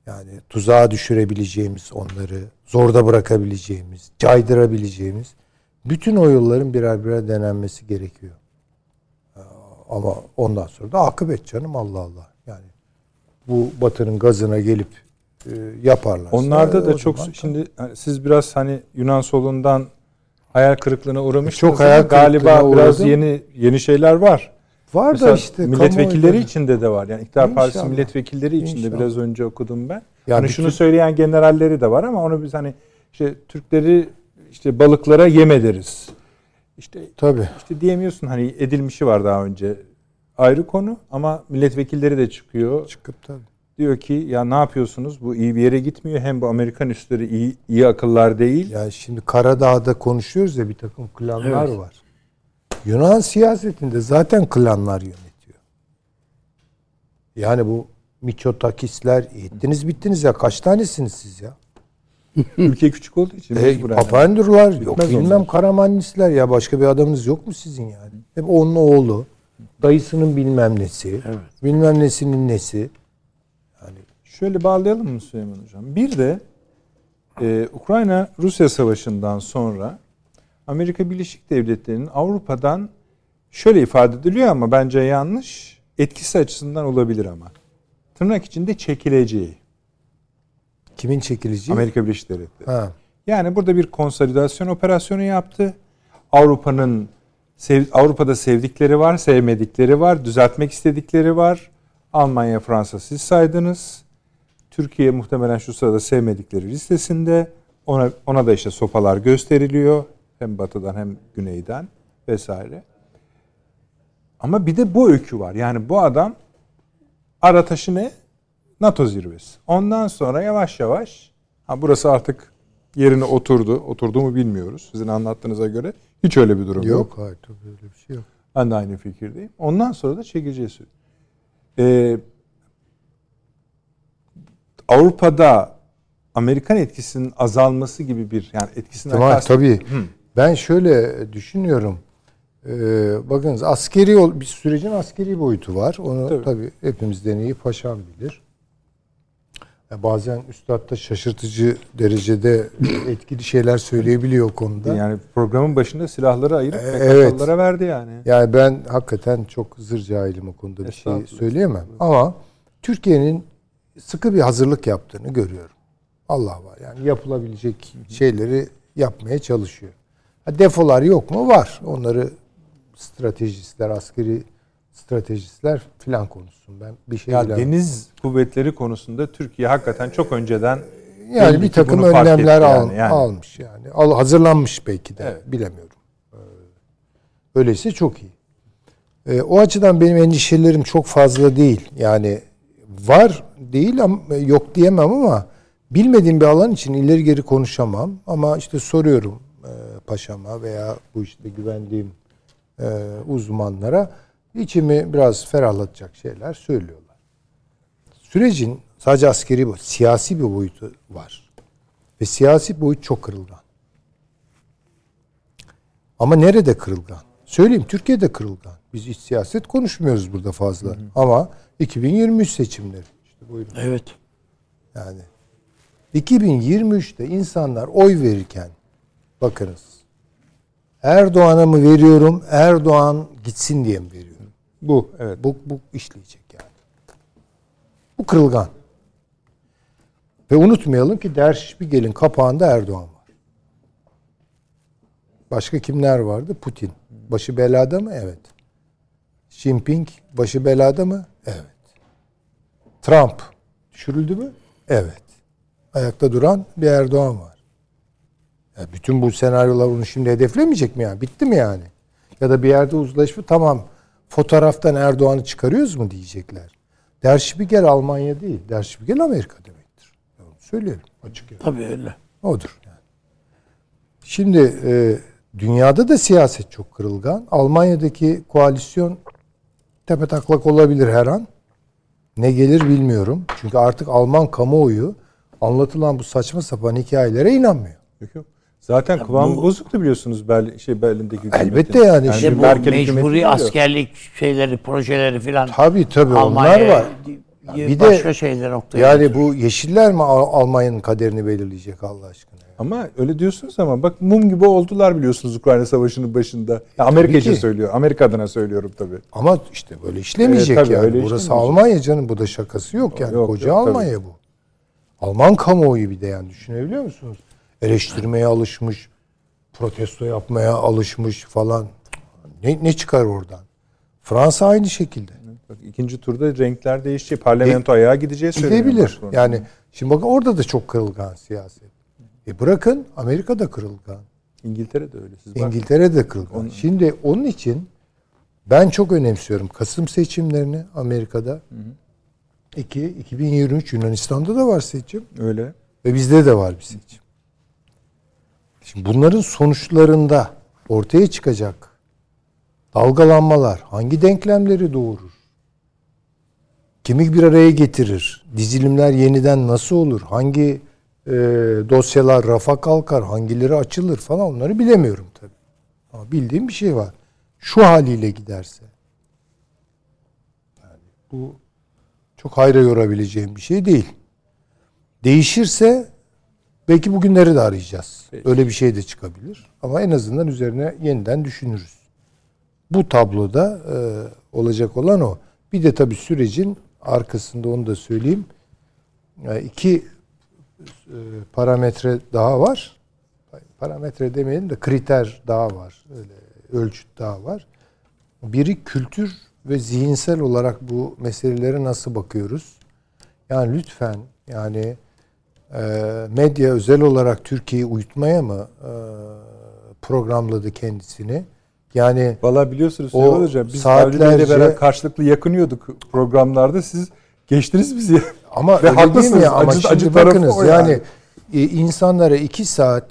Yani tuzağa düşürebileceğimiz onları, zorda bırakabileceğimiz, caydırabileceğimiz bütün o yolların birer birer denenmesi gerekiyor. Ama ondan sonra da akıbet canım, Allah Allah. Yani bu Batı'nın gazına gelip yaparlarsa. Onlarda da çok şimdi siz biraz hani Yunan solundan hayal kırıklığına uğramışsınız. Çok hayal galiba biraz uğradım. yeni şeyler var. Var mesela da işte milletvekilleri içinde de var. Yani İktidar Partisi İnşallah. milletvekilleri içinde İnşallah. biraz önce okudum ben. Yani hani bütün... şunu söyleyen generalleri de var ama onu biz hani işte Türkleri işte balıklara yem ederiz. Tabii. İşte diyemiyorsun, hani edilmişi var daha önce. Ayrı konu ama milletvekilleri de çıkıyor. Çıkıp tabii. Diyor ki ya ne yapıyorsunuz? Bu iyi bir yere gitmiyor. Hem bu Amerikan üsleri iyi akıllar değil. Yani şimdi Karadağ'da konuşuyoruz ya, bir takım klanlar Evet. var. Yunan siyasetinde zaten klanlar yönetiyor. Yani bu Mitsotakisler, ettiniz bittiniz ya, kaç tanesiniz siz ya? Ülke küçük olduğu için mecburen. Papandurlar, yok Bitmez bilmem onlar. Karamanlisler ya, başka bir adamınız yok mu sizin yani? Hep onun oğlu, dayısının bilmem nesi, bilmem nesinin nesi. Şöyle bağlayalım mı Süleyman Hocam? Bir de Ukrayna-Rusya savaşından sonra Amerika Birleşik Devletleri'nin Avrupa'dan şöyle ifade ediliyor ama bence yanlış, etkisi açısından olabilir ama tırnak içinde çekileceği. Kimin çekileceği? Amerika Birleşik Devletleri. Ha. Yani burada bir konsolidasyon operasyonu yaptı. Avrupa'da sevdikleri var, sevmedikleri var, düzeltmek istedikleri var. Almanya, Fransa siz saydınız. Türkiye muhtemelen şu sırada sevmedikleri listesinde. Ona da işte sopalar gösteriliyor. Hem batıdan hem güneyden vesaire. Ama bir de bu öykü var. Yani bu adam ara taşı ne? NATO zirvesi. Ondan sonra yavaş yavaş burası artık yerine oturdu. Oturdu mu bilmiyoruz. Sizin anlattığınıza göre hiç öyle bir durum yok. Yok, hayır tabii öyle bir şey yok. Ben de aynı fikirdeyim. Ondan sonra da çekeceğiz. Avrupa'da Amerikan etkisinin azalması gibi bir, yani etkisinin Tamam, tabii. Ben şöyle düşünüyorum. Bakınız, bir sürecin askeri boyutu var. Onu tabii hepimizden iyi paşam bilir. Bazen üstad da şaşırtıcı derecede etkili şeyler söyleyebiliyor o konuda. Yani programın başında silahları ayırıp evet. verdi yani. Yani ben hakikaten çok zır cahilim o konuda, bir şey söyleyemem. Ama Türkiye'nin sıkı bir hazırlık yaptığını görüyorum. Allah var. Yani yapılabilecek şeyleri yapmaya çalışıyor. Defolar yok mu? Var. Onları stratejistler, askeri stratejistler filan konuşsun. Ben bir şey ya deniz kuvvetleri konusunda Türkiye hakikaten çok önceden yani bir takım önlemler almış yani. Hazırlanmış belki de. Evet. Bilemiyorum. Öyleyse çok iyi. O açıdan benim endişelerim çok fazla değil. Yani var değil ama yok diyemem ama bilmediğim bir alan için ileri geri konuşamam. Ama işte soruyorum paşama veya bu işte güvendiğim uzmanlara, içimi biraz ferahlatacak şeyler söylüyorlar. Sürecin sadece askeri boyutu, siyasi bir boyutu var. Ve siyasi boyut çok kırılgan. Ama nerede kırılgan? Söyleyeyim, Türkiye'de kırılgan. Biz iç siyaset konuşmuyoruz burada fazla. Hı hı. Ama 2023 seçimleri. İşte buyurun. Evet. Yani 2023'te insanlar oy verirken, bakınız, Erdoğan'a mı veriyorum, Erdoğan gitsin diye mi veriyorum? Evet. Bu işleyecek yani. Bu kırılgan. Ve unutmayalım ki Der Spiegel'in kapağında Erdoğan var. Başka kimler vardı? Putin. Başı belada mı? Evet. Xi Jinping başı belada mı? Evet. Trump düşürüldü mü? Evet. Ayakta duran bir Erdoğan var. Ya bütün bu senaryolar onu şimdi hedeflemeyecek mi yani? Bitti mi yani? Ya da bir yerde uzlaşma, tamam, fotoğraftan Erdoğan'ı çıkarıyoruz mu diyecekler. Der Spiegel Almanya değil. Der Spiegel Amerika demektir. Söyleyelim açık yani. Tabii öyle. Odur yani. Şimdi dünyada da siyaset çok kırılgan. Almanya'daki koalisyon tepetaklak olabilir her an. Ne gelir bilmiyorum. Çünkü artık Alman kamuoyu anlatılan bu saçma sapan hikayelere inanmıyor. Yok. Zaten ya kıvamı bozuktu biliyorsunuz Berlin'deki hükümetin. Elbette yani. İşte bu mecburi askerlik şeyleri, projeleri filan. Tabii onlar var. Bir başka de şeyler noktaya yani getiriyor. bu yeşiller mi Almanya'nın kaderini belirleyecek Allah aşkına? Ya? Ama öyle diyorsunuz ama bak mum gibi oldular biliyorsunuz Ukrayna Savaşı'nın başında. Ya Amerika için ki. söylüyor. Amerika adına söylüyorum tabii. Ama işte böyle işlemeyecek Tabii, yani. öyle Burası işlemeyecek. Almanya canım. Bu da şakası yok yani. Yok, Koca yok, Almanya bu. Alman kamuoyu bir de yani düşünebiliyor musunuz? Eleştirmeye alışmış, protesto yapmaya alışmış falan. Ne çıkar oradan? Fransa aynı şekilde. Bak, ikinci turda renkler değişecek. Parlamento ayağa gideceği söyleniyor. Gidebilir. Macron. Yani şimdi bakın orada da çok kırılgan siyaset. Bırakın Amerika'da kırılgan. İngiltere de öyle. Siz bakın. İngiltere de kırılgan. Şimdi onun için ben çok önemsiyorum Kasım seçimlerini Amerika'da. 2023 Yunanistan'da da var seçim. Öyle. Ve bizde de var bir seçim. Şimdi bunların sonuçlarında ortaya çıkacak dalgalanmalar hangi denklemleri doğurur? Kimi bir araya getirir? Dizilimler yeniden nasıl olur? Hangi dosyalar rafa kalkar? Hangileri açılır falan onları bilemiyorum tabii. Ama bildiğim bir şey var. Şu haliyle giderse. Yani bu çok hayra yorabileceğim bir şey değil. Değişirse belki bugünleri de arayacağız. Peki. Öyle bir şey de çıkabilir. Ama en azından üzerine yeniden düşünürüz. Bu tabloda olacak olan o. Bir de tabii sürecin arkasında onu da söyleyeyim. İki parametre daha var. Parametre demeyelim de kriter daha var. Öyle ölçüt daha var. Biri kültür ve zihinsel olarak bu meselelere nasıl bakıyoruz? Yani lütfen yani medya özel olarak Türkiye'yi uyutmaya mı programladı kendisini? Yani Vallahi biliyorsunuz o Süleyman Hocam biz saatlerce- Avni Bey'le beraber karşılıklı yakınıyorduk programlarda. Siz geçtiniz bizi. ama Ve öyle değil haklısınız. mi ya? Ama Acı şimdi tarafı bakınız o yani insanlara 2 saat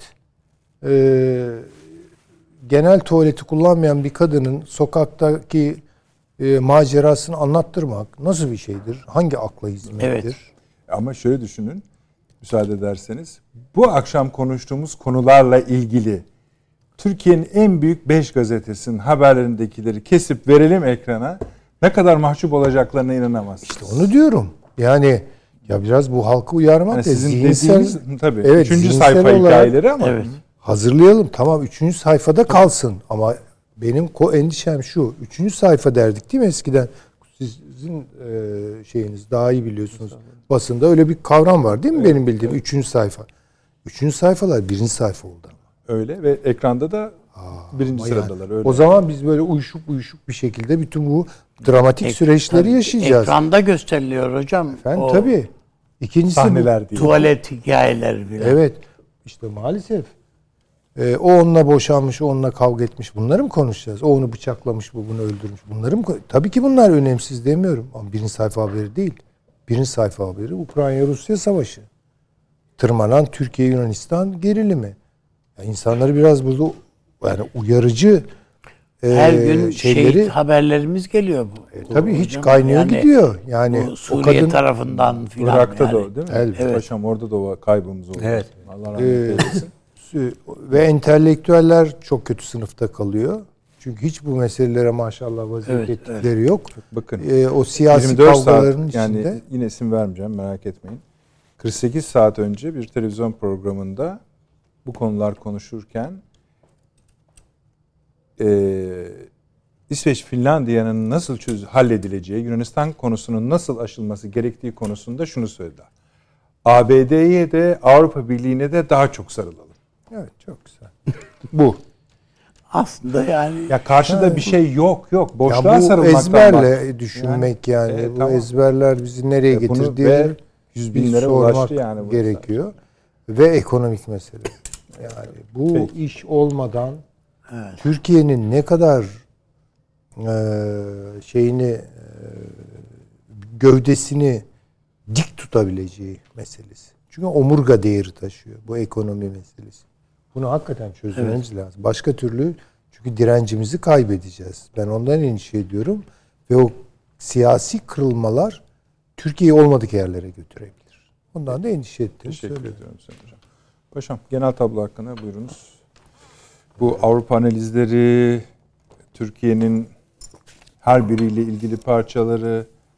genel tuvaleti kullanmayan bir kadının sokaktaki macerasını anlattırmak nasıl bir şeydir? Hangi akla hizmettir? Evet. Ama şöyle düşünün. Müsaade ederseniz. Bu akşam konuştuğumuz konularla ilgili Türkiye'nin en büyük 5 gazetesinin haberlerindekileri kesip verelim ekrana. Ne kadar mahcup olacaklarına inanamazsınız. İşte onu diyorum. Yani ya biraz bu halkı uyarmak Yani ve sizin zihinsel dediğiniz tabii. Evet, 3. zihinsel sayfa olarak- hikayeleri ama. Evet. hazırlayalım. Tamam 3. sayfada kalsın ama benim endişem şu. 3. sayfa derdik değil mi eskiden? Sizin şeyiniz daha iyi biliyorsunuz. Basında öyle bir kavram var değil mi benim bildiğim? 3. sayfa. 3. sayfalar 1. sayfa oldu. Öyle ve ekranda da birinci Ama sıradalar. yani, Öyle. o zaman biz böyle uyuşuk bir şekilde bütün bu dramatik süreçleri Tabii, yaşayacağız. Ekranda gösteriliyor hocam. Efendim O tabii. İkincisi Sahneler değil. tuvalet hikayeleri bile. Evet. İşte maalesef. O onunla boşanmış, o onunla kavga etmiş. Bunları mı konuşacağız? O onu bıçaklamış, bu bunu öldürmüş. Bunları mı? Tabii ki bunlar önemsiz demiyorum. Ama 1. sayfa haberi değil. 1. sayfa haberi Ukrayna-Rusya savaşı. Tırmanan Türkiye-Yunanistan gerilimi. Yani insanları biraz burada yani uyarıcı Her gün şeyleri haberlerimiz geliyor bu. tabii hiç Hocam, kaynıyor yani gidiyor. Yani bu Suriye tarafından filan. Irak'ta yani. da o değil mi? Evet. Paşam orada da o kaybımız oldu. Evet. Allah rahmet eylesin. Ve entelektüeller çok kötü sınıfta kalıyor. Çünkü hiç bu meselelere maşallah vaziyet ettikleri yok. Bakın. O siyasi 24 kavgaların saat yani içinde. yine isim vermeyeceğim merak etmeyin. 48 saat önce bir televizyon programında bu konular konuşurken İsveç Finlandiya'nın nasıl halledileceği, Yunanistan konusunun nasıl aşılması gerektiği konusunda şunu söylediler. ABD'ye de Avrupa Birliği'ne de daha çok sarılalım. Evet çok güzel. Bu. Aslında yani Ya karşıda bir şey yok. Ya Boşluğa bu sarılmaktan ezberle düşünmek yani. Bu tamam. ezberler bizi nereye Bunu getirdiği ve yüz binlere sormak ulaştı yani bu gerekiyor. Ve ekonomik mesele. Yani bu Peki. iş olmadan Türkiye'nin ne kadar şeyini gövdesini dik tutabileceği meselesi. Çünkü omurga değeri taşıyor bu ekonomi meselesi. Bunu hakikaten çözmemiz lazım. Başka türlü çünkü direncimizi kaybedeceğiz. Ben ondan endişe ediyorum ve o siyasi kırılmalar Türkiye'yi olmadık yerlere götürebilir. Ondan da endişe ettiğimi Teşekkür söylüyorum. ediyorum Sayın Hocam. Paşam genel tablo hakkında buyurunuz. Bu Avrupa analizleri, Türkiye'nin her biriyle ilgili parçaları,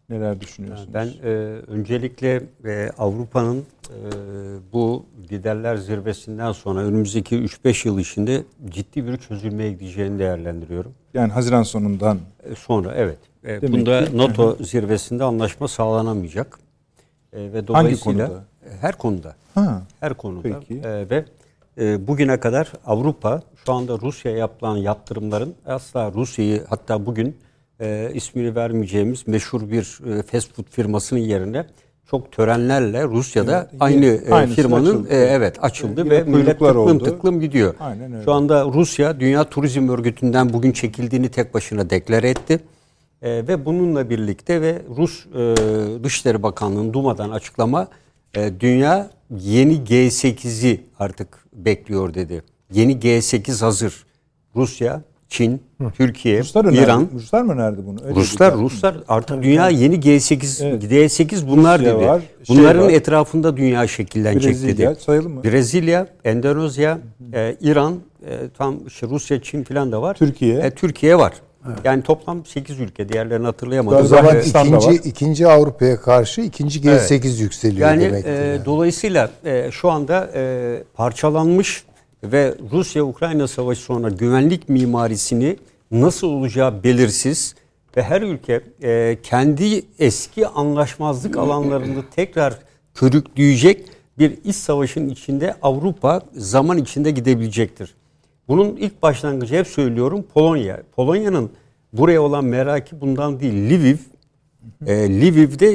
Neler düşünüyorsunuz? Ben öncelikle Avrupa'nın bu liderler zirvesinden sonra önümüzdeki 3-5 yıl içinde ciddi bir çözülmeye gideceğini değerlendiriyorum. Yani Haziran sonundan sonra evet. Demek Bunda ki, NATO zirvesinde anlaşma sağlanamayacak. Ve dolayısıyla hangi konuda? her konuda. Ha, Her konuda. peki. Ve bugüne kadar Avrupa şu anda Rusya'ya yapılan yaptırımların asla Rusya'yı, hatta bugün ismini vermeyeceğimiz meşhur bir fast food firmasının yerine çok törenlerle Rusya'da aynı firmanın açıldı ve millet tıklım gidiyor. Aynen öyle. Şu anda Rusya Dünya Turizm Örgütü'nden bugün çekildiğini tek başına deklare etti. Ve bununla birlikte ve Rus Dışişleri Bakanlığı'nın Duma'dan açıklama, dünya yeni G8'i artık bekliyor dedi. Yeni G8 hazır. Rusya, Çin, Türkiye, İran. Ruslar mı önerdi bunu? Ruslar artık dünya yeni G8, evet. G8 bunlar Rusya dedi. Var, bunların etrafında dünya şekillenecek dedi. Brezilya sayılı mı? Brezilya, Endonezya, İran, tam işte Rusya, Çin falan da var. Türkiye var. Evet. Yani toplam 8 ülke, diğerlerini hatırlayamadım. O zaman ikinci Avrupa'ya karşı ikinci G8 yükseliyor yani, demektir. Yani. Dolayısıyla şu anda parçalanmış ve Rusya-Ukrayna savaşı sonra güvenlik mimarisini nasıl olacağı belirsiz ve her ülke kendi eski anlaşmazlık alanlarını tekrar körükleyecek bir iç savaşın içinde Avrupa zaman içinde gidebilecektir. Bunun ilk başlangıcı, hep söylüyorum, Polonya. Polonya'nın buraya olan merakı bundan değil. Lviv'de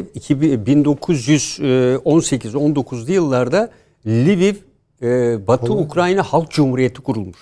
1918-19'lu yıllarda Lviv Batı Ukrayna Halk Cumhuriyeti kurulmuş.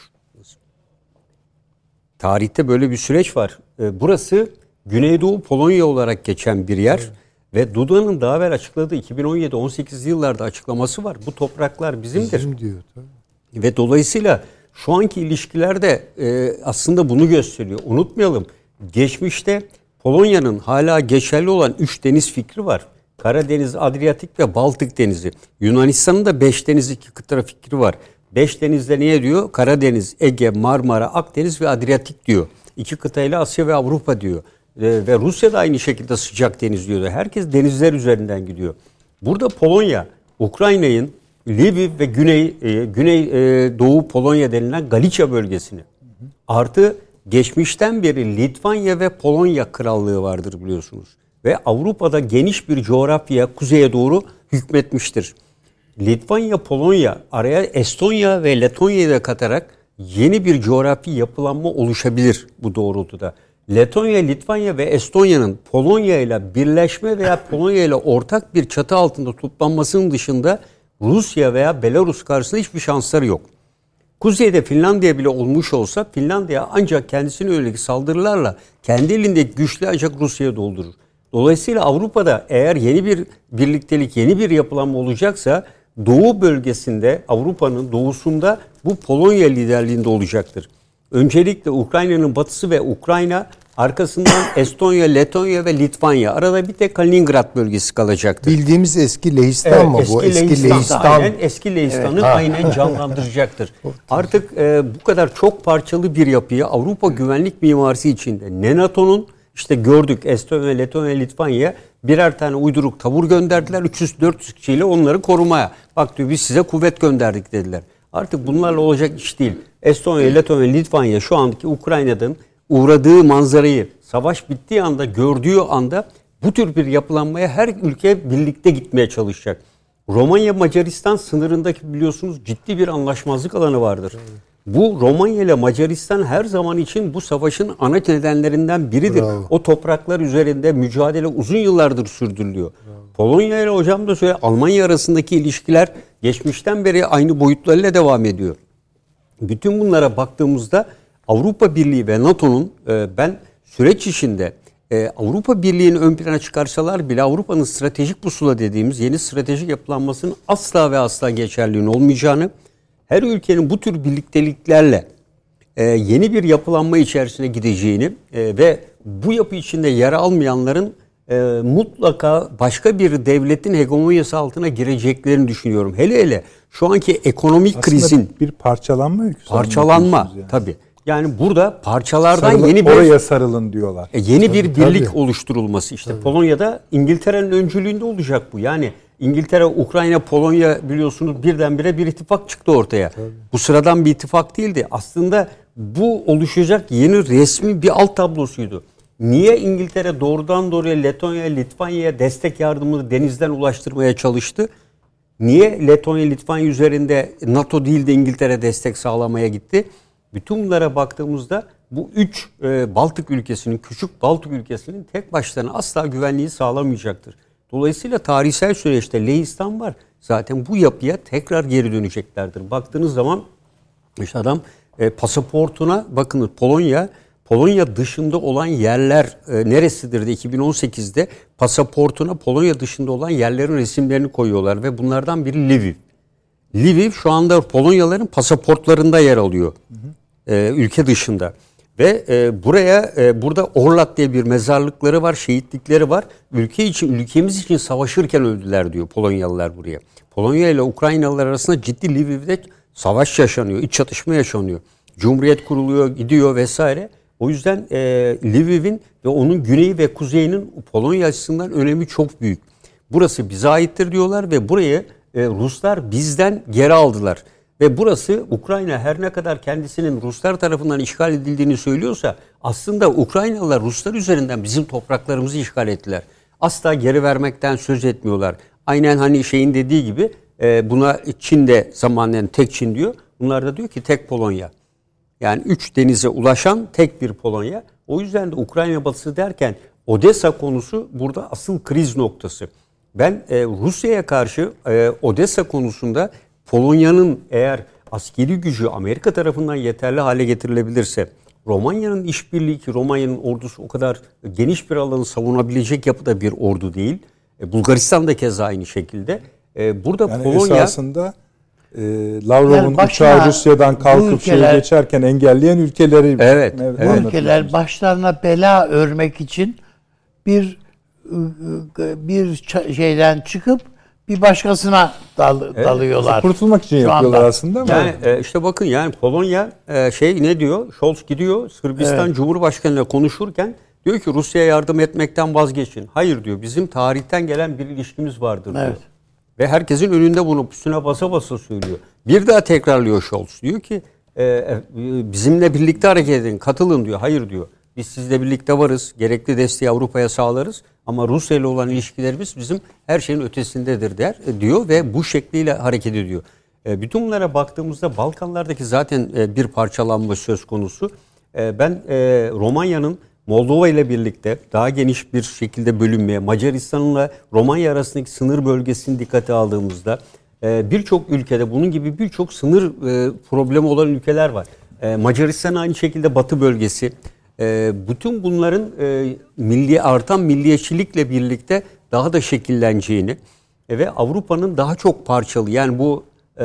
Tarihte böyle bir süreç var. Burası Güneydoğu Polonya olarak geçen bir yer. Evet. Ve Duda'nın daha evvel açıkladığı 2017-18 yıllarda açıklaması var. Bu topraklar bizimdir. Bizim diyor tabii. Ve dolayısıyla şu anki ilişkilerde aslında bunu gösteriyor. Unutmayalım, geçmişte Polonya'nın hala geçerli olan 3 deniz fikri var. Karadeniz, Adriyatik ve Baltık Denizi. Yunanistan'ın da 5 deniz 2 kıta fikri var. 5 denizde niye diyor? Karadeniz, Ege, Marmara, Akdeniz ve Adriyatik diyor. 2 kıtayla Asya ve Avrupa diyor. Ve Rusya da aynı şekilde sıcak deniz diyor. Herkes denizler üzerinden gidiyor. Burada Polonya, Ukrayna'nın Lviv ve Güney Doğu Polonya denilen Galicia bölgesini, artı geçmişten beri Litvanya ve Polonya krallığı vardır biliyorsunuz. Ve Avrupa'da geniş bir coğrafyaya kuzeye doğru hükmetmiştir. Litvanya, Polonya araya Estonya ve Letonya'yı da katarak yeni bir coğrafi yapılanma oluşabilir bu doğrultuda. Letonya, Litvanya ve Estonya'nın Polonya ile birleşme veya Polonya ile ortak bir çatı altında toplanmasının dışında Rusya veya Belarus karşısında hiçbir şansları yok. Kuzeyde Finlandiya bile olmuş olsa Finlandiya ancak kendisine yönelik saldırılarla kendi elindeki güçlü ancak Rusya'ya doldurur. Dolayısıyla Avrupa'da eğer yeni bir birliktelik, yeni bir yapılanma olacaksa Doğu bölgesinde, Avrupa'nın doğusunda bu Polonya liderliğinde olacaktır. Öncelikle Ukrayna'nın batısı ve Ukrayna, arkasından Estonya, Letonya ve Litvanya. Arada bir tek Kaliningrad bölgesi kalacaktır. Bildiğimiz eski Lehistan mı bu? Eski Lehistan. Aynen, eski Lehistan'ı aynen canlandıracaktır. Artık bu kadar çok parçalı bir yapıyı Avrupa güvenlik mimarisi içinde ne NATO'nun, işte gördük Estonya, Letonya, Litvanya birer tane uyduruk tabur gönderdiler. 300-400 kişiyle onları korumaya. Bak diyor, biz size kuvvet gönderdik dediler. Artık bunlarla olacak iş değil. Estonya, Letonya, Litvanya şu andaki Ukrayna'nın uğradığı manzarayı savaş bittiği anda, gördüğü anda bu tür bir yapılanmaya her ülke birlikte gitmeye çalışacak. Romanya Macaristan sınırındaki biliyorsunuz ciddi bir anlaşmazlık alanı vardır. Bu Romanya ile Macaristan her zaman için bu savaşın ana nedenlerinden biridir. Bravo. O topraklar üzerinde mücadele uzun yıllardır sürdürülüyor. Polonya ile hocam da söyle, Almanya arasındaki ilişkiler geçmişten beri aynı boyutlarıyla devam ediyor. Bütün bunlara baktığımızda Avrupa Birliği ve NATO'nun ben süreç içinde Avrupa Birliği'ni ön plana çıkarsalar bile Avrupa'nın stratejik pusula dediğimiz yeni stratejik yapılanmasının asla ve asla geçerliliğinin olmayacağını, her ülkenin bu tür birlikteliklerle yeni bir yapılanma içerisine gideceğini ve bu yapı içinde yer almayanların mutlaka başka bir devletin hegemonyası altına gireceklerini düşünüyorum. Hele şu anki ekonomik aslında krizin bir parçalanma öyküsü. Parçalanma yani. Tabii. Yani burada parçalardan yeni bir oraya sarılın diyorlar. Yeni bir birlik oluşturulması. İşte Polonya'da İngiltere'nin öncülüğünde olacak bu. Yani İngiltere, Ukrayna, Polonya biliyorsunuz birdenbire bir ittifak çıktı ortaya. Tabii. Bu sıradan bir ittifak değildi. Aslında bu oluşacak yeni resmi bir alt tablosuydu. Niye İngiltere doğrudan doğruya Letonya'ya, Litvanya'ya destek yardımını denizden ulaştırmaya çalıştı? Niye Letonya, Litvanya üzerinde NATO değil de İngiltere destek sağlamaya gitti? Bütün bunlara baktığımızda bu 3 Baltık ülkesinin, küçük Baltık ülkesinin tek başlarına asla güvenliği sağlamayacaktır. Dolayısıyla tarihsel süreçte Lehistan var. Zaten bu yapıya tekrar geri döneceklerdir. Baktığınız zaman işte adam pasaportuna bakınız Polonya dışında olan yerler neresidir de 2018'de pasaportuna Polonya dışında olan yerlerin resimlerini koyuyorlar ve bunlardan biri Lviv. Lviv şu anda Polonyalıların pasaportlarında yer alıyor. Ülke dışında. Ve burada Orlat diye bir mezarlıkları var, şehitlikleri var. Ülkemiz için savaşırken öldüler diyor Polonyalılar buraya. Polonya ile Ukraynalılar arasında ciddi Lviv'de savaş yaşanıyor, iç çatışma yaşanıyor. Cumhuriyet kuruluyor, gidiyor vesaire. O yüzden Lviv'in ve onun güneyi ve kuzeyinin Polonya açısından önemi çok büyük. Burası bize aittir diyorlar ve burayı Ruslar bizden geri aldılar. Ve burası Ukrayna her ne kadar kendisinin Ruslar tarafından işgal edildiğini söylüyorsa aslında Ukraynalılar Ruslar üzerinden bizim topraklarımızı işgal ettiler. Asla geri vermekten söz etmiyorlar. Aynen hani şeyin dediği gibi buna Çin de zamanen tek Çin diyor. Bunlar da diyor ki tek Polonya. Yani 3 denize ulaşan tek bir Polonya. O yüzden de Ukrayna batısı derken Odessa konusu burada asıl kriz noktası. Ben Rusya'ya karşı Odessa konusunda Polonya'nın eğer askeri gücü Amerika tarafından yeterli hale getirilebilirse, Romanya'nın işbirliği ki Romanya'nın ordusu o kadar geniş bir alanı savunabilecek yapıda bir ordu değil. Bulgaristan da keza aynı şekilde. Burada yani Polonya esasında Lavrov'un uçağı Rusya'dan kalkıp şeye geçerken engelleyen ülkeleri. Evet. Bu ülkeler başlarına bela örmek için bir şeyden çıkıp bir başkasına dalıyorlar. Kurtulmak için yapıyorlar aslında ama. Yani işte bakın yani Polonya ne diyor? Scholz gidiyor Sırbistan Cumhurbaşkanı'yla konuşurken diyor ki Rusya'ya yardım etmekten vazgeçin. Hayır diyor. Bizim tarihten gelen bir ilişkimiz vardır diyor. Evet. Ve herkesin önünde bunu üstüne basa basa söylüyor. Bir daha tekrarlıyor Scholz. Diyor ki bizimle birlikte hareket edin, katılın diyor. Hayır diyor. Biz sizle birlikte varız. Gerekli desteği Avrupa'ya sağlarız. Ama Rusya ile olan ilişkilerimiz bizim her şeyin ötesindedir diyor ve bu şekliyle hareket ediyor. Bütün bunlara baktığımızda Balkanlardaki zaten bir parçalanma söz konusu. Ben Romanya'nın Moldova ile birlikte daha geniş bir şekilde bölünmeye, Macaristan'la Romanya arasındaki sınır bölgesini dikkate aldığımızda birçok ülkede bunun gibi birçok sınır problemi olan ülkeler var. Macaristan aynı şekilde Batı bölgesi. Bütün bunların artan milliyetçilikle birlikte daha da şekilleneceğini ve Avrupa'nın daha çok parçalı yani bu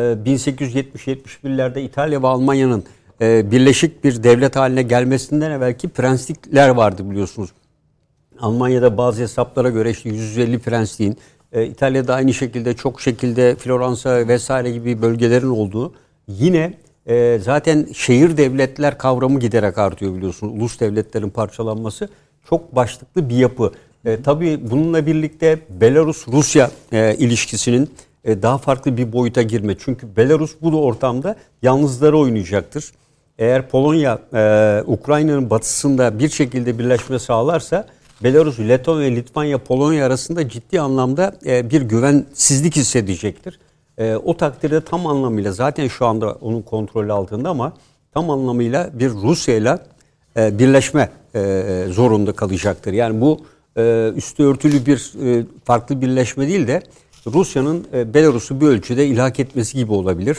1870-71'lerde İtalya ve Almanya'nın birleşik bir devlet haline gelmesinden evvelki prenslikler vardı biliyorsunuz. Almanya'da bazı hesaplara göre işte 150 prensliğin, İtalya'da aynı şekilde çok şekilde Floransa vesaire gibi bölgelerin olduğu yine zaten şehir devletler kavramı giderek artıyor biliyorsunuz. Ulus devletlerin parçalanması çok başlıklı bir yapı. Tabii bununla birlikte Belarus-Rusya ilişkisinin daha farklı bir boyuta girme. Çünkü Belarus bu ortamda yalnızları oynayacaktır. Eğer Polonya Ukrayna'nın batısında bir şekilde birleşme sağlarsa Belarus, Letonya, Litvanya, Polonya arasında ciddi anlamda bir güvensizlik hissedecektir. O takdirde tam anlamıyla zaten şu anda onun kontrolü altında ama tam anlamıyla bir Rusya ile birleşme zorunda kalacaktır. Yani bu üstü örtülü bir farklı birleşme değil de Rusya'nın Belarus'u bir ölçüde ilhak etmesi gibi olabilir.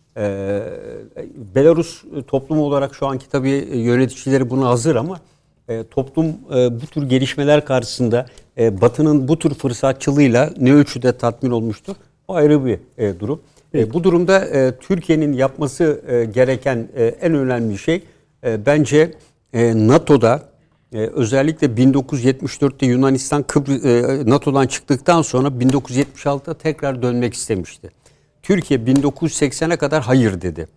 Belarus toplumu olarak şu anki tabii yöneticileri buna hazır ama toplum bu tür gelişmeler karşısında Batı'nın bu tür fırsatçılığıyla ne ölçüde tatmin olmuştur? O ayrı bir durum. Bu durumda Türkiye'nin yapması gereken en önemli şey bence NATO'da özellikle 1974'te Yunanistan NATO'dan çıktıktan sonra 1976'da tekrar dönmek istemişti. Türkiye 1980'e kadar hayır dedi.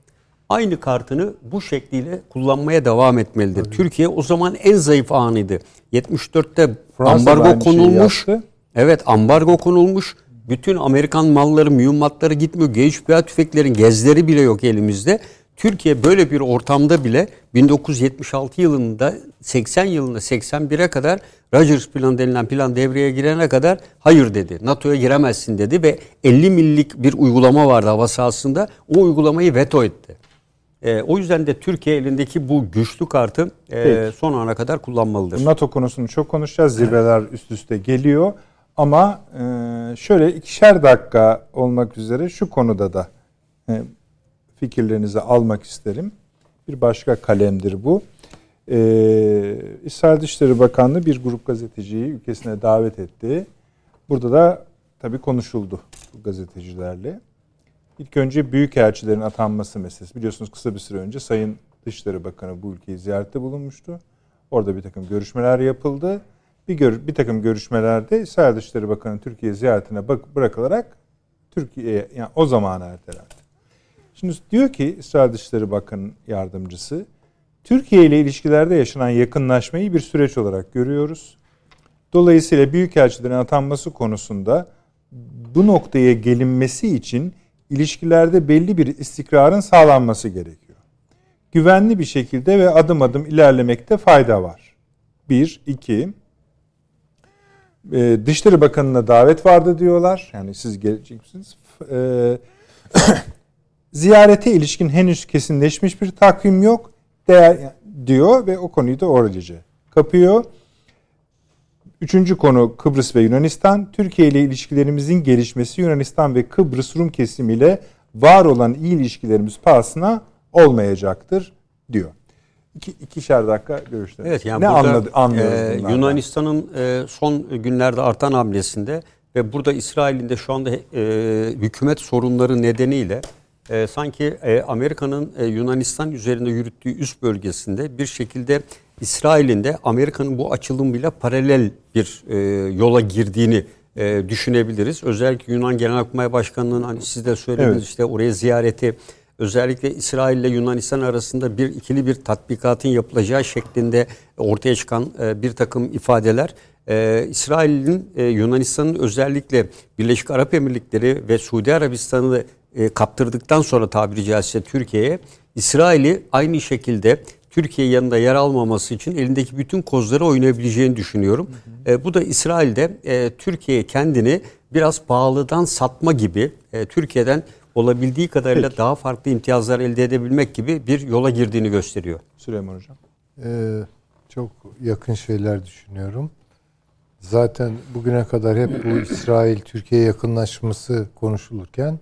aynı kartını bu şekliyle kullanmaya devam etmelidir. Tabii. Türkiye o zaman en zayıf anıydı. 74'te ambargo konulmuş. Evet, ambargo konulmuş. Bütün Amerikan malları, mühimmatları gitmiyor. G3 tüfeklerin gezleri bile yok elimizde. Türkiye böyle bir ortamda bile 1976 yılında 80 yılında 81'e kadar Rogers planı denilen plan devreye girene kadar hayır dedi. NATO'ya giremezsin dedi ve 50 millik bir uygulama vardı hava sahasında. O uygulamayı veto etti. O yüzden de Türkiye elindeki bu güçlü kartı son ana kadar kullanmalıdır. NATO konusunu çok konuşacağız. Zirveler üst üste geliyor. Ama şöyle 2'şer dakika olmak üzere şu konuda da fikirlerinizi almak isterim. Bir başka kalemdir bu. İsrail Dışişleri Bakanlığı bir grup gazeteciyi ülkesine davet etti. Burada da tabii konuşuldu bu gazetecilerle. İlk önce büyükelçilerin atanması meselesi. Biliyorsunuz kısa bir süre önce Sayın Dışişleri Bakanı bu ülkeyi ziyarette bulunmuştu. Orada bir takım görüşmeler yapıldı. Bir takım görüşmelerde İsrail Dışişleri Bakanı Türkiye ziyaretine bırakılarak Türkiye'ye yani o zamana ertelendi. Şimdi diyor ki İsrail Dışişleri Bakanı Yardımcısı, Türkiye ile ilişkilerde yaşanan yakınlaşmayı bir süreç olarak görüyoruz. Dolayısıyla büyükelçilerin atanması konusunda bu noktaya gelinmesi için ilişkilerde belli bir istikrarın sağlanması gerekiyor. Güvenli bir şekilde ve adım adım ilerlemekte fayda var. 1, 2. Dışişleri Bakanı'na davet vardı diyorlar. Yani siz gelecek misiniz? Ziyarete ilişkin henüz kesinleşmiş bir takvim yok diyor ve o konuyu da oralıca kapıyor. 3. konu Kıbrıs ve Yunanistan. Türkiye ile ilişkilerimizin gelişmesi Yunanistan ve Kıbrıs Rum kesimiyle var olan iyi ilişkilerimiz pahasına olmayacaktır diyor. 2'şer dakika görüşler. Evet, yani ne anlıyoruz Yunanistan'ın son günlerde artan hamlesinde ve burada İsrail'in de şu anda hükümet sorunları nedeniyle sanki Amerika'nın Yunanistan üzerinde yürüttüğü üst bölgesinde bir şekilde İsrail'in de Amerika'nın bu açılımıyla paralel bir yola girdiğini düşünebiliriz. Özellikle Yunan Genelkurmay Başkanı'nın hani siz de söylediniz, evet, işte oraya ziyareti, özellikle İsrail ile Yunanistan arasında ikili bir tatbikatın yapılacağı şeklinde ortaya çıkan bir takım ifadeler, İsrail'in Yunanistan'ın özellikle Birleşik Arap Emirlikleri ve Suudi Arabistan'ı kaptırdıktan sonra tabiri caizse Türkiye'ye, İsrail'i aynı şekilde Türkiye yanında yer almaması için elindeki bütün kozları oynayabileceğini düşünüyorum. Bu da İsrail'de Türkiye'ye kendini biraz pahalıdan satma gibi, Türkiye'den olabildiği kadarıyla daha farklı imtiyazlar elde edebilmek gibi bir yola girdiğini gösteriyor. Süleyman Hocam. Çok yakın şeyler düşünüyorum. Zaten bugüne kadar hep bu İsrail-Türkiye yakınlaşması konuşulurken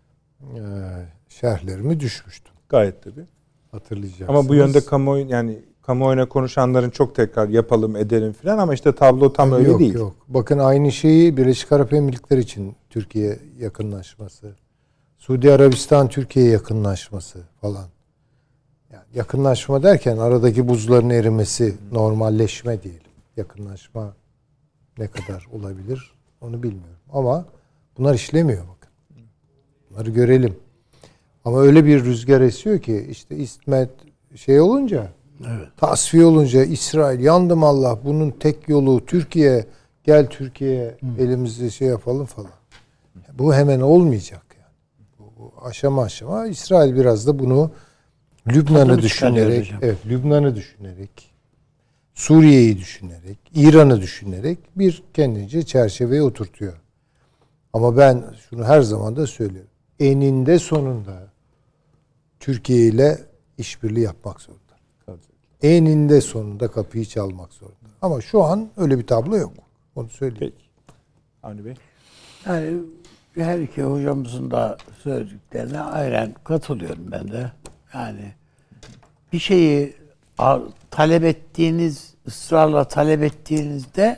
şerhlerimi düşmüştüm. Gayet tabii. Hatırlayacaksınız. Ama bu yönde kamuoyuna konuşanların çok tekrar yapalım edelim filan ama işte tablo tam öyle değil. Yok. Bakın aynı şeyi Birleşik Arap Emirlikleri için Türkiye yakınlaşması, Suudi Arabistan Türkiye yakınlaşması falan. Yani yakınlaşma derken aradaki buzların erimesi, normalleşme diyelim. Yakınlaşma ne kadar olabilir onu bilmiyorum. Ama bunlar işlemiyor bakın. Bunları görelim. Ama öyle bir rüzgar esiyor ki işte İsmet olunca, evet, tasfiye olunca İsrail yandım Allah, bunun tek yolu Türkiye, gel Türkiye elimizde yapalım falan. Bu hemen olmayacak yani. Bu aşama aşama İsrail biraz da bunu Lübnan'ı düşünerek, Lübnan'ı düşünerek, Suriye'yi düşünerek, İran'ı düşünerek bir kendince çerçeveye oturtuyor. Ama ben şunu her zaman da söylüyorum. Eninde sonunda Türkiye ile işbirliği yapmak zorunda. Eninde sonunda kapıyı çalmak zorunda. Ama şu an öyle bir tablo yok. Onu söyleyeyim. Peki. Avni Bey. Yani her iki hocamızın da söylediklerine aynen katılıyorum ben de. Yani bir şeyi talep ettiğiniz, ısrarla talep ettiğinizde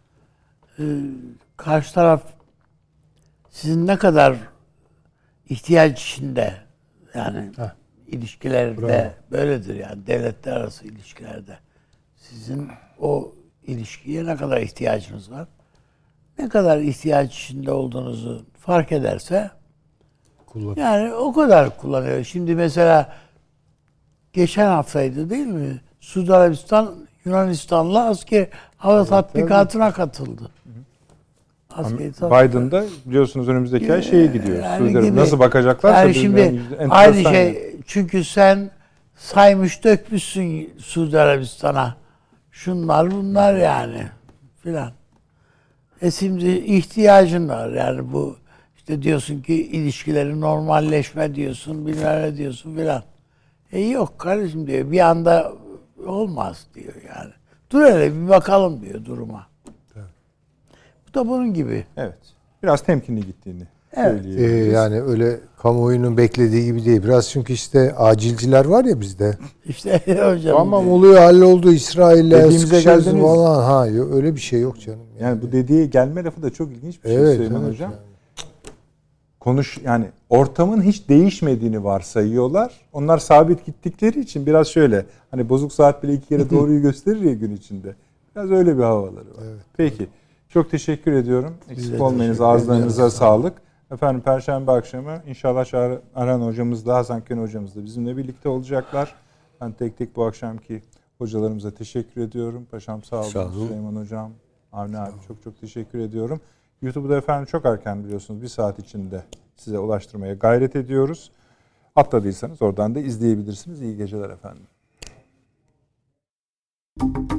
karşı taraf sizin ne kadar ihtiyaç içinde, yani ilişkilerde bravo, böyledir yani devletler arası ilişkilerde sizin o ilişkiye ne kadar ihtiyacınız var, ne kadar ihtiyaç içinde olduğunuzu fark ederse yani o kadar kullanıyor. Şimdi mesela geçen haftaydı değil mi? Suudi Arabistan Yunanistan'la asker hava tatbikatına katıldı. Biden da biliyorsunuz önümüzdeki ay şeye gidiyor. Yani nasıl bakacaklarsa yani şimdi aynı şey, çünkü sen saymış dökmüşsün Suudi Arabistan'a. Şunlar bunlar yani filan. Şimdi ihtiyacın var yani, bu işte diyorsun ki ilişkilerin normalleşme diyorsun, bilmem ne diyorsun filan. Yok kardeşim diyor, bir anda olmaz diyor yani. Dur hele bir bakalım diyor duruma. Evet. Bu da bunun gibi. Evet. Biraz temkinli gittiğini söyleyebiliriz. Yani öyle kamuoyunun beklediği gibi değil. Biraz çünkü işte acilciler var ya bizde. İşte hocam. Tamam oluyor, halloldu, İsrail'le sıkışıyoruz falan. Ha öyle bir şey yok canım. Yani bu dediği gelme lafı da çok ilginç bir şey Süleyman Hocam. Yani. Yani ortamın hiç değişmediğini varsayıyorlar. Onlar sabit gittikleri için biraz şöyle, hani bozuk saat bile 2 kere doğruyu gösterir ya gün içinde. Biraz öyle bir havaları var. Evet. Peki. Çok teşekkür ediyorum. Eksik olmayınız. Ağızlarınıza sağlık. Efendim Perşembe akşamı inşallah Çağrı Aran hocamız da Hasan Ken hocamız da bizimle birlikte olacaklar. Ben tek tek bu akşamki hocalarımıza teşekkür ediyorum. Paşam sağ olun. Süleyman hocam, Avni abi çok teşekkür ediyorum. YouTube'da efendim çok erken biliyorsunuz. 1 saat içinde size ulaştırmaya gayret ediyoruz. Atladıysanız oradan da izleyebilirsiniz. İyi geceler efendim.